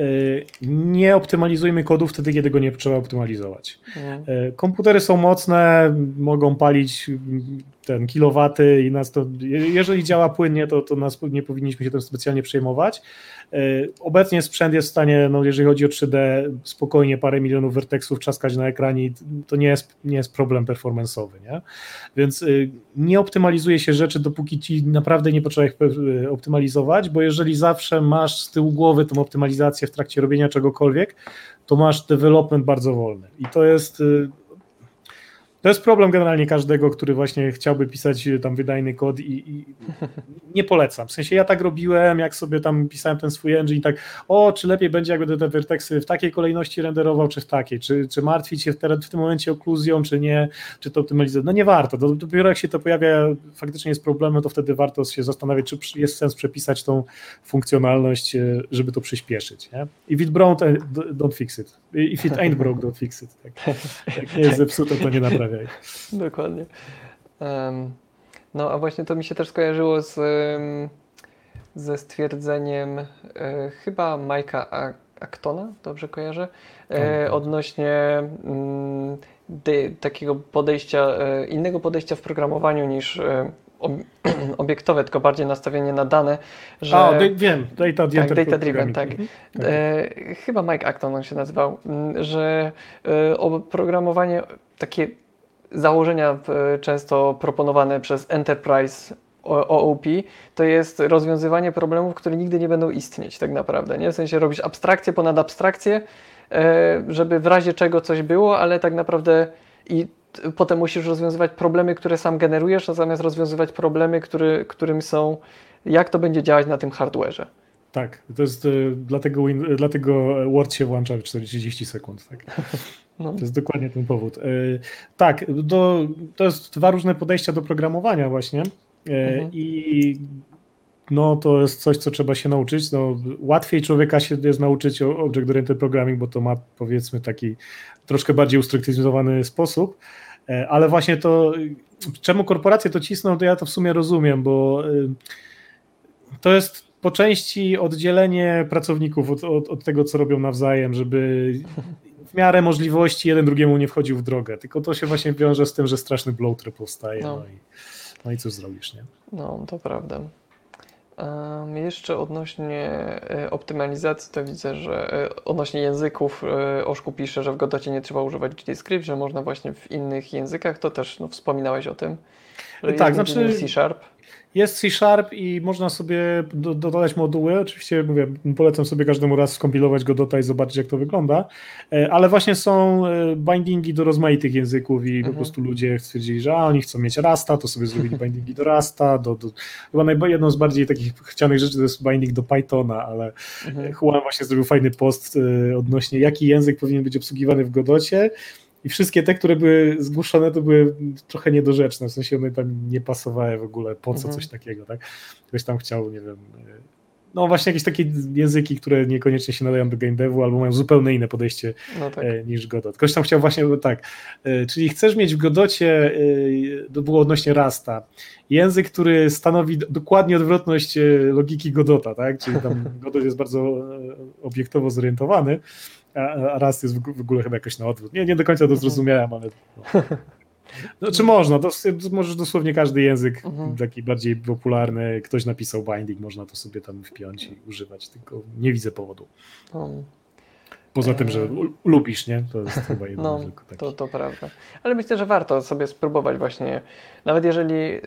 Nie optymalizujmy kodu wtedy, kiedy go nie trzeba optymalizować. Mhm. Komputery są mocne, mogą palić ten kilowaty i nas to, jeżeli działa płynnie, to, to nas nie powinniśmy się tym specjalnie przejmować. Obecnie sprzęt jest w stanie, no jeżeli chodzi o trzy D, spokojnie parę milionów werteksów czaskać na ekranie i to nie jest, nie jest problem performance'owy, nie? Więc nie optymalizuje się rzeczy, dopóki ci naprawdę nie potrzeba ich optymalizować, bo jeżeli zawsze masz z tyłu głowy tą optymalizację w trakcie robienia czegokolwiek, to masz development bardzo wolny i to jest To jest problem generalnie każdego, który właśnie chciałby pisać tam wydajny kod i, i nie polecam. W sensie ja tak robiłem, jak sobie tam pisałem ten swój engine, tak o, czy lepiej będzie, jak będę te werteksy w takiej kolejności renderował, czy w takiej, czy, czy martwić się w, te, w tym momencie okluzją, czy nie, czy to optymalizować. No nie warto. Dopiero jak się to pojawia, faktycznie jest problemem, to wtedy warto się zastanawiać, czy jest sens przepisać tą funkcjonalność, żeby to przyspieszyć. Nie? If it broke, don't fix it. If it ain't broke, don't fix it. Tak. Jak nie jest zepsute, to nie naprawi. Dokładnie. Um, no a właśnie to mi się też skojarzyło z, um, ze stwierdzeniem e, chyba Mike'a Actona, dobrze kojarzę, e, odnośnie um, de, takiego podejścia, e, innego podejścia w programowaniu niż e, ob, obiektowe, tylko bardziej nastawienie na dane, że... A, d- wiem, data, tak, data driven, tak. E, chyba Mike Acton on się nazywał, że e, oprogramowanie takie założenia często proponowane przez Enterprise O O P to jest rozwiązywanie problemów, które nigdy nie będą istnieć tak naprawdę, nie? W sensie robisz abstrakcję ponad abstrakcję, żeby w razie czego coś było, ale tak naprawdę i potem musisz rozwiązywać problemy, które sam generujesz, natomiast rozwiązywać problemy, który, którym są, jak to będzie działać na tym hardware'ze. Tak, to jest dlatego, dlatego Word się włącza w czterdzieści sekund, tak? No. To jest dokładnie ten powód. Tak, do, to jest dwa różne podejścia do programowania właśnie mhm. i no to jest coś, co trzeba się nauczyć. No, łatwiej człowieka się jest nauczyć Object Oriented Programming, bo to ma powiedzmy taki troszkę bardziej ustrukturyzowany sposób, ale właśnie to, czemu korporacje to cisną, to ja to w sumie rozumiem, bo to jest po części oddzielenie pracowników od, od, od tego, co robią nawzajem, żeby w miarę możliwości jeden drugiemu nie wchodził w drogę, tylko to się właśnie wiąże z tym, że straszny bloater powstaje, no, no, i, no i co zrobisz, nie? No, to prawda. Um, jeszcze odnośnie e, optymalizacji, to widzę, że e, odnośnie języków e, Oszku pisze, że w Godocie nie trzeba używać GDScript, że można właśnie w innych językach, to też no, wspominałeś o tym, że tak, jest znaczy C Sharp. Jest C Sharp i można sobie do, dodać moduły. Oczywiście mówię, polecam sobie każdemu raz skompilować Godota i zobaczyć, jak to wygląda. Ale właśnie są bindingi do rozmaitych języków i mhm. po prostu ludzie stwierdzili, że a, oni chcą mieć Rasta, to sobie zrobili bindingi do Rasta. Do, do... Chyba najba, jedną z bardziej takich chcianych rzeczy to jest binding do Pythona, ale mhm. Juan właśnie zrobił fajny post odnośnie, jaki język powinien być obsługiwany w Godocie. I wszystkie te, które były zgłoszone, to były trochę niedorzeczne, w sensie one tam nie pasowały w ogóle, po co mhm. coś takiego, tak? Ktoś tam chciał, nie wiem, no właśnie jakieś takie języki, które niekoniecznie się nadają do game devu, albo mają zupełnie inne podejście no tak. niż Godot. Ktoś tam chciał właśnie tak, czyli chcesz mieć w Godocie, to było odnośnie Rasta, język, który stanowi dokładnie odwrotność logiki Godota, tak? Czyli tam Godot jest bardzo obiektowo zorientowany, a Rust jest w ogóle chyba jakoś na odwrót. Nie, nie do końca to zrozumiałem, ale... No. No, czy można? To, to możesz dosłownie każdy język mhm. taki bardziej popularny, ktoś napisał binding, można to sobie tam wpiąć i używać, tylko nie widzę powodu. Um. Poza tym, że u, lubisz, nie? To jest chyba jedno no, tylko taki. To, to prawda. Ale myślę, że warto sobie spróbować właśnie, nawet jeżeli... Yy...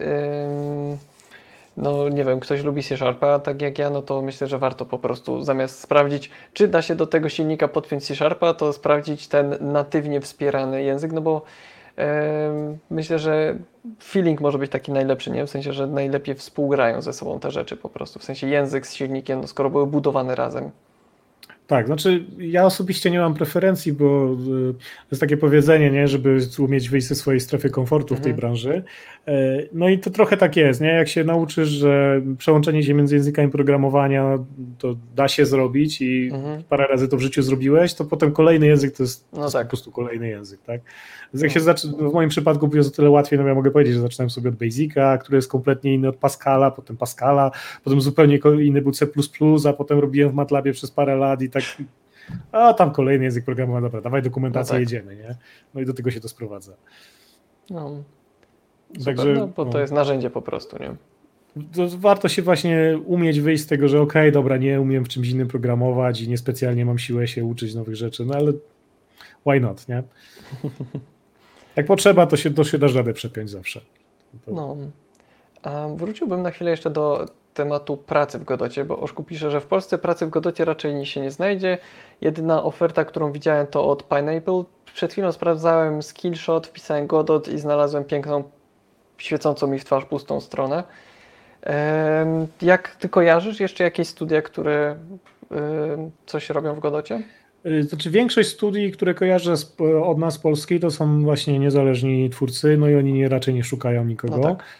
No nie wiem, ktoś lubi C Sharpa, tak jak ja, no to myślę, że warto po prostu zamiast sprawdzić, czy da się do tego silnika podpiąć C Sharpa, to sprawdzić ten natywnie wspierany język, no bo e, myślę, że feeling może być taki najlepszy, nie? W sensie, że najlepiej współgrają ze sobą te rzeczy po prostu, w sensie język z silnikiem, no skoro były budowane razem. Tak, znaczy ja osobiście nie mam preferencji, bo jest takie powiedzenie, nie, żeby umieć wyjść ze swojej strefy komfortu mhm. w tej branży. No i to trochę tak jest, nie? Jak się nauczysz, że przełączenie się między językami programowania to da się zrobić i mhm. parę razy to w życiu zrobiłeś, to potem kolejny język to jest, no to jest tak. po prostu kolejny język, tak? Więc jak się zaczyna, w moim przypadku było o tyle łatwiej, no ja mogę powiedzieć, że zaczynałem sobie od Basica, który jest kompletnie inny od Pascala, potem Pascala, potem zupełnie inny był C plus plus, a potem robiłem w MATLabie przez parę lat i tak, a tam kolejny język programowania, dobra, dawaj dokumentację, no tak. jedziemy, nie? No i do tego się to sprowadza. No, super, Także, no bo no, to jest narzędzie po prostu, nie? To warto się właśnie umieć wyjść z tego, że okej, okay, dobra, nie umiem w czymś innym programować i niespecjalnie mam siłę się uczyć nowych rzeczy, no ale why not, nie? Jak potrzeba, to się, to się dasz radę przepiąć zawsze. To... No, a wróciłbym na chwilę jeszcze do tematu pracy w Godocie, bo Oszku pisze, że w Polsce pracy w Godocie raczej się nie znajdzie. Jedyna oferta, którą widziałem, to od Pineapple. Przed chwilą sprawdzałem Skillshot, wpisałem Godot i znalazłem piękną, świecącą mi w twarz pustą stronę. Jak ty kojarzysz jeszcze jakieś studia, które coś robią w Godocie? Znaczy większość studii, które kojarzę z, od nas Polskiej, to są właśnie niezależni twórcy, no i oni nie, raczej nie szukają nikogo. No tak.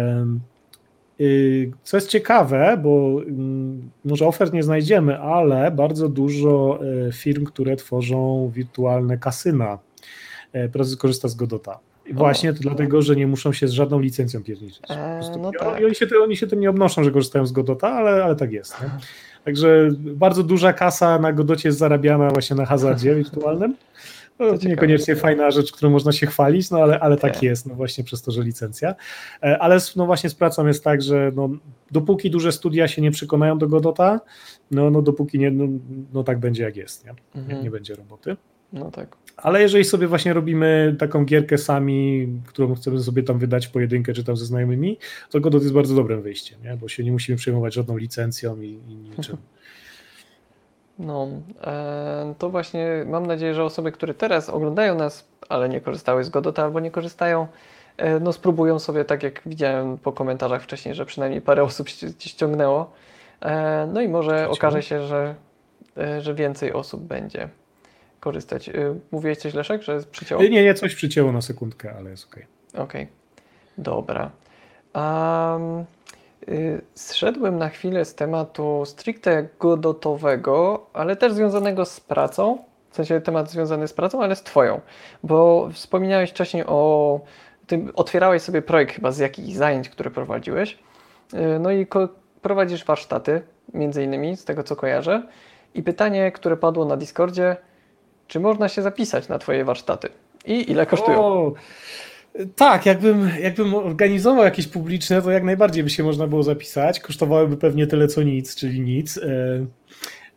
Co jest ciekawe, bo może ofert nie znajdziemy, ale bardzo dużo firm, które tworzą wirtualne kasyna, korzysta z Godota. Właśnie to dlatego, że nie muszą się z żadną licencją pierniczyć. Eee, no tak. I oni się, oni się tym nie obnoszą, że korzystają z Godota, ale, ale tak jest. Nie? Także bardzo duża kasa na Godocie jest zarabiana właśnie na hazardzie wirtualnym. To niekoniecznie fajna rzecz, którą można się chwalić, no ale, ale tak jest, no właśnie przez to, że licencja. Ale no właśnie z pracą jest tak, że no, dopóki duże studia się nie przekonają do Godota, no, no dopóki nie, no, no tak będzie jak jest, nie? Mhm. nie będzie roboty. No tak. Ale jeżeli sobie właśnie robimy taką gierkę sami, którą chcemy sobie tam wydać w pojedynkę, czy tam ze znajomymi, to Godot jest bardzo dobrym wyjściem, nie? Bo się nie musimy przejmować żadną licencją i, i niczym. No, e, to właśnie mam nadzieję, że osoby, które teraz oglądają nas, ale nie korzystały z Godota albo nie korzystają, e, no spróbują sobie, tak jak widziałem po komentarzach wcześniej, że przynajmniej parę osób ściągnęło. E, no i może Przeciął. okaże się, że, e, że więcej osób będzie korzystać. Mówiłeś coś, Leszek, że przycięło? Nie, nie, coś przycięło na sekundkę, ale jest okej. Okay. Okej, okay. Dobra. Um, y, zszedłem na chwilę z tematu stricte godotowego, ale też związanego z pracą, w sensie temat związany z pracą, ale z twoją, bo wspominałeś wcześniej o tym, otwierałeś sobie projekt chyba z jakichś zajęć, które prowadziłeś, y, no i ko- prowadzisz warsztaty, między innymi, z tego co kojarzę, i pytanie, które padło na Discordzie, czy można się zapisać na twoje warsztaty? I ile kosztują? O, tak, jakbym, jakbym organizował jakieś publiczne, to jak najbardziej by się można było zapisać. Kosztowałyby pewnie tyle co nic, czyli nic.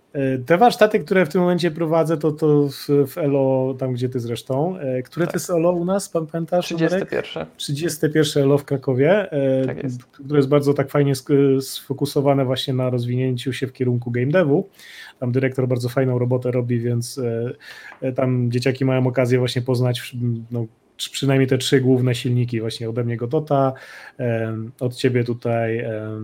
Te warsztaty, które w tym momencie prowadzę, to, to w, w ELO, tam gdzie ty zresztą. Które tak. To jest ELO u nas, pan pamiętasz? trzydzieste pierwsze. trzydzieste pierwsze ELO w Krakowie, tak jest. Które jest bardzo tak fajnie sfokusowane właśnie na rozwinięciu się w kierunku game devu. Tam dyrektor bardzo fajną robotę robi, więc tam dzieciaki mają okazję właśnie poznać no, przynajmniej te trzy główne silniki, właśnie ode mnie Godota, od ciebie tutaj.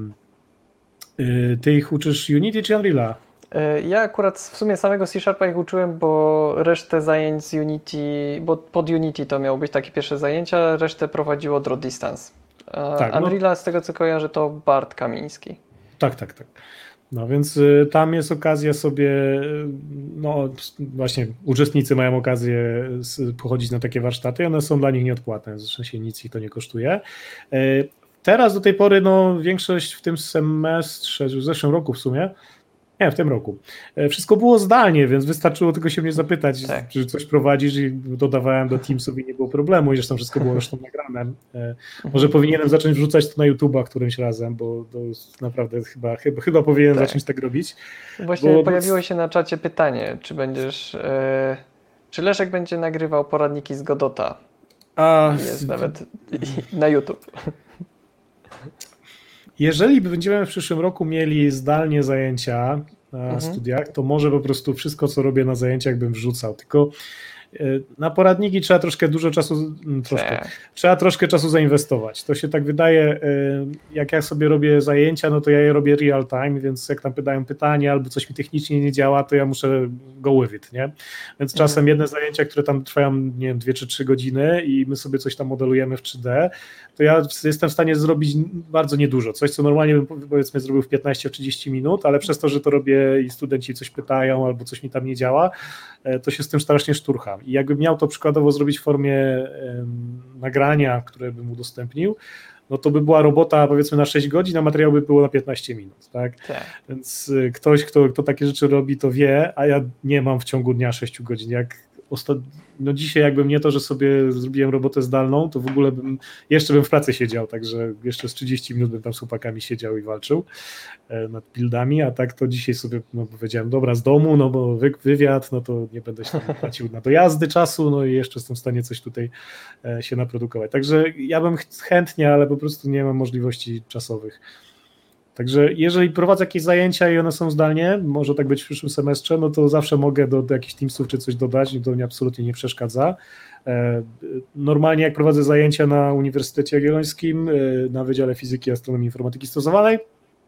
Ty ich uczysz Unity czy Unreal'a? Ja akurat w sumie samego C Sharpa ich uczyłem, bo resztę zajęć z Unity, bo pod Unity to miało być takie pierwsze zajęcia, resztę prowadziło Draw Distance. Tak, Unreal'a no, z tego co kojarzę to Bart Kamiński. Tak, tak, tak. No więc tam jest okazja sobie, no właśnie uczestnicy mają okazję pochodzić na takie warsztaty i one są dla nich nieodpłatne, zresztą się nic ich to nie kosztuje. Teraz do tej pory no większość w tym semestrze, w zeszłym roku w sumie, nie, w tym roku. Wszystko było zdalnie, więc wystarczyło tylko się mnie zapytać, tak. czy coś prowadzisz i dodawałem do Teamsów i nie było problemu i zresztą wszystko było zresztą nagrane. Może powinienem zacząć wrzucać to na YouTube'a którymś razem, bo to jest naprawdę chyba, chyba, chyba powinienem tak. zacząć tak robić. Właśnie bo... pojawiło się na czacie pytanie, czy będziesz, e, czy Leszek będzie nagrywał poradniki z Godota? A... Jest nawet na YouTube. Jeżeli będziemy w przyszłym roku mieli zdalnie zajęcia na mhm. studiach, to może po prostu wszystko, co robię na zajęciach, bym wrzucał. Tylko na poradniki trzeba troszkę dużo czasu, troszkę, trzeba troszkę czasu zainwestować. To się tak wydaje, jak ja sobie robię zajęcia, no to ja je robię real time, więc jak tam pytają pytania albo coś mi technicznie nie działa, to ja muszę go with it, nie? Więc czasem mhm. jedne zajęcia, które tam trwają, nie wiem, dwie czy trzy godziny i my sobie coś tam modelujemy w trzy D, to ja jestem w stanie zrobić bardzo niedużo. Coś, co normalnie bym powiedzmy zrobił w piętnaście trzydzieści minut, ale przez to, że to robię i studenci coś pytają albo coś mi tam nie działa, to się z tym strasznie szturcham. I jakbym miał to przykładowo zrobić w formie um, nagrania, które bym udostępnił, no to by była robota powiedzmy na sześć godzin, a materiał by było na piętnaście minut, tak? tak. Więc ktoś, kto, kto takie rzeczy robi, to wie, a ja nie mam w ciągu dnia sześć godzin. Jak Osta- no dzisiaj jakbym nie to, że sobie zrobiłem robotę zdalną, to w ogóle bym, jeszcze bym w pracy siedział, także jeszcze z trzydzieści minut bym tam z chłopakami siedział i walczył e, nad buildami, a tak to dzisiaj sobie no, powiedziałem, dobra, z domu, no bo wy, wywiad, no to nie będę się tam płacił na dojazdy czasu, no i jeszcze jestem w stanie coś tutaj e, się naprodukować. Także ja bym ch- chętnie, ale po prostu nie mam możliwości czasowych. Także jeżeli prowadzę jakieś zajęcia i one są zdalnie, może tak być w przyszłym semestrze, no to zawsze mogę do, do jakichś Teamsów czy coś dodać i to mi absolutnie nie przeszkadza. Normalnie jak prowadzę zajęcia na Uniwersytecie Jagiellońskim, na Wydziale Fizyki, Astronomii i Informatyki Stosowanej,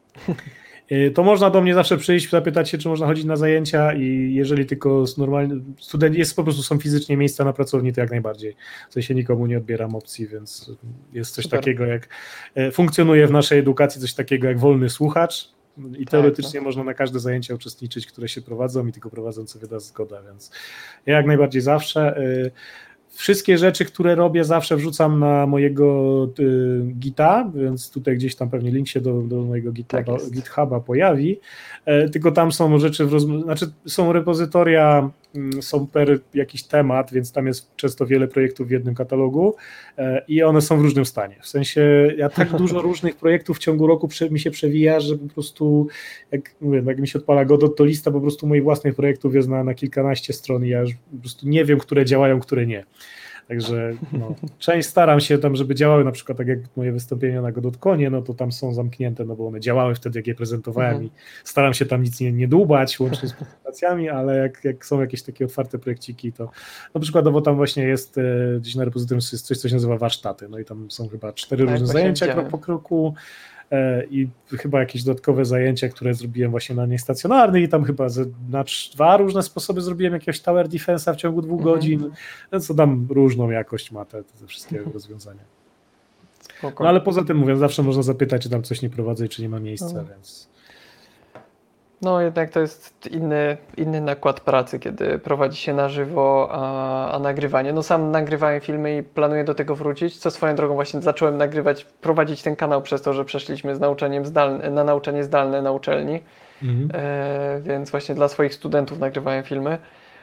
to można do mnie zawsze przyjść, zapytać się, czy można chodzić na zajęcia i jeżeli tylko normalnie student jest, po prostu są fizycznie miejsca na pracowni, to jak najbardziej. W sensie nikomu nie odbieram opcji, więc jest coś Super. takiego jak, funkcjonuje w naszej edukacji coś takiego jak wolny słuchacz i tak, teoretycznie no. można na każde zajęcia uczestniczyć, które się prowadzą i tylko prowadzący wyda zgoda, więc ja jak najbardziej zawsze. Wszystkie rzeczy, które robię, zawsze wrzucam na mojego y, Gita, więc tutaj gdzieś tam pewnie link się do, do mojego GitHuba, tak GitHuba pojawi, e, tylko tam są rzeczy, w roz... znaczy są repozytoria, y, są per jakiś temat, więc tam jest często wiele projektów w jednym katalogu e, i one są w różnym stanie. W sensie ja tak dużo różnych projektów w ciągu roku prze, mi się przewija, że po prostu jak, mówię, jak mi się odpala Godot, to lista po prostu moich własnych projektów jest na, na kilkanaście stron i ja już po prostu nie wiem, które działają, które nie. Także no, część staram się tam, żeby działały, na przykład tak jak moje wystąpienia na GodotConie, no to tam są zamknięte, no bo one działały wtedy, jak je prezentowałem mhm. i staram się tam nic nie, nie dłubać, łącznie z prezentacjami, ale jak, jak są jakieś takie otwarte projekciki, to no przykładowo tam właśnie jest e, gdzieś na repozytorium jest coś, co się nazywa warsztaty, no i tam są chyba cztery tak, różne zajęcia krok po kroku, i chyba jakieś dodatkowe zajęcia, które zrobiłem właśnie na niestacjonarny i tam chyba na dwa różne sposoby zrobiłem jakiegoś tower defense'a w ciągu dwóch mhm. godzin, no co tam różną jakość ma te, te wszystkie mhm. rozwiązania. Spoko. No ale poza tym mówię, zawsze można zapytać, czy tam coś nie prowadzę i czy nie ma miejsca, mhm. więc... No jednak to jest inny, inny nakład pracy, kiedy prowadzi się na żywo, a, a nagrywanie. No sam nagrywałem filmy i planuję do tego wrócić, co swoją drogą właśnie zacząłem nagrywać, prowadzić ten kanał przez to, że przeszliśmy z nauczeniem zdalne, na nauczanie zdalne na uczelni, mhm. e, więc właśnie dla swoich studentów nagrywałem filmy.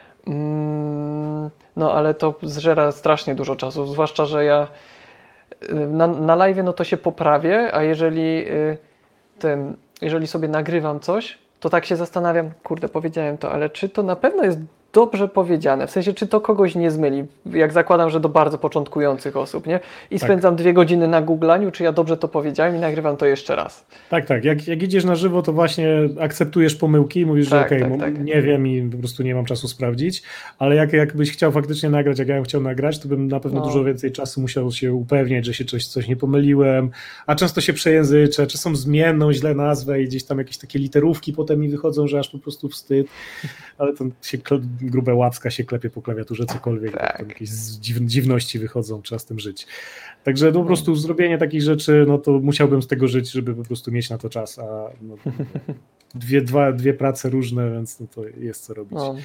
Mm, no ale to zżera strasznie dużo czasu, zwłaszcza, że ja na, na live no to się poprawię, a jeżeli ten, jeżeli sobie nagrywam coś, to tak się zastanawiam, kurde, powiedziałem to, ale czy to na pewno jest dobrze powiedziane? W sensie, czy to kogoś nie zmyli? Jak zakładam, że do bardzo początkujących osób, nie? I Tak. spędzam dwie godziny na googlaniu, czy ja dobrze to powiedziałem i nagrywam to jeszcze raz. Tak, tak. Jak, jak idziesz na żywo, to właśnie akceptujesz pomyłki i mówisz, Tak, że okej, tak, okay, tak. nie wiem i po prostu nie mam czasu sprawdzić, ale jak jakbyś chciał faktycznie nagrać, jak ja bym chciał nagrać, to bym na pewno No. dużo więcej czasu musiał się upewniać, że się coś, coś nie pomyliłem, a często się przejęzyczę, czy są zmienną źle nazwę i gdzieś tam jakieś takie literówki potem mi wychodzą, że aż po prostu wstyd, ale to się grube łapska się klepie po klawiaturze, cokolwiek, Tak. tam jakieś dziw, dziwności wychodzą, trzeba z tym żyć. Także no, po prostu zrobienie takich rzeczy, no to musiałbym z tego żyć, żeby po prostu mieć na to czas, a no, dwie, dwa, dwie prace różne, więc no to jest co robić. No.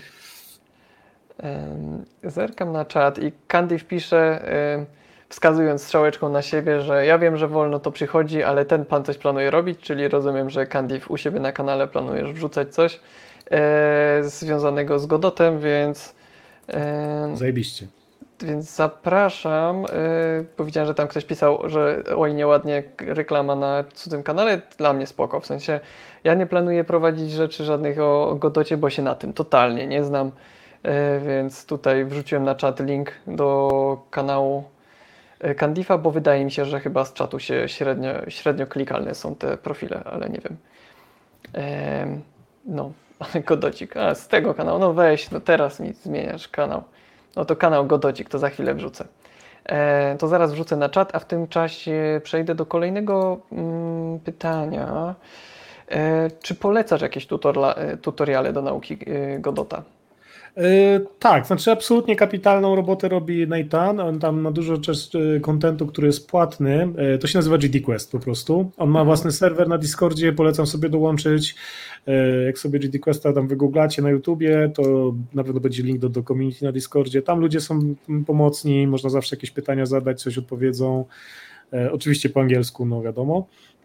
Um, zerkam na czat i Candy pisze, um, wskazując strzałeczką na siebie, że ja wiem, że wolno to przychodzi, ale ten pan coś planuje robić, czyli rozumiem, że Candy u siebie na kanale planujesz wrzucać coś e, związanego z Godotem, więc e, Zajebiście. Więc zapraszam, yy, bo widziałem, że tam ktoś pisał, że oj, nieładnie reklama na cudzym kanale, dla mnie spoko, w sensie ja nie planuję prowadzić rzeczy żadnych o Godocie, bo się na tym totalnie nie znam, yy, więc tutaj wrzuciłem na czat link do kanału Candifa, bo wydaje mi się, że chyba z czatu się średnio, średnio klikalne są te profile, ale nie wiem. Yy, no, Godocik, a z tego kanału, no weź, no teraz mi zmieniasz kanał. No to kanał Godocik, to za chwilę wrzucę. E, to zaraz wrzucę na czat, a w tym czasie przejdę do kolejnego mm, pytania. E, czy polecasz jakieś tutorla, tutoriale do nauki e, Godota? Yy, tak, znaczy absolutnie kapitalną robotę robi Nathan, on tam ma dużo kontentu, który jest płatny, yy, to się nazywa G D Quest po prostu, on ma Mhm. własny serwer na Discordzie, polecam sobie dołączyć, yy, jak sobie G D Questa tam wygooglacie na YouTubie, to na pewno będzie link do, do community na Discordzie, tam ludzie są pomocni, można zawsze jakieś pytania zadać, coś odpowiedzą, yy, oczywiście po angielsku, no wiadomo.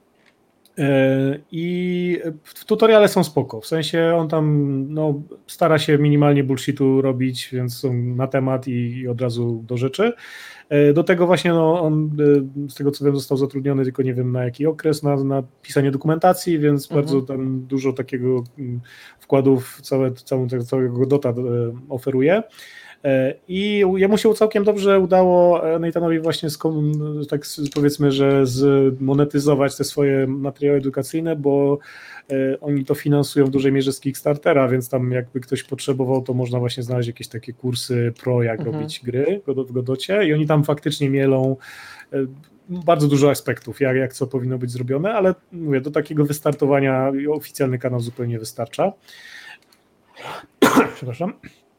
I tutoriale są spoko, w sensie on tam no, stara się minimalnie bullshitu robić, więc są na temat i, i od razu do rzeczy. Do tego właśnie no, on, z tego co wiem, został zatrudniony, tylko nie wiem na jaki okres, na, na pisanie dokumentacji, więc mhm. bardzo tam dużo takiego wkładów całe, całą, całego Godota oferuje. I jemu się całkiem dobrze udało Nathanowi właśnie tak powiedzmy, że zmonetyzować te swoje materiały edukacyjne, bo oni to finansują w dużej mierze z Kickstartera, więc tam jakby ktoś potrzebował, to można właśnie znaleźć jakieś takie kursy pro, jak mhm. robić gry w Godocie i oni tam faktycznie mielą bardzo dużo aspektów, jak, jak co powinno być zrobione, ale mówię, do takiego wystartowania oficjalny kanał zupełnie wystarcza. Przepraszam.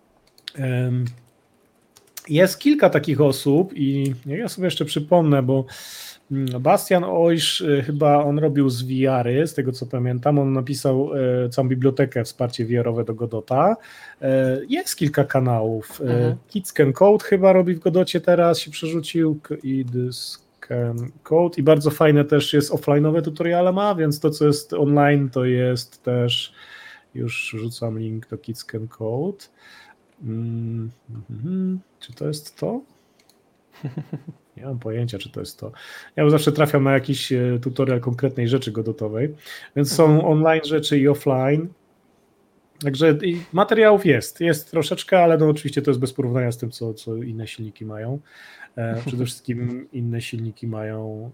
Jest kilka takich osób i ja sobie jeszcze przypomnę, bo Bastian Ojsz chyba on robił z V R-y, z tego co pamiętam, on napisał całą bibliotekę wsparcie V R-owe do Godota. Jest kilka kanałów. Mhm. Kids Can Code chyba robi w Godocie teraz, się przerzucił i Can Code i bardzo fajne też jest offline'owe tutoriale ma, więc to co jest online to jest też, już rzucam link do Kids Can Code. Hmm, hmm, czy to jest to? Nie mam pojęcia, czy to jest to. Ja zawsze trafiam na jakiś tutorial konkretnej rzeczy godotowej, więc są online rzeczy i offline. Także materiałów jest, jest troszeczkę, ale no oczywiście to jest bez porównania z tym, co, co inne silniki mają. Przede wszystkim inne silniki mają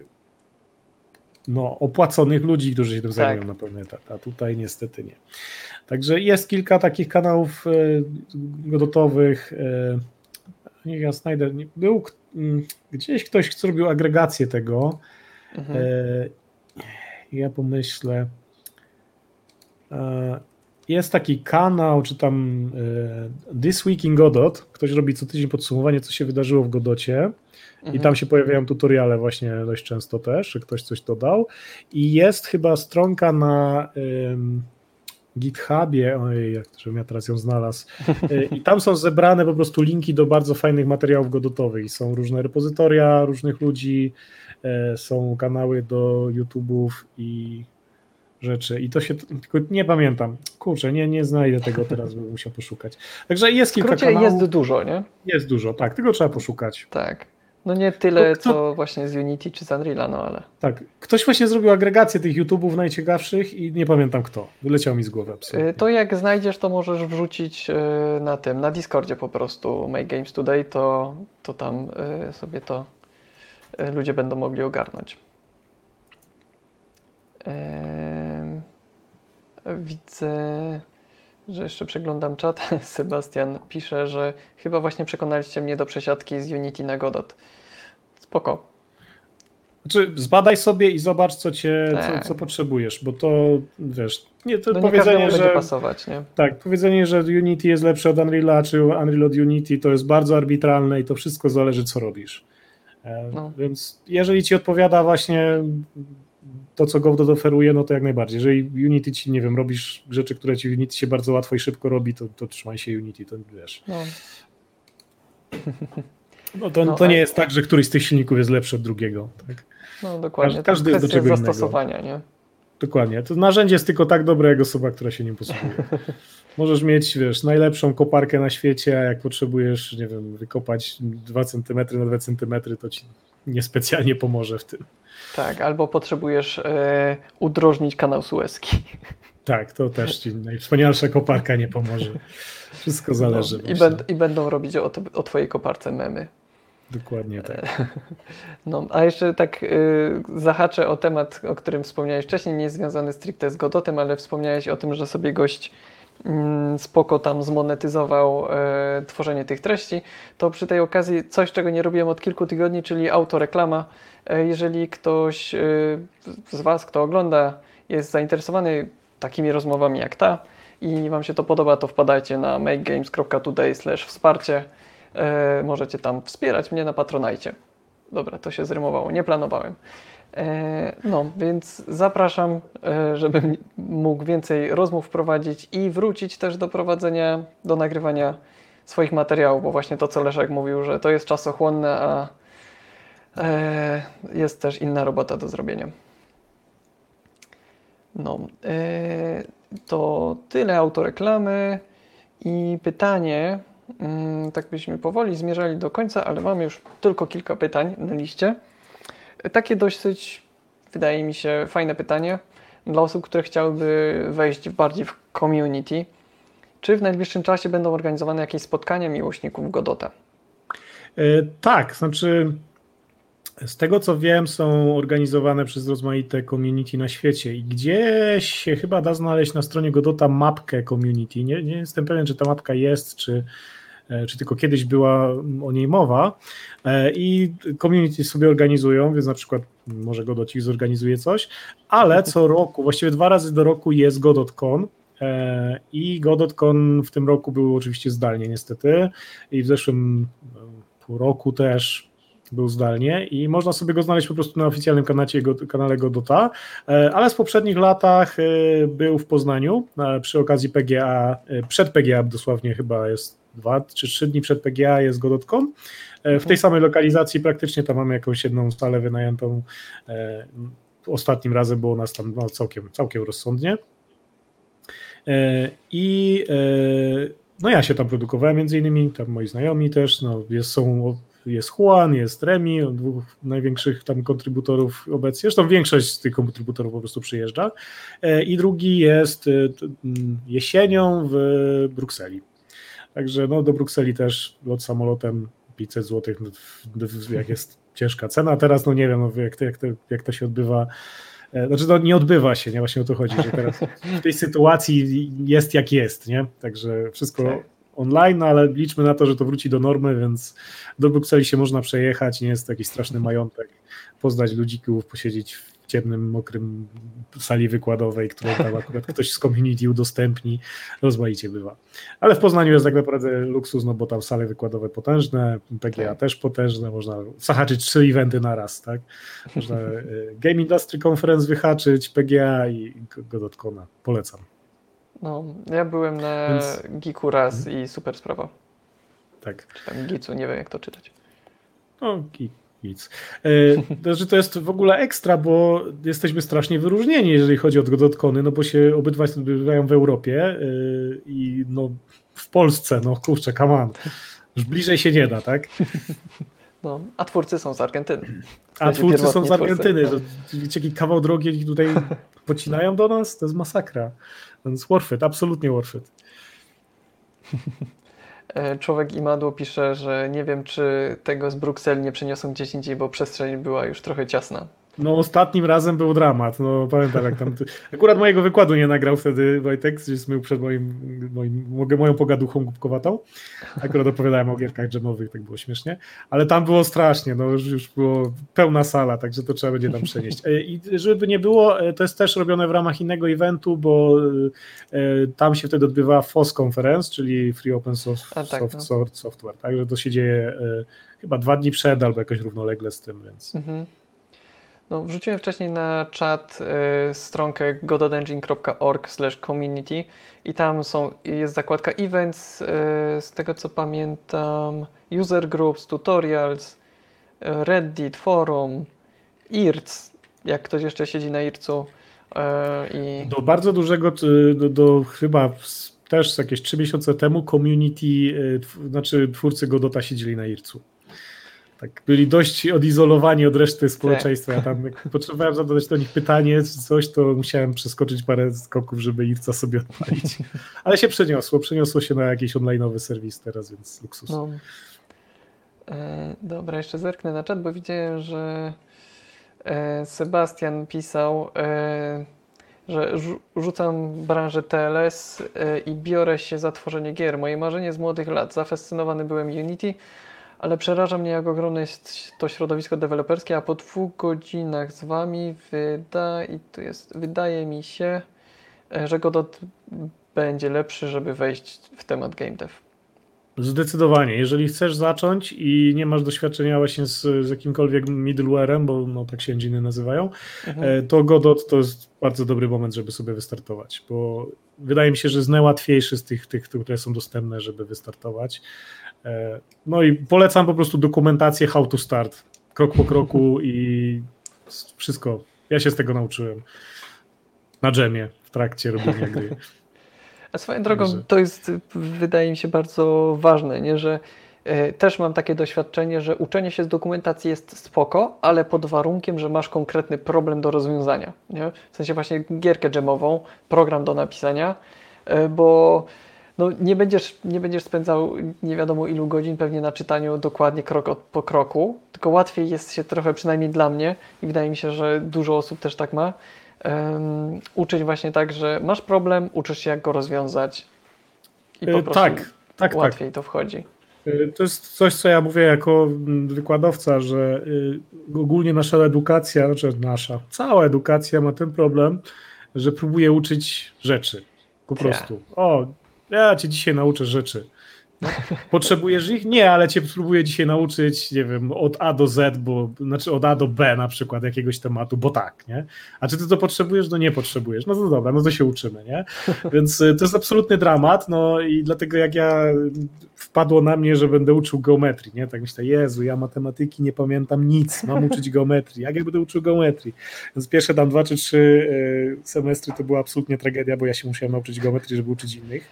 no, opłaconych ludzi, którzy się tym zajmują tak. na pełny etat, a tutaj niestety nie. Także jest kilka takich kanałów godotowych. Niech ja znajdę. Był gdzieś ktoś zrobił agregację tego. Mhm. Ja pomyślę. Jest taki kanał, czy tam This Week in Godot. Ktoś robi co tydzień podsumowanie, co się wydarzyło w Godocie. Mhm. I tam się pojawiają tutoriale właśnie dość często też, że ktoś coś dodał. I jest chyba stronka na um, GitHubie, ojej, jak żebym ja teraz ją znalazł. I tam są zebrane po prostu linki do bardzo fajnych materiałów godotowych. Są różne repozytoria różnych ludzi, są kanały do YouTube'ów i rzeczy. I to się, tylko nie pamiętam. Kurczę, nie, nie znajdę tego teraz, bym musiał poszukać. Także jest kilka kanałów. Jest dużo, nie? Jest dużo, tak, tylko trzeba poszukać. Tak. No nie tyle, Kto- co właśnie z Unity czy z Unreal'a, no ale... Tak, ktoś właśnie zrobił agregację tych YouTube'ów najciekawszych i nie pamiętam kto. Wyleciał mi z głowy Y, absolutnie. To jak znajdziesz, to możesz wrzucić y, na tym, na Discordzie po prostu Make Games Today, to, to tam y, sobie to y, ludzie będą mogli ogarnąć. Em, Widzę, że jeszcze przeglądam czat. Sebastian pisze, że chyba właśnie przekonaliście mnie do przesiadki z Unity na Godot. Spoko. Znaczy, zbadaj sobie i zobacz, co cię, co, Tak. co potrzebujesz, bo to, wiesz, nie, to No nie każdemu powiedzenie, będzie że... pasować, nie? Tak, powiedzenie, że Unity jest lepsze od Unreal'a, czy Unreal od Unity, to jest bardzo arbitralne i to wszystko zależy, co robisz. E, No. Więc jeżeli ci odpowiada właśnie to, co Godot oferuje, no to jak najbardziej. Jeżeli Unity ci, nie wiem, robisz rzeczy, które ci w Unity się bardzo łatwo i szybko robi, to, to trzymaj się Unity, to wiesz. No. No to, No, to a- nie jest tak, że któryś z tych silników jest lepszy od drugiego. Tak? No dokładnie. Każdy- To każdy jest do kwestia czego innego. zastosowania, nie? Dokładnie. To narzędzie jest tylko tak dobre, jak osoba, która się nim posługuje. Możesz mieć, wiesz, najlepszą koparkę na świecie, a jak potrzebujesz, nie wiem, wykopać dwa centymetry na dwa centymetry, to ci niespecjalnie pomoże w tym. Tak, albo potrzebujesz e, udrożnić kanał Suezki. Tak, to też ci najwspanialsza koparka nie pomoże. Wszystko zależy. No, i, właśnie. będ, I będą robić o, to- o twojej koparce memy. Dokładnie tak. No, a jeszcze tak y, zahaczę o temat, o którym wspomniałeś wcześniej, nie związany stricte z Godotem, ale wspomniałeś o tym, że sobie gość mm, spoko tam zmonetyzował e, tworzenie tych treści. To przy tej okazji coś, czego nie robiłem od kilku tygodni, czyli autoreklama. E, jeżeli ktoś e, z Was, kto ogląda, jest zainteresowany takimi rozmowami jak ta i Wam się to podoba, to wpadajcie na makegames kropka today slash wsparcie. E, możecie tam wspierać mnie na Patronajcie. Dobra, to się zrymowało, nie planowałem. E, no, więc zapraszam, e, żebym mógł więcej rozmów prowadzić i wrócić też do prowadzenia, do nagrywania swoich materiałów, bo właśnie to, co Leszek mówił, że to jest czasochłonne, a e, jest też inna robota do zrobienia. No, e, to tyle autoreklamy i pytanie. Mm, Tak byśmy powoli zmierzali do końca, ale mamy już tylko kilka pytań na liście. Takie dosyć, wydaje mi się, fajne pytanie dla osób, które chciałyby wejść bardziej w community. Czy w najbliższym czasie będą organizowane jakieś spotkania miłośników Godota? E, tak, znaczy z tego co wiem, są organizowane przez rozmaite community na świecie i gdzieś się chyba da znaleźć na stronie Godota mapkę community. Nie, nie jestem pewien, czy ta mapka jest, czy, czy tylko kiedyś była o niej mowa. I community sobie organizują, więc na przykład może Godocik zorganizuje coś, ale co roku, właściwie dwa razy do roku jest GodotCon. I GodotCon w tym roku był oczywiście zdalnie niestety i w zeszłym pół roku też był zdalnie i można sobie go znaleźć po prostu na oficjalnym kanale, kanale Godota, ale w poprzednich latach był w Poznaniu przy okazji P G A, przed P G A dosłownie chyba jest dwa czy trzy dni przed P G A jest GodotCon. W tej samej lokalizacji praktycznie tam mamy jakąś jedną salę wynajętą. Ostatnim razem było nas tam no, całkiem, całkiem rozsądnie. I no ja się tam produkowałem między innymi, tam moi znajomi też, no jest, są, jest Juan, jest Remi, dwóch największych tam kontrybutorów obecnie, zresztą większość z tych kontrybutorów po prostu przyjeżdża i drugi jest jesienią w Brukseli. Także no do Brukseli też lot samolotem pięćset złotych, jak jest ciężka cena, teraz no nie wiem no, jak, to, jak, to, jak to się odbywa. Znaczy to nie odbywa się, nie? Właśnie o to chodzi, że teraz w tej sytuacji jest jak jest, nie? Także wszystko tak. Online, no ale liczmy na to, że to wróci do normy, więc do Brukseli się można przejechać, nie jest to jakiś straszny majątek, poznać ludzików, posiedzieć w ciemnym, mokrym sali wykładowej, którą tam akurat ktoś z community udostępni, rozmaicie bywa. Ale w Poznaniu jest tak naprawdę luksus, no bo tam sale wykładowe potężne, P G A tak. też potężne, można zahaczyć trzy eventy na raz, tak? Można Game Industry Conference wyhaczyć, P G A i GodotCona. Polecam. No, ja byłem na Więc... Geeku raz hmm. i super sprawa. Tak. Czy tam Geeku, nie wiem jak to czytać. No, Geek. Nic. To, to jest w ogóle ekstra, bo jesteśmy strasznie wyróżnieni, jeżeli chodzi o GodotCony, no bo się obydwa odbywają w Europie i no w Polsce, no kurczę, come on. Już bliżej się nie da, tak? No, a twórcy są z Argentyny. W A sensie twórcy są pierwotni z Argentyny. twórcy. To, wiecie, jaki kawał drogi oni tutaj pocinają do nas? To jest masakra. Więc worth it, absolutnie worth it. E, Człowiek Imadło pisze, że nie wiem, czy tego z Brukseli nie przeniosą gdzieś indziej, bo przestrzeń była już trochę ciasna. No ostatnim razem był dramat, no pamiętam jak tam, akurat mojego wykładu nie nagrał wtedy Wojtek, gdzieś zmył przed moim, moim, mogę moją pogaduchą głupkowatą, akurat opowiadałem o gierkach dżemowych, tak było śmiesznie, ale tam było strasznie, no już, już było pełna sala, także to trzeba będzie tam przenieść. I żeby nie było, to jest też robione w ramach innego eventu, bo tam się wtedy odbywała F O S Conference, czyli Free Open Source, A, tak, soft, no. soft Software, także to się dzieje chyba dwa dni przed albo jakoś równolegle z tym, więc... Mhm. No, wrzuciłem wcześniej na czat y, stronkę godotengine kropka org slash community i tam są, jest zakładka events, y, z tego co pamiętam, user groups, tutorials, y, Reddit, forum, I R C, jak ktoś jeszcze siedzi na I R C-u. y, i... Do bardzo dużego, do, do chyba też jakieś trzy miesiące temu community, znaczy twórcy Godota siedzieli na I R C-u. Tak, byli dość odizolowani od reszty społeczeństwa. Ja tam jak potrzebowałem zadać do nich pytanie, czy coś, to musiałem przeskoczyć parę skoków, żeby I R C-a sobie odpalić. Ale się przeniosło, przeniosło się na jakiś online'owy serwis teraz, więc luksus. No. E, dobra, jeszcze zerknę na czat, bo widziałem, że e, Sebastian pisał, e, że rzu- rzucam branżę T L S e, i biorę się za tworzenie gier. Moje marzenie z młodych lat. Zafascynowany byłem Unity, ale przeraża mnie, jak ogromne jest to środowisko deweloperskie, a po dwóch godzinach z wami wyda, i tu jest, wydaje mi się, e, że Godot będzie lepszy, żeby wejść w temat game dev. Zdecydowanie. Jeżeli chcesz zacząć i nie masz doświadczenia właśnie z, z jakimkolwiek middleware'em, bo no, tak się enginy nazywają, Mhm. to Godot to jest bardzo dobry moment, żeby sobie wystartować, bo wydaje mi się, że jest najłatwiejszy z tych, tych które są dostępne, żeby wystartować. No i polecam po prostu dokumentację how to start, krok po kroku i wszystko. Ja się z tego nauczyłem na dżemie w trakcie robienia gry. A swoją drogą Także- to jest, wydaje mi się, bardzo ważne, nie? Że e, też mam takie doświadczenie, że uczenie się z dokumentacji jest spoko, ale pod warunkiem, że masz konkretny problem do rozwiązania, nie? W sensie właśnie gierkę dżemową, program do napisania, e, bo no, nie będziesz, nie będziesz spędzał nie wiadomo ilu godzin pewnie na czytaniu dokładnie krok od, po kroku, tylko łatwiej jest się trochę, przynajmniej dla mnie, i wydaje mi się, że dużo osób też tak ma, Um, uczyć właśnie tak, że masz problem, uczysz się, jak go rozwiązać i po E, prostu tak, tak, łatwiej tak. to wchodzi. To jest coś, co ja mówię jako wykładowca, że ogólnie nasza edukacja, znaczy nasza, cała edukacja ma ten problem, że próbuje uczyć rzeczy. Po prostu. O, ja cię dzisiaj nauczę rzeczy. No, potrzebujesz ich? Nie, ale cię spróbuję dzisiaj nauczyć, nie wiem, od A do Z, bo, znaczy od A do B na przykład jakiegoś tematu, bo tak, nie? A czy ty to potrzebujesz? No nie potrzebujesz. No to dobra, no to się uczymy, nie? Więc to jest absolutny dramat, no i dlatego jak ja wpadło na mnie, że będę uczył geometrii, nie? Tak myślę, Jezu, ja matematyki nie pamiętam nic, mam uczyć geometrii. Jak ja będę uczył geometrii? Więc pierwsze tam dwa czy trzy semestry to była absolutnie tragedia, bo ja się musiałem nauczyć geometrii, żeby uczyć innych.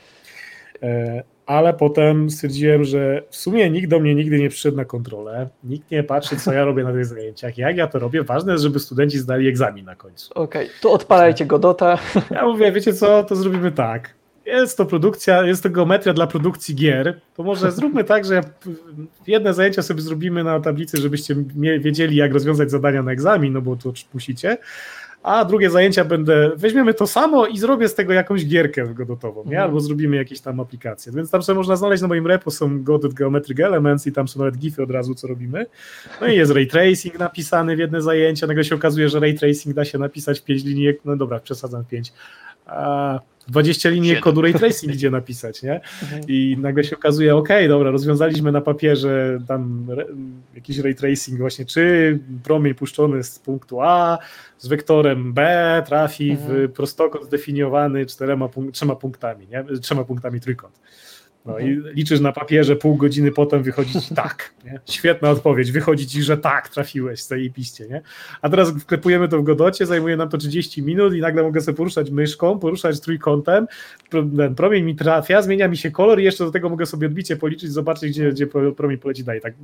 Ale potem stwierdziłem, że w sumie nikt do mnie nigdy nie przyszedł na kontrolę, nikt nie patrzy, co ja robię na tych zajęciach, jak ja to robię, ważne jest, żeby studenci zdali egzamin na końcu. Okej, okay, to odpalajcie Godota. Ja mówię, wiecie co, to zrobimy tak, jest to produkcja, jest to geometria dla produkcji gier, to może zróbmy tak, że jedne zajęcia sobie zrobimy na tablicy, żebyście wiedzieli, jak rozwiązać zadania na egzamin, no bo to musicie, a drugie zajęcia będę, weźmiemy to samo i zrobię z tego jakąś gierkę godotową, nie? Albo zrobimy jakieś tam aplikacje. Więc tam sobie można znaleźć na moim repo, są Godot Geometric Elements i tam są nawet gify od razu, co robimy. No i jest ray tracing napisany w jedne zajęcia, nagle się okazuje, że ray tracing da się napisać w pięć linijek, no dobra, przesadzam pięć, a dwadzieścia linijek kodu ray tracing idzie napisać, nie? I nagle się okazuje, okej, okay, dobra, rozwiązaliśmy na papierze tam jakiś ray tracing właśnie, czy promień puszczony z punktu A z wektorem B trafi mhm. w prostokąt zdefiniowany czterema punk- trzema punktami, nie? Trzema punktami trójkąt. No mhm. i liczysz na papierze, pół godziny potem wychodzi ci tak, nie? Świetna odpowiedź, wychodzi ci, że tak, trafiłeś, zajebiście, nie? A teraz wklepujemy to w Godocie, zajmuje nam to trzydzieści minut i nagle mogę sobie poruszać myszką, poruszać trójkątem, ten promień mi trafia, zmienia mi się kolor i jeszcze do tego mogę sobie odbicie policzyć, zobaczyć, gdzie, gdzie promień poleci dalej, tak,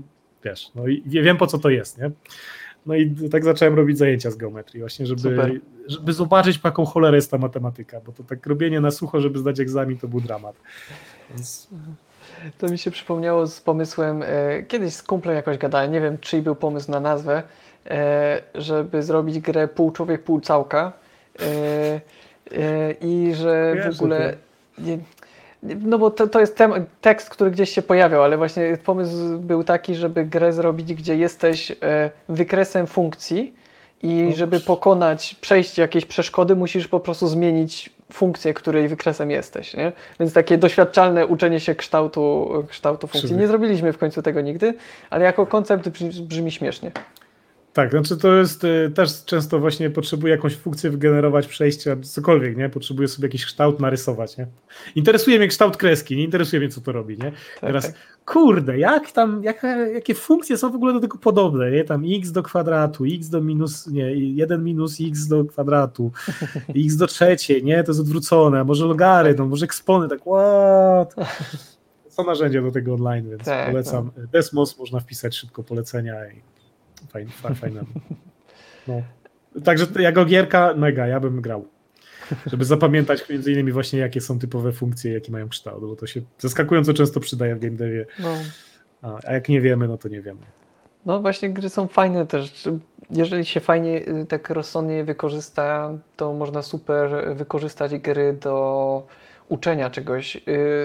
wiesz, no i wiem po co to jest, nie? No i tak zacząłem robić zajęcia z geometrii właśnie, żeby, żeby zobaczyć po jaką cholerę jest ta matematyka, bo to tak robienie na sucho, żeby zdać egzamin, to był dramat. Więc... To mi się przypomniało z pomysłem, e, kiedyś z kumplem jakoś gadałem, nie wiem czyj był pomysł na nazwę, e, żeby zrobić grę pół człowiek, pół całka e, e, i że Wiesz, w ogóle... Nie, no bo to, to jest tem, tekst, który gdzieś się pojawiał, ale właśnie pomysł był taki, żeby grę zrobić, gdzie jesteś e, wykresem funkcji i żeby pokonać, przejść jakieś przeszkody, musisz po prostu zmienić funkcję, której wykresem jesteś, nie? Więc takie doświadczalne uczenie się kształtu, kształtu funkcji. Nie zrobiliśmy w końcu tego nigdy, ale jako koncept brzmi, brzmi śmiesznie. Tak, znaczy to jest y, też często właśnie potrzebuję jakąś funkcję wygenerować, przejścia, cokolwiek, nie? Potrzebuję sobie jakiś kształt narysować, nie? Interesuje mnie kształt kreski, nie interesuje mnie, co to robi, nie? Tak, Teraz, tak. kurde, jak tam, jak, jakie funkcje są w ogóle do tego podobne, nie? Tam x do kwadratu, x do minus, nie, jeden minus x do kwadratu, x do trzeciej, nie? To jest odwrócone, a może logarytm, może ekspony, tak what? Są narzędzia do tego online, więc tak, polecam. No. Desmos, można wpisać szybko polecenia i Fajne, fajne. No. Także jako gierka mega, ja bym grał. Żeby zapamiętać między innymi właśnie jakie są typowe funkcje, jakie mają kształt, bo to się zaskakująco często przydaje w game devie. No. A, a jak nie wiemy, no to nie wiemy. No właśnie gry są fajne też. Jeżeli się fajnie, tak rozsądnie je wykorzysta, to można super wykorzystać gry do uczenia czegoś.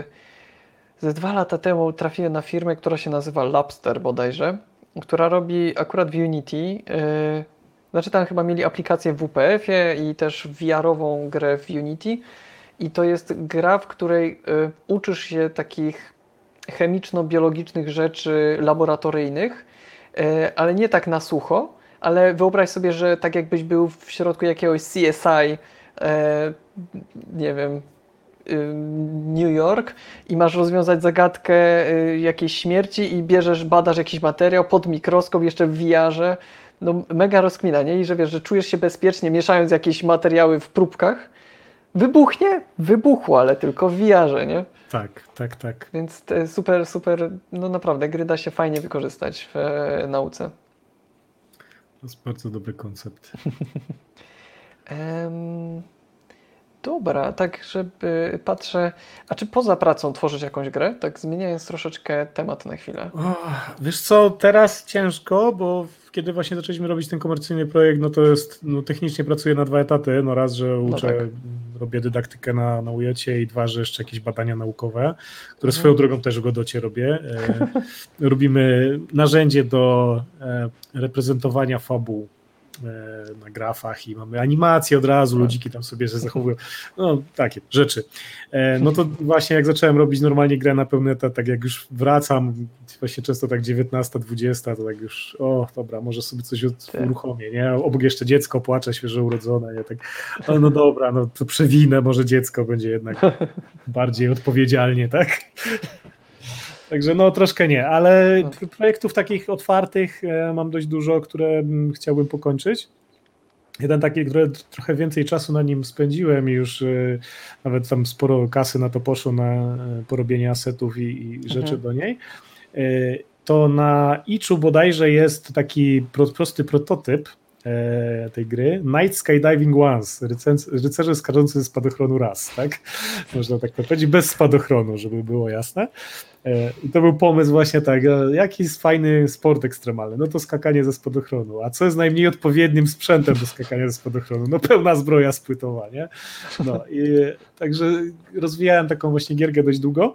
Ze dwa lata temu trafiłem na firmę, która się nazywa Labster bodajże, która robi akurat w Unity, yy, znaczy tam chyba mieli aplikację w W P F-ie i też V R-ową grę w Unity i to jest gra, w której yy, uczysz się takich chemiczno-biologicznych rzeczy laboratoryjnych, yy, ale nie tak na sucho, ale wyobraź sobie, że tak jakbyś był w środku jakiegoś C S I, yy, nie wiem, New York i masz rozwiązać zagadkę jakiejś śmierci i bierzesz, badasz jakiś materiał pod mikroskop, jeszcze w V R-ze. No mega rozkmina, nie? I że wiesz, że czujesz się bezpiecznie, mieszając jakieś materiały w próbkach. Wybuchnie? Wybuchło, ale tylko w V R-ze, nie? Tak, tak, tak. Więc te super, super, no naprawdę, gry da się fajnie wykorzystać w e, nauce. To jest bardzo dobry koncept. um... Dobra, tak żeby patrzę, a czy poza pracą tworzysz jakąś grę? Tak zmieniając troszeczkę temat na chwilę. O, wiesz co, teraz ciężko, bo kiedy właśnie zaczęliśmy robić ten komercyjny projekt, no to jest, no technicznie pracuję na dwa etaty, no raz, że uczę, no tak. robię dydaktykę na, na U J C i dwa, że jeszcze jakieś badania naukowe, które mhm. swoją drogą też w Godocie robię. E, robimy narzędzie do e, reprezentowania fabuł na grafach i mamy animacje od razu, ludziki tam sobie się zachowują, no takie rzeczy. No to właśnie jak zacząłem robić normalnie grę na pełny etat, tak jak już wracam, właśnie często tak dziewiętnasta, dwudziesta, to tak już, o dobra, może sobie coś uruchomię, nie? Obok jeszcze dziecko płacze, świeżo urodzone, nie? Tak, no, no dobra, no to przewinę, może dziecko będzie jednak bardziej odpowiedzialnie, tak? Także no troszkę nie, ale projektów takich otwartych mam dość dużo, które chciałbym pokończyć. Jeden taki, który trochę więcej czasu na nim spędziłem i już nawet tam sporo kasy na to poszło, na porobienie asetów i, i rzeczy mhm. do niej. To na Itchu bodajże jest taki prosty prototyp tej gry. Night Skydiving Once, rycerze skaczący ze spadochronu raz, tak? Można tak powiedzieć, bez spadochronu, żeby było jasne. I to był pomysł właśnie tak, jaki jest fajny sport ekstremalny, no to skakanie ze spadochronu, a co jest najmniej odpowiednim sprzętem do skakania ze spadochronu? No pełna zbroja spłytowa, nie? No i także rozwijałem taką właśnie gierkę dość długo.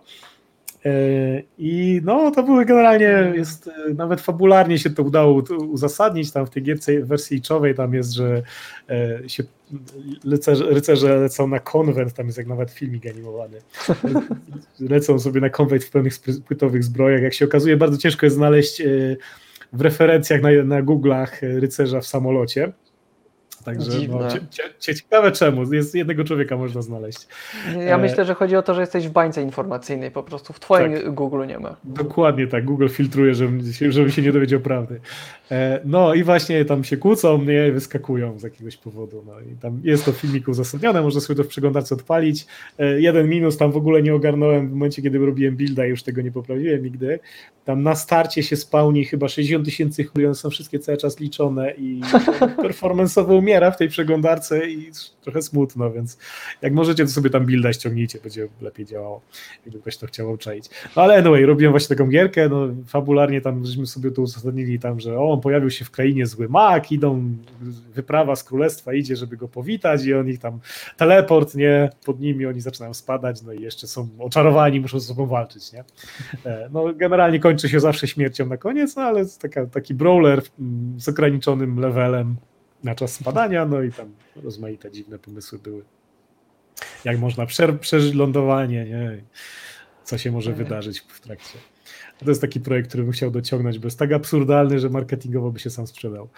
I no to były generalnie, jest, nawet fabularnie się to udało uzasadnić, tam w tej gierce wersji iczowej tam jest, że się rycerze, rycerze lecą na konwent, tam jest jak nawet filmik animowany, lecą sobie na konwent w pełnych płytowych zbrojach, jak się okazuje bardzo ciężko jest znaleźć w referencjach na, na Google'ach rycerza w samolocie. Także Dziwne. no, cie, cie, ciekawe czemu, jest jednego człowieka można znaleźć. Ja E, myślę, że chodzi o to, że jesteś w bańce informacyjnej po prostu, w twoim tak. Google nie ma. Dokładnie tak, Google filtruje, żebym, żebym się nie dowiedział prawdy. E, no i właśnie tam się kłócą, mnie wyskakują z jakiegoś powodu. No i tam jest to w filmiku uzasadnione, można sobie to w przeglądarce odpalić. E, jeden minus, tam w ogóle nie ogarnąłem w momencie, kiedy robiłem builda i już tego nie poprawiłem nigdy. Tam na starcie się spawni chyba sześćdziesiąt tysięcy chmur, one są wszystkie cały czas liczone i performance'owo umiera w tej przeglądarce i trochę smutno, więc jak możecie, to sobie tam builda ściągnijcie, będzie lepiej działało, jakby ktoś to chciał obczaić. No ale anyway, robiłem właśnie taką gierkę, no fabularnie tam żeśmy sobie to uzasadnili tam, że o, on pojawił się w krainie zły mak, idą, wyprawa z królestwa idzie, żeby go powitać i on ich tam teleport, nie, pod nimi oni zaczynają spadać, no i jeszcze są oczarowani, muszą ze sobą walczyć, nie. No generalnie kończy się zawsze śmiercią na koniec, no ale jest taka, taki brawler z ograniczonym levelem na czas spadania, no i tam rozmaite dziwne pomysły były. Jak można prze, przeżyć lądowanie, nie? Co się może wydarzyć w trakcie. To jest taki projekt, który bym chciał dociągnąć, bo jest tak absurdalny, że marketingowo by się sam sprzedał.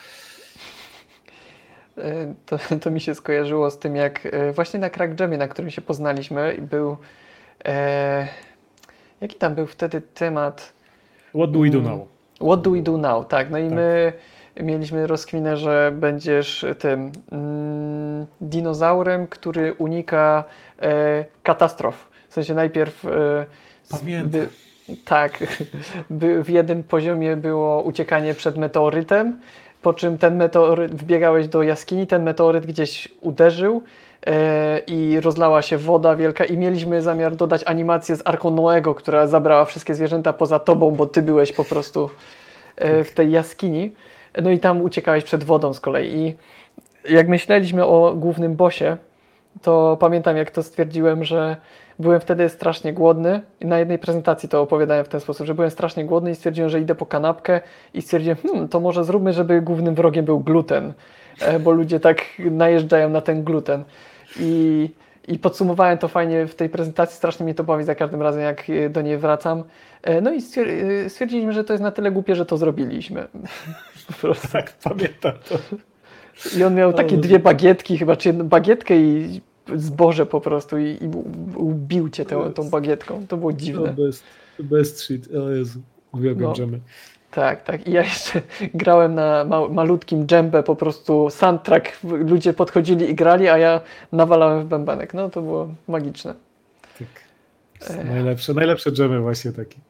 To, to mi się skojarzyło z tym, jak właśnie na Crack Jamie, na którym się poznaliśmy, był e, jaki tam był wtedy temat? What do we do now? What do we do now, tak. No i tak. my mieliśmy rozkminę, że będziesz tym mm, dinozaurem, który unika e, katastrof. W sensie najpierw e, Pamiętam. By, tak, by w jednym poziomie było uciekanie przed meteorytem, po czym ten meteoryt, wbiegałeś do jaskini, ten meteoryt gdzieś uderzył e, i rozlała się woda wielka i mieliśmy zamiar dodać animację z Arką Noego, która zabrała wszystkie zwierzęta poza tobą, bo ty byłeś po prostu e, w tej jaskini. No i tam uciekałeś przed wodą z kolei. I jak myśleliśmy o głównym bossie, to pamiętam, jak to stwierdziłem, że byłem wtedy strasznie głodny i na jednej prezentacji to opowiadałem w ten sposób, że byłem strasznie głodny i stwierdziłem, że idę po kanapkę i stwierdziłem, hmm, to może zróbmy, żeby głównym wrogiem był gluten, bo ludzie tak najeżdżają na ten gluten. I, i podsumowałem to fajnie w tej prezentacji, strasznie mnie to bawi za każdym razem, jak do niej wracam. No i stwierdziliśmy, że to jest na tyle głupie, że to zrobiliśmy. Po prostu. Tak, pamiętam to. I on miał takie dwie bagietki chyba, czy jedną bagietkę i zboże po prostu i, i ubił cię tą, tą bagietką. To było dziwne. To best, best shit, o Jezu, uwielbiam dżemy. No, tak, tak. I ja jeszcze grałem na ma malutkim dżembę, po prostu soundtrack, ludzie podchodzili i grali, a ja nawalałem w bębenek. No to było magiczne. Tak. Najlepsze, najlepsze dżemy właśnie takie.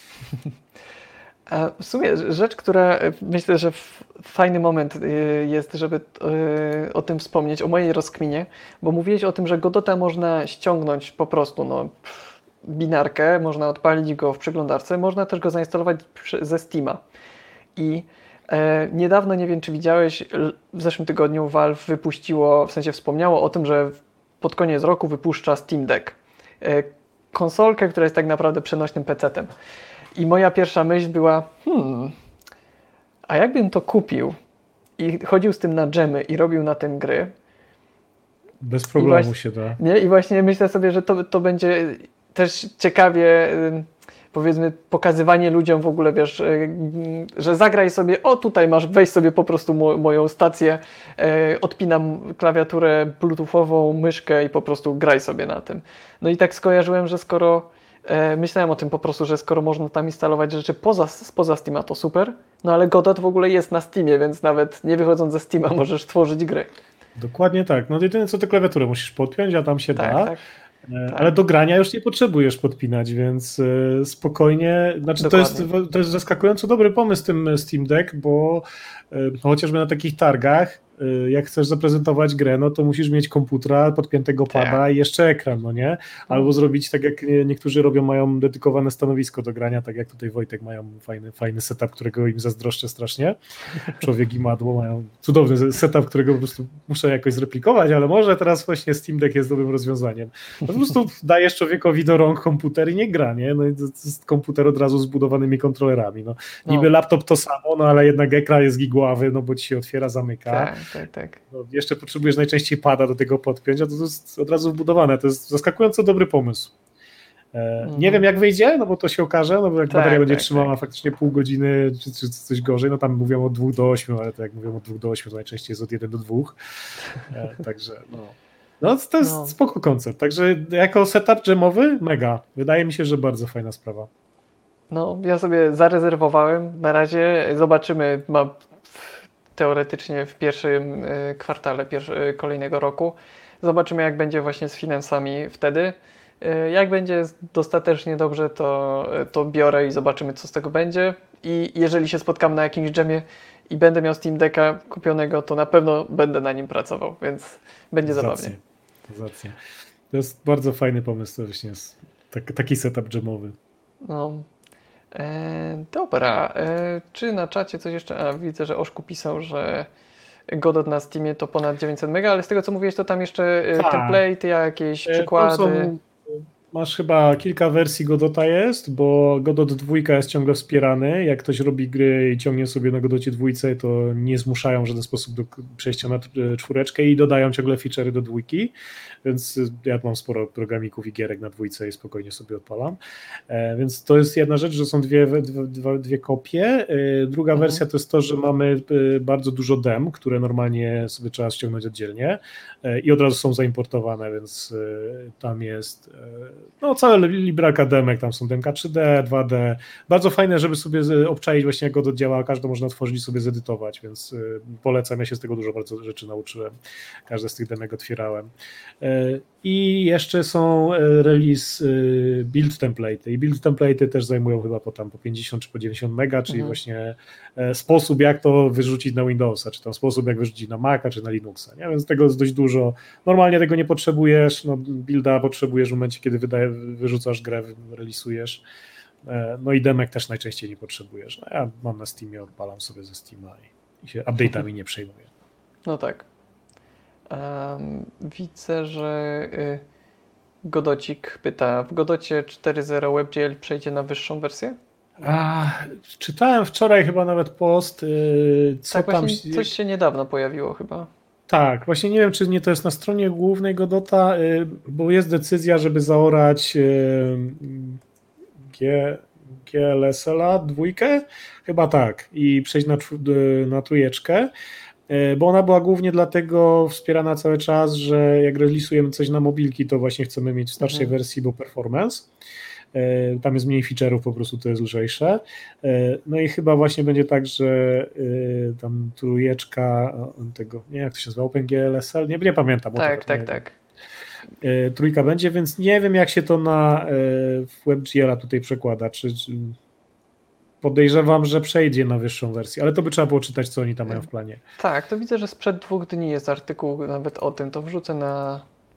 A w sumie rzecz, która myślę, że fajny moment jest, żeby o tym wspomnieć, o mojej rozkminie, bo mówiłeś o tym, że Godota można ściągnąć po prostu, no, binarkę, można odpalić go w przeglądarce, można też go zainstalować ze Steama. I e, niedawno, nie wiem czy widziałeś, w zeszłym tygodniu Valve wypuściło, w sensie wspomniało o tym, że pod koniec roku wypuszcza Steam Deck. E, konsolkę, która jest tak naprawdę przenośnym pecetem. I moja pierwsza myśl była, hmm, a jakbym to kupił i chodził z tym na dżemy i robił na tym gry. Bez problemu właśnie, się da. Nie? I właśnie myślę sobie, że to, to będzie też ciekawie, powiedzmy, pokazywanie ludziom w ogóle, wiesz, że zagraj sobie, o tutaj masz, weź sobie po prostu mo moją stację, odpinam klawiaturę bluetoothową, myszkę i po prostu graj sobie na tym. No i tak skojarzyłem, że skoro myślałem o tym po prostu, że skoro można tam instalować rzeczy poza, spoza Steama, to super, no ale Godot w ogóle jest na Steamie, więc nawet nie wychodząc ze Steama możesz tworzyć gry. Dokładnie tak. No jedyne co, to klawiaturę musisz podpiąć, a tam się tak, da. Tak. Ale tak. Do grania już nie potrzebujesz podpinać, więc spokojnie, znaczy to jest, to jest zaskakująco dobry pomysł tym Steam Deck, bo no, chociażby na takich targach, jak chcesz zaprezentować grę, no to musisz mieć komputera, podpiętego pada tak. i jeszcze ekran, no nie? Albo hmm. zrobić tak jak niektórzy robią, mają dedykowane stanowisko do grania, tak jak tutaj Wojtek mają fajny, fajny setup, którego im zazdroszczę strasznie. Człowiek i madło mają cudowny setup, którego po prostu muszę jakoś zreplikować, ale może teraz właśnie Steam Deck jest dobrym rozwiązaniem. No po prostu dajesz człowiekowi do rąk komputer i nie gra, nie? No i to jest komputer od razu z zbudowanymi kontrolerami. No, niby no. laptop to samo, no ale jednak ekran jest gigławy, no bo ci się otwiera, zamyka. Tak, tak, tak. No, jeszcze potrzebujesz najczęściej pada do tego podpiąć, a to jest od razu wbudowane. To jest zaskakująco dobry pomysł. Mhm. Nie wiem jak wyjdzie, no bo to się okaże, no bo jak tak, bateria będzie tak, trzymała tak. faktycznie pół godziny czy, czy coś gorzej, no tam mówią od dwóch do ośmiu, ale to jak mówią od dwóch do ośmiu, to najczęściej jest od jeden do dwóch. Także no. No to jest no. spoko koncept, także jako setup jamowy mega. Wydaje mi się, że bardzo fajna sprawa. No ja sobie zarezerwowałem, na razie zobaczymy, mam teoretycznie w pierwszym kwartale pierwszy, kolejnego roku. Zobaczymy jak będzie właśnie z finansami wtedy. Jak będzie dostatecznie dobrze, to, to biorę i zobaczymy co z tego będzie. I jeżeli się spotkam na jakimś dżemie i będę miał Steam Decka kupionego, to na pewno będę na nim pracował, więc będzie Zacnie. zabawnie. Zacnie. To jest bardzo fajny pomysł, to właśnie jest tak, taki setup dżemowy. No. E, dobra, e, czy na czacie coś jeszcze? A, widzę, że Oszku pisał, że Godot na Steamie to ponad dziewięćset mega, ale z tego co mówiłeś, to tam jeszcze e, template, jakieś e, przykłady. Są, masz chyba kilka wersji Godota jest, bo Godot dwa jest ciągle wspierany. Jak ktoś robi gry i ciągnie sobie na Godocie dwójce, to nie zmuszają w żaden sposób do przejścia na czwóreczkę i dodają ciągle feature'y do dwójki. Więc ja mam sporo programików i gierek na dwójce i spokojnie sobie odpalam. E, więc to jest jedna rzecz, że są dwie, dwie, dwie kopie. E, druga mhm. wersja to jest to, że mamy bardzo dużo dem, które normalnie sobie trzeba ściągnąć oddzielnie e, i od razu są zaimportowane, więc e, tam jest e, no całe libraka demek, tam są demka trzy D, dwa D. Bardzo fajne, żeby sobie obczaić właśnie jak Godot działa, każdą można otworzyć i sobie zedytować, więc e, polecam, ja się z tego dużo bardzo rzeczy nauczyłem. Każde z tych demek otwierałem. E, I jeszcze są release build template i build template też zajmują chyba po tam po pięćdziesiąt czy po dziewięćdziesiąt mega, czyli mhm. właśnie sposób jak to wyrzucić na Windowsa, czy tam sposób jak wyrzucić na Maca, czy na Linuxa, nie? Więc tego jest dość dużo. Normalnie tego nie potrzebujesz, no builda potrzebujesz w momencie, kiedy wydaje, wyrzucasz grę, relisujesz. No i demek też najczęściej nie potrzebujesz. No ja mam na Steamie, odpalam sobie ze Steama i, i się update'ami nie przejmuję. No tak. Um, widzę, że y, Godocik pyta, w Godocie cztery zero WebGL przejdzie na wyższą wersję? A, czytałem wczoraj chyba nawet post, y, co tak, tam... Właśnie coś się niedawno pojawiło chyba. Tak, właśnie nie wiem, czy nie to jest na stronie głównej Godota, y, bo jest decyzja, żeby zaorać y, G, G L S L-a dwójkę, chyba tak, i przejść na, na trójeczkę. Bo ona była głównie dlatego wspierana cały czas, że jak realizujemy coś na mobilki, to właśnie chcemy mieć w starszej mhm. wersji, bo performance. Tam jest mniej feature'ów, po prostu to jest lżejsze. No i chyba właśnie będzie tak, że tam trójeczka tego, nie jak to się nazywa, OpenGLSL, nie, nie pamiętam. Tak, tak, tak. Trójka będzie, więc nie wiem jak się to na WebGL-a tutaj przekłada, czy, czy podejrzewam, że przejdzie na wyższą wersję, ale to by trzeba było czytać, co oni tam mają w planie. Tak, to widzę, że sprzed dwóch dni jest artykuł nawet o tym, to wrzucę na,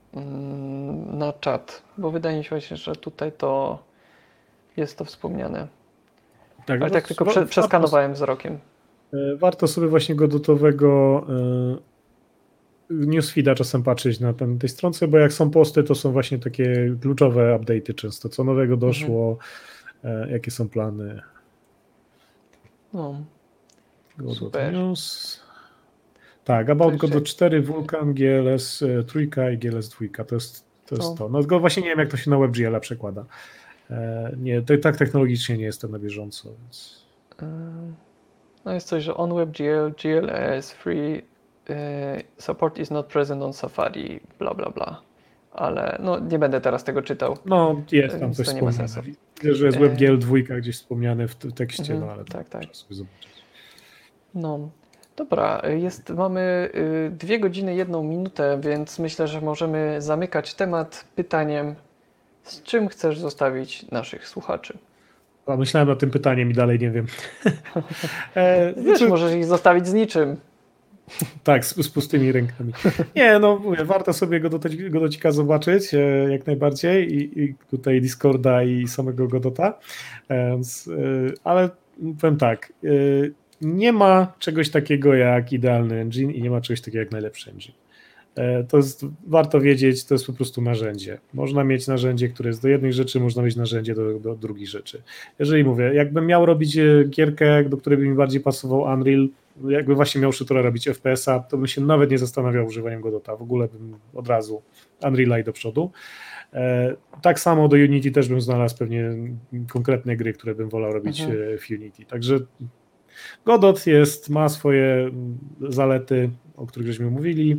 na czat, bo wydaje mi się, że tutaj to jest to wspomniane. Tak, ale tak tylko prze, przeskanowałem wzrokiem. Warto sobie właśnie godotowego newsfeeda czasem patrzeć na ten, tej stronce, bo jak są posty, to są właśnie takie kluczowe update'y często, co nowego doszło, mhm. jakie są plany. No. Godot Super. News. Tak, About to Godot cztery, Vulkan, G L S trzy i G L S dwa. To jest to. Jest to. No tylko właśnie nie wiem, jak to się na WebGL-a przekłada. Nie, to, tak technologicznie nie jestem na bieżąco. Więc... No jest coś, że on WebGL, G L S Free support is not present on Safari, bla bla bla. Ale no nie będę teraz tego czytał. No jest tam coś wspomniane. Widzę, że jest WebGL dwa gdzieś wspomniany w tekście, mhm, no ale tak, tak. trzeba sobie zobaczyć. No, dobra, jest, mamy dwie godziny, jedną minutę, więc myślę, że możemy zamykać temat pytaniem, z czym chcesz zostawić naszych słuchaczy? A myślałem nad tym pytaniem i dalej nie wiem. e, Wiesz, znaczy... możesz ich zostawić z niczym. Tak, z, z pustymi rękami. Nie, no mówię, warto sobie Godocika zobaczyć e, jak najbardziej i, i tutaj Discorda i samego Godota, e, więc, e, ale powiem tak, e, nie ma czegoś takiego jak idealny engine i nie ma czegoś takiego jak najlepszy engine. E, to jest, warto wiedzieć, to jest po prostu narzędzie. Można mieć narzędzie, które jest do jednej rzeczy, można mieć narzędzie do, do drugich rzeczy. Jeżeli mówię, jakbym miał robić gierkę, do której by mi bardziej pasował Unreal, jakby właśnie miał shootera robić F P S-a, to bym się nawet nie zastanawiał używaniem Godota, w ogóle bym od razu Unreal do przodu. Tak samo do Unity też bym znalazł pewnie konkretne gry, które bym wolał robić mhm. w Unity. Także Godot jest, ma swoje zalety, o których żeśmy mówili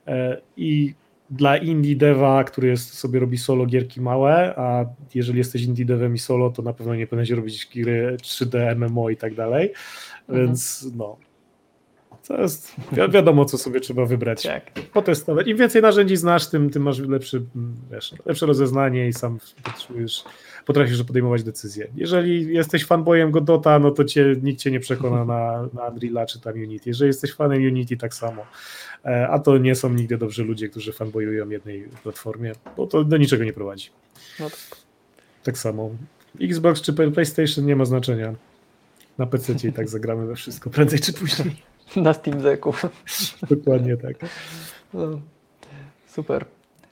i dla indie deva, który jest, sobie robi solo gierki małe, a jeżeli jesteś indie devem i solo, to na pewno nie powinieneś robić gry trzy D, M M O i tak dalej, mhm. więc no to jest, wi- wiadomo, co sobie trzeba wybrać, tak. potestować. Im więcej narzędzi znasz, tym, tym masz lepszy, wiesz, lepsze rozeznanie i sam potrafisz, potrafisz podejmować decyzje. Jeżeli jesteś fanboyem Godota, no to cię, nikt cię nie przekona na, na Unreala czy tam Unity. Jeżeli jesteś fanem Unity, tak samo. A to nie są nigdy dobrzy ludzie, którzy fanboyują jednej platformie, bo to do niczego nie prowadzi. No tak. Tak samo. Xbox czy PlayStation nie ma znaczenia. Na P C i tak zagramy we wszystko, prędzej czy później. Na Steam Decku. Dokładnie tak. No, super.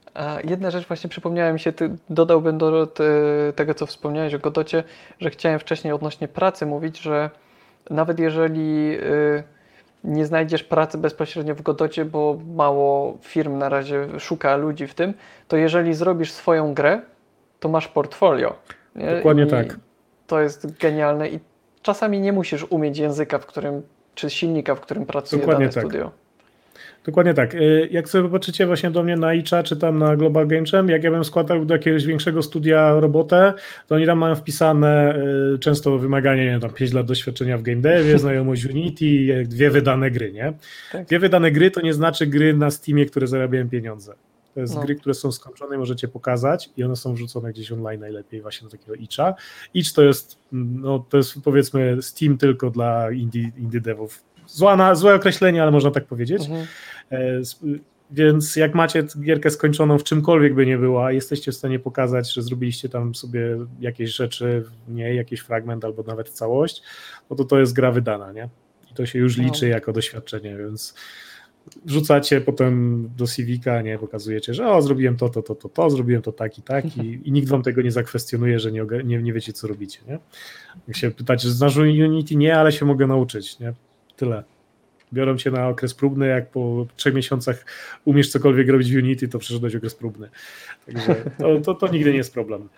A jedna rzecz właśnie przypomniała mi się, ty, dodałbym do te, tego, co wspomniałeś o Godocie, że chciałem wcześniej odnośnie pracy mówić, że nawet jeżeli y, nie znajdziesz pracy bezpośrednio w Godocie, bo mało firm na razie szuka ludzi w tym, to jeżeli zrobisz swoją grę, to masz portfolio. Nie? Dokładnie I tak. To jest genialne i czasami nie musisz umieć języka, w którym, czy silnika, w którym pracuje Dokładnie dane tak. studio. Dokładnie tak. Jak sobie popatrzycie właśnie do mnie na Itcha, czy tam na Global Game Jam, jak ja bym składał do jakiegoś większego studia robotę, to oni tam mają wpisane y, często wymagania, nie wiem, tam pięć lat doświadczenia w game devie, znajomość Unity, dwie wydane gry, nie? Tak. Dwie wydane gry to nie znaczy gry na Steamie, które zarabiają pieniądze. To jest no. gry, które są skończone, możecie pokazać i one są wrzucone gdzieś online najlepiej właśnie do takiego Itcha. Itch to jest, no, to jest powiedzmy Steam tylko dla indie, indie devów. Zła na, złe określenie, ale można tak powiedzieć. Mhm. E, więc jak macie gierkę skończoną w czymkolwiek by nie była, jesteście w stanie pokazać, że zrobiliście tam sobie jakieś rzeczy, nie, jakiś fragment albo nawet całość, no to to jest gra wydana, nie? I to się już liczy no. jako doświadczenie, więc wrzucacie potem do C V-ka, nie, pokazujecie, że o, zrobiłem to, to, to, to, to, zrobiłem to tak i tak i, i nikt wam tego nie zakwestionuje, że nie, nie, nie wiecie, co robicie, nie? Jak się pytacie, znasz Unity? Nie, ale się mogę nauczyć, nie? Tyle. Biorą cię na okres próbny, jak po trzech miesiącach umiesz cokolwiek robić w Unity, to przeszedłeś okres próbny. Także to, to, to nigdy nie jest problem.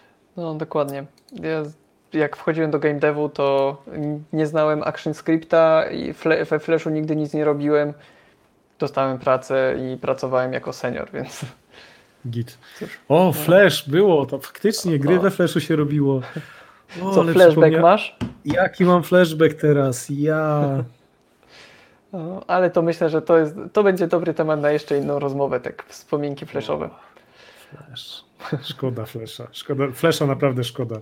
No dokładnie. Ja jak wchodziłem do game devu, to nie znałem Action Scripta i we Flashu nigdy nic nie robiłem. Dostałem pracę i pracowałem jako senior, więc... Git. O, Flash było, to faktycznie gry we Flashu się robiło. O, co, flashback masz? Jaki mam flashback teraz? Ja... No, ale to myślę, że to, jest, to będzie dobry temat na jeszcze inną rozmowę, tak wspominki flashowe. Flash. Szkoda Flasha. Szkoda, Flasha naprawdę szkoda.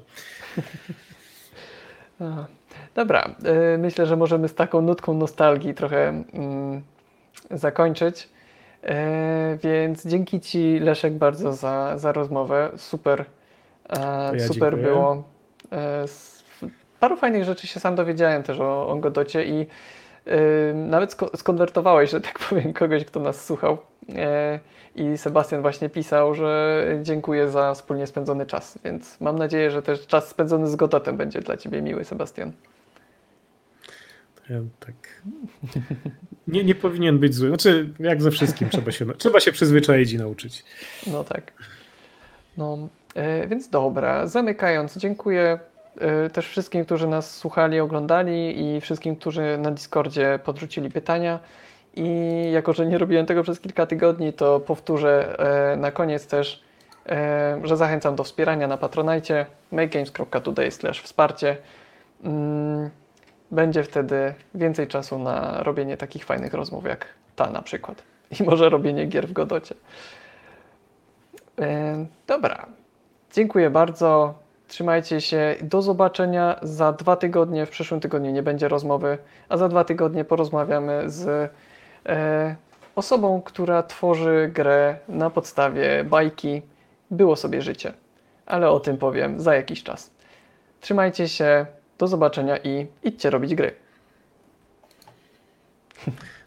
Dobra, myślę, że możemy z taką nutką nostalgii trochę mm, zakończyć. E, więc dzięki Ci, Leszek, bardzo za, za rozmowę. Super, e, ja super dziękuję. Było. E, s, paru fajnych rzeczy się sam dowiedziałem też o, o Godocie i Yy, nawet sk- skonwertowałeś, że tak powiem, kogoś, kto nas słuchał. Yy, I Sebastian właśnie pisał, że dziękuję za wspólnie spędzony czas, więc mam nadzieję, że też czas spędzony z Godotem będzie dla Ciebie miły, Sebastian. Ja, tak. Nie, nie powinien być zły. Znaczy, jak ze wszystkim, trzeba się, trzeba się przyzwyczaić i nauczyć. No tak. No, yy, więc dobra, zamykając, dziękuję też wszystkim, którzy nas słuchali, oglądali i wszystkim, którzy na Discordzie podrzucili pytania. I jako, że nie robiłem tego przez kilka tygodni, to powtórzę e, na koniec też, e, że zachęcam do wspierania na Patronite makegames kropka today slash wsparcie. Mm, będzie wtedy więcej czasu na robienie takich fajnych rozmów jak ta na przykład. I może robienie gier w Godocie. E, dobra. Dziękuję bardzo. Trzymajcie się. Do zobaczenia za dwa tygodnie. W przyszłym tygodniu nie będzie rozmowy, a za dwa tygodnie porozmawiamy z e, osobą, która tworzy grę na podstawie bajki Było sobie życie. Ale o tym powiem za jakiś czas. Trzymajcie się. Do zobaczenia i idźcie robić gry.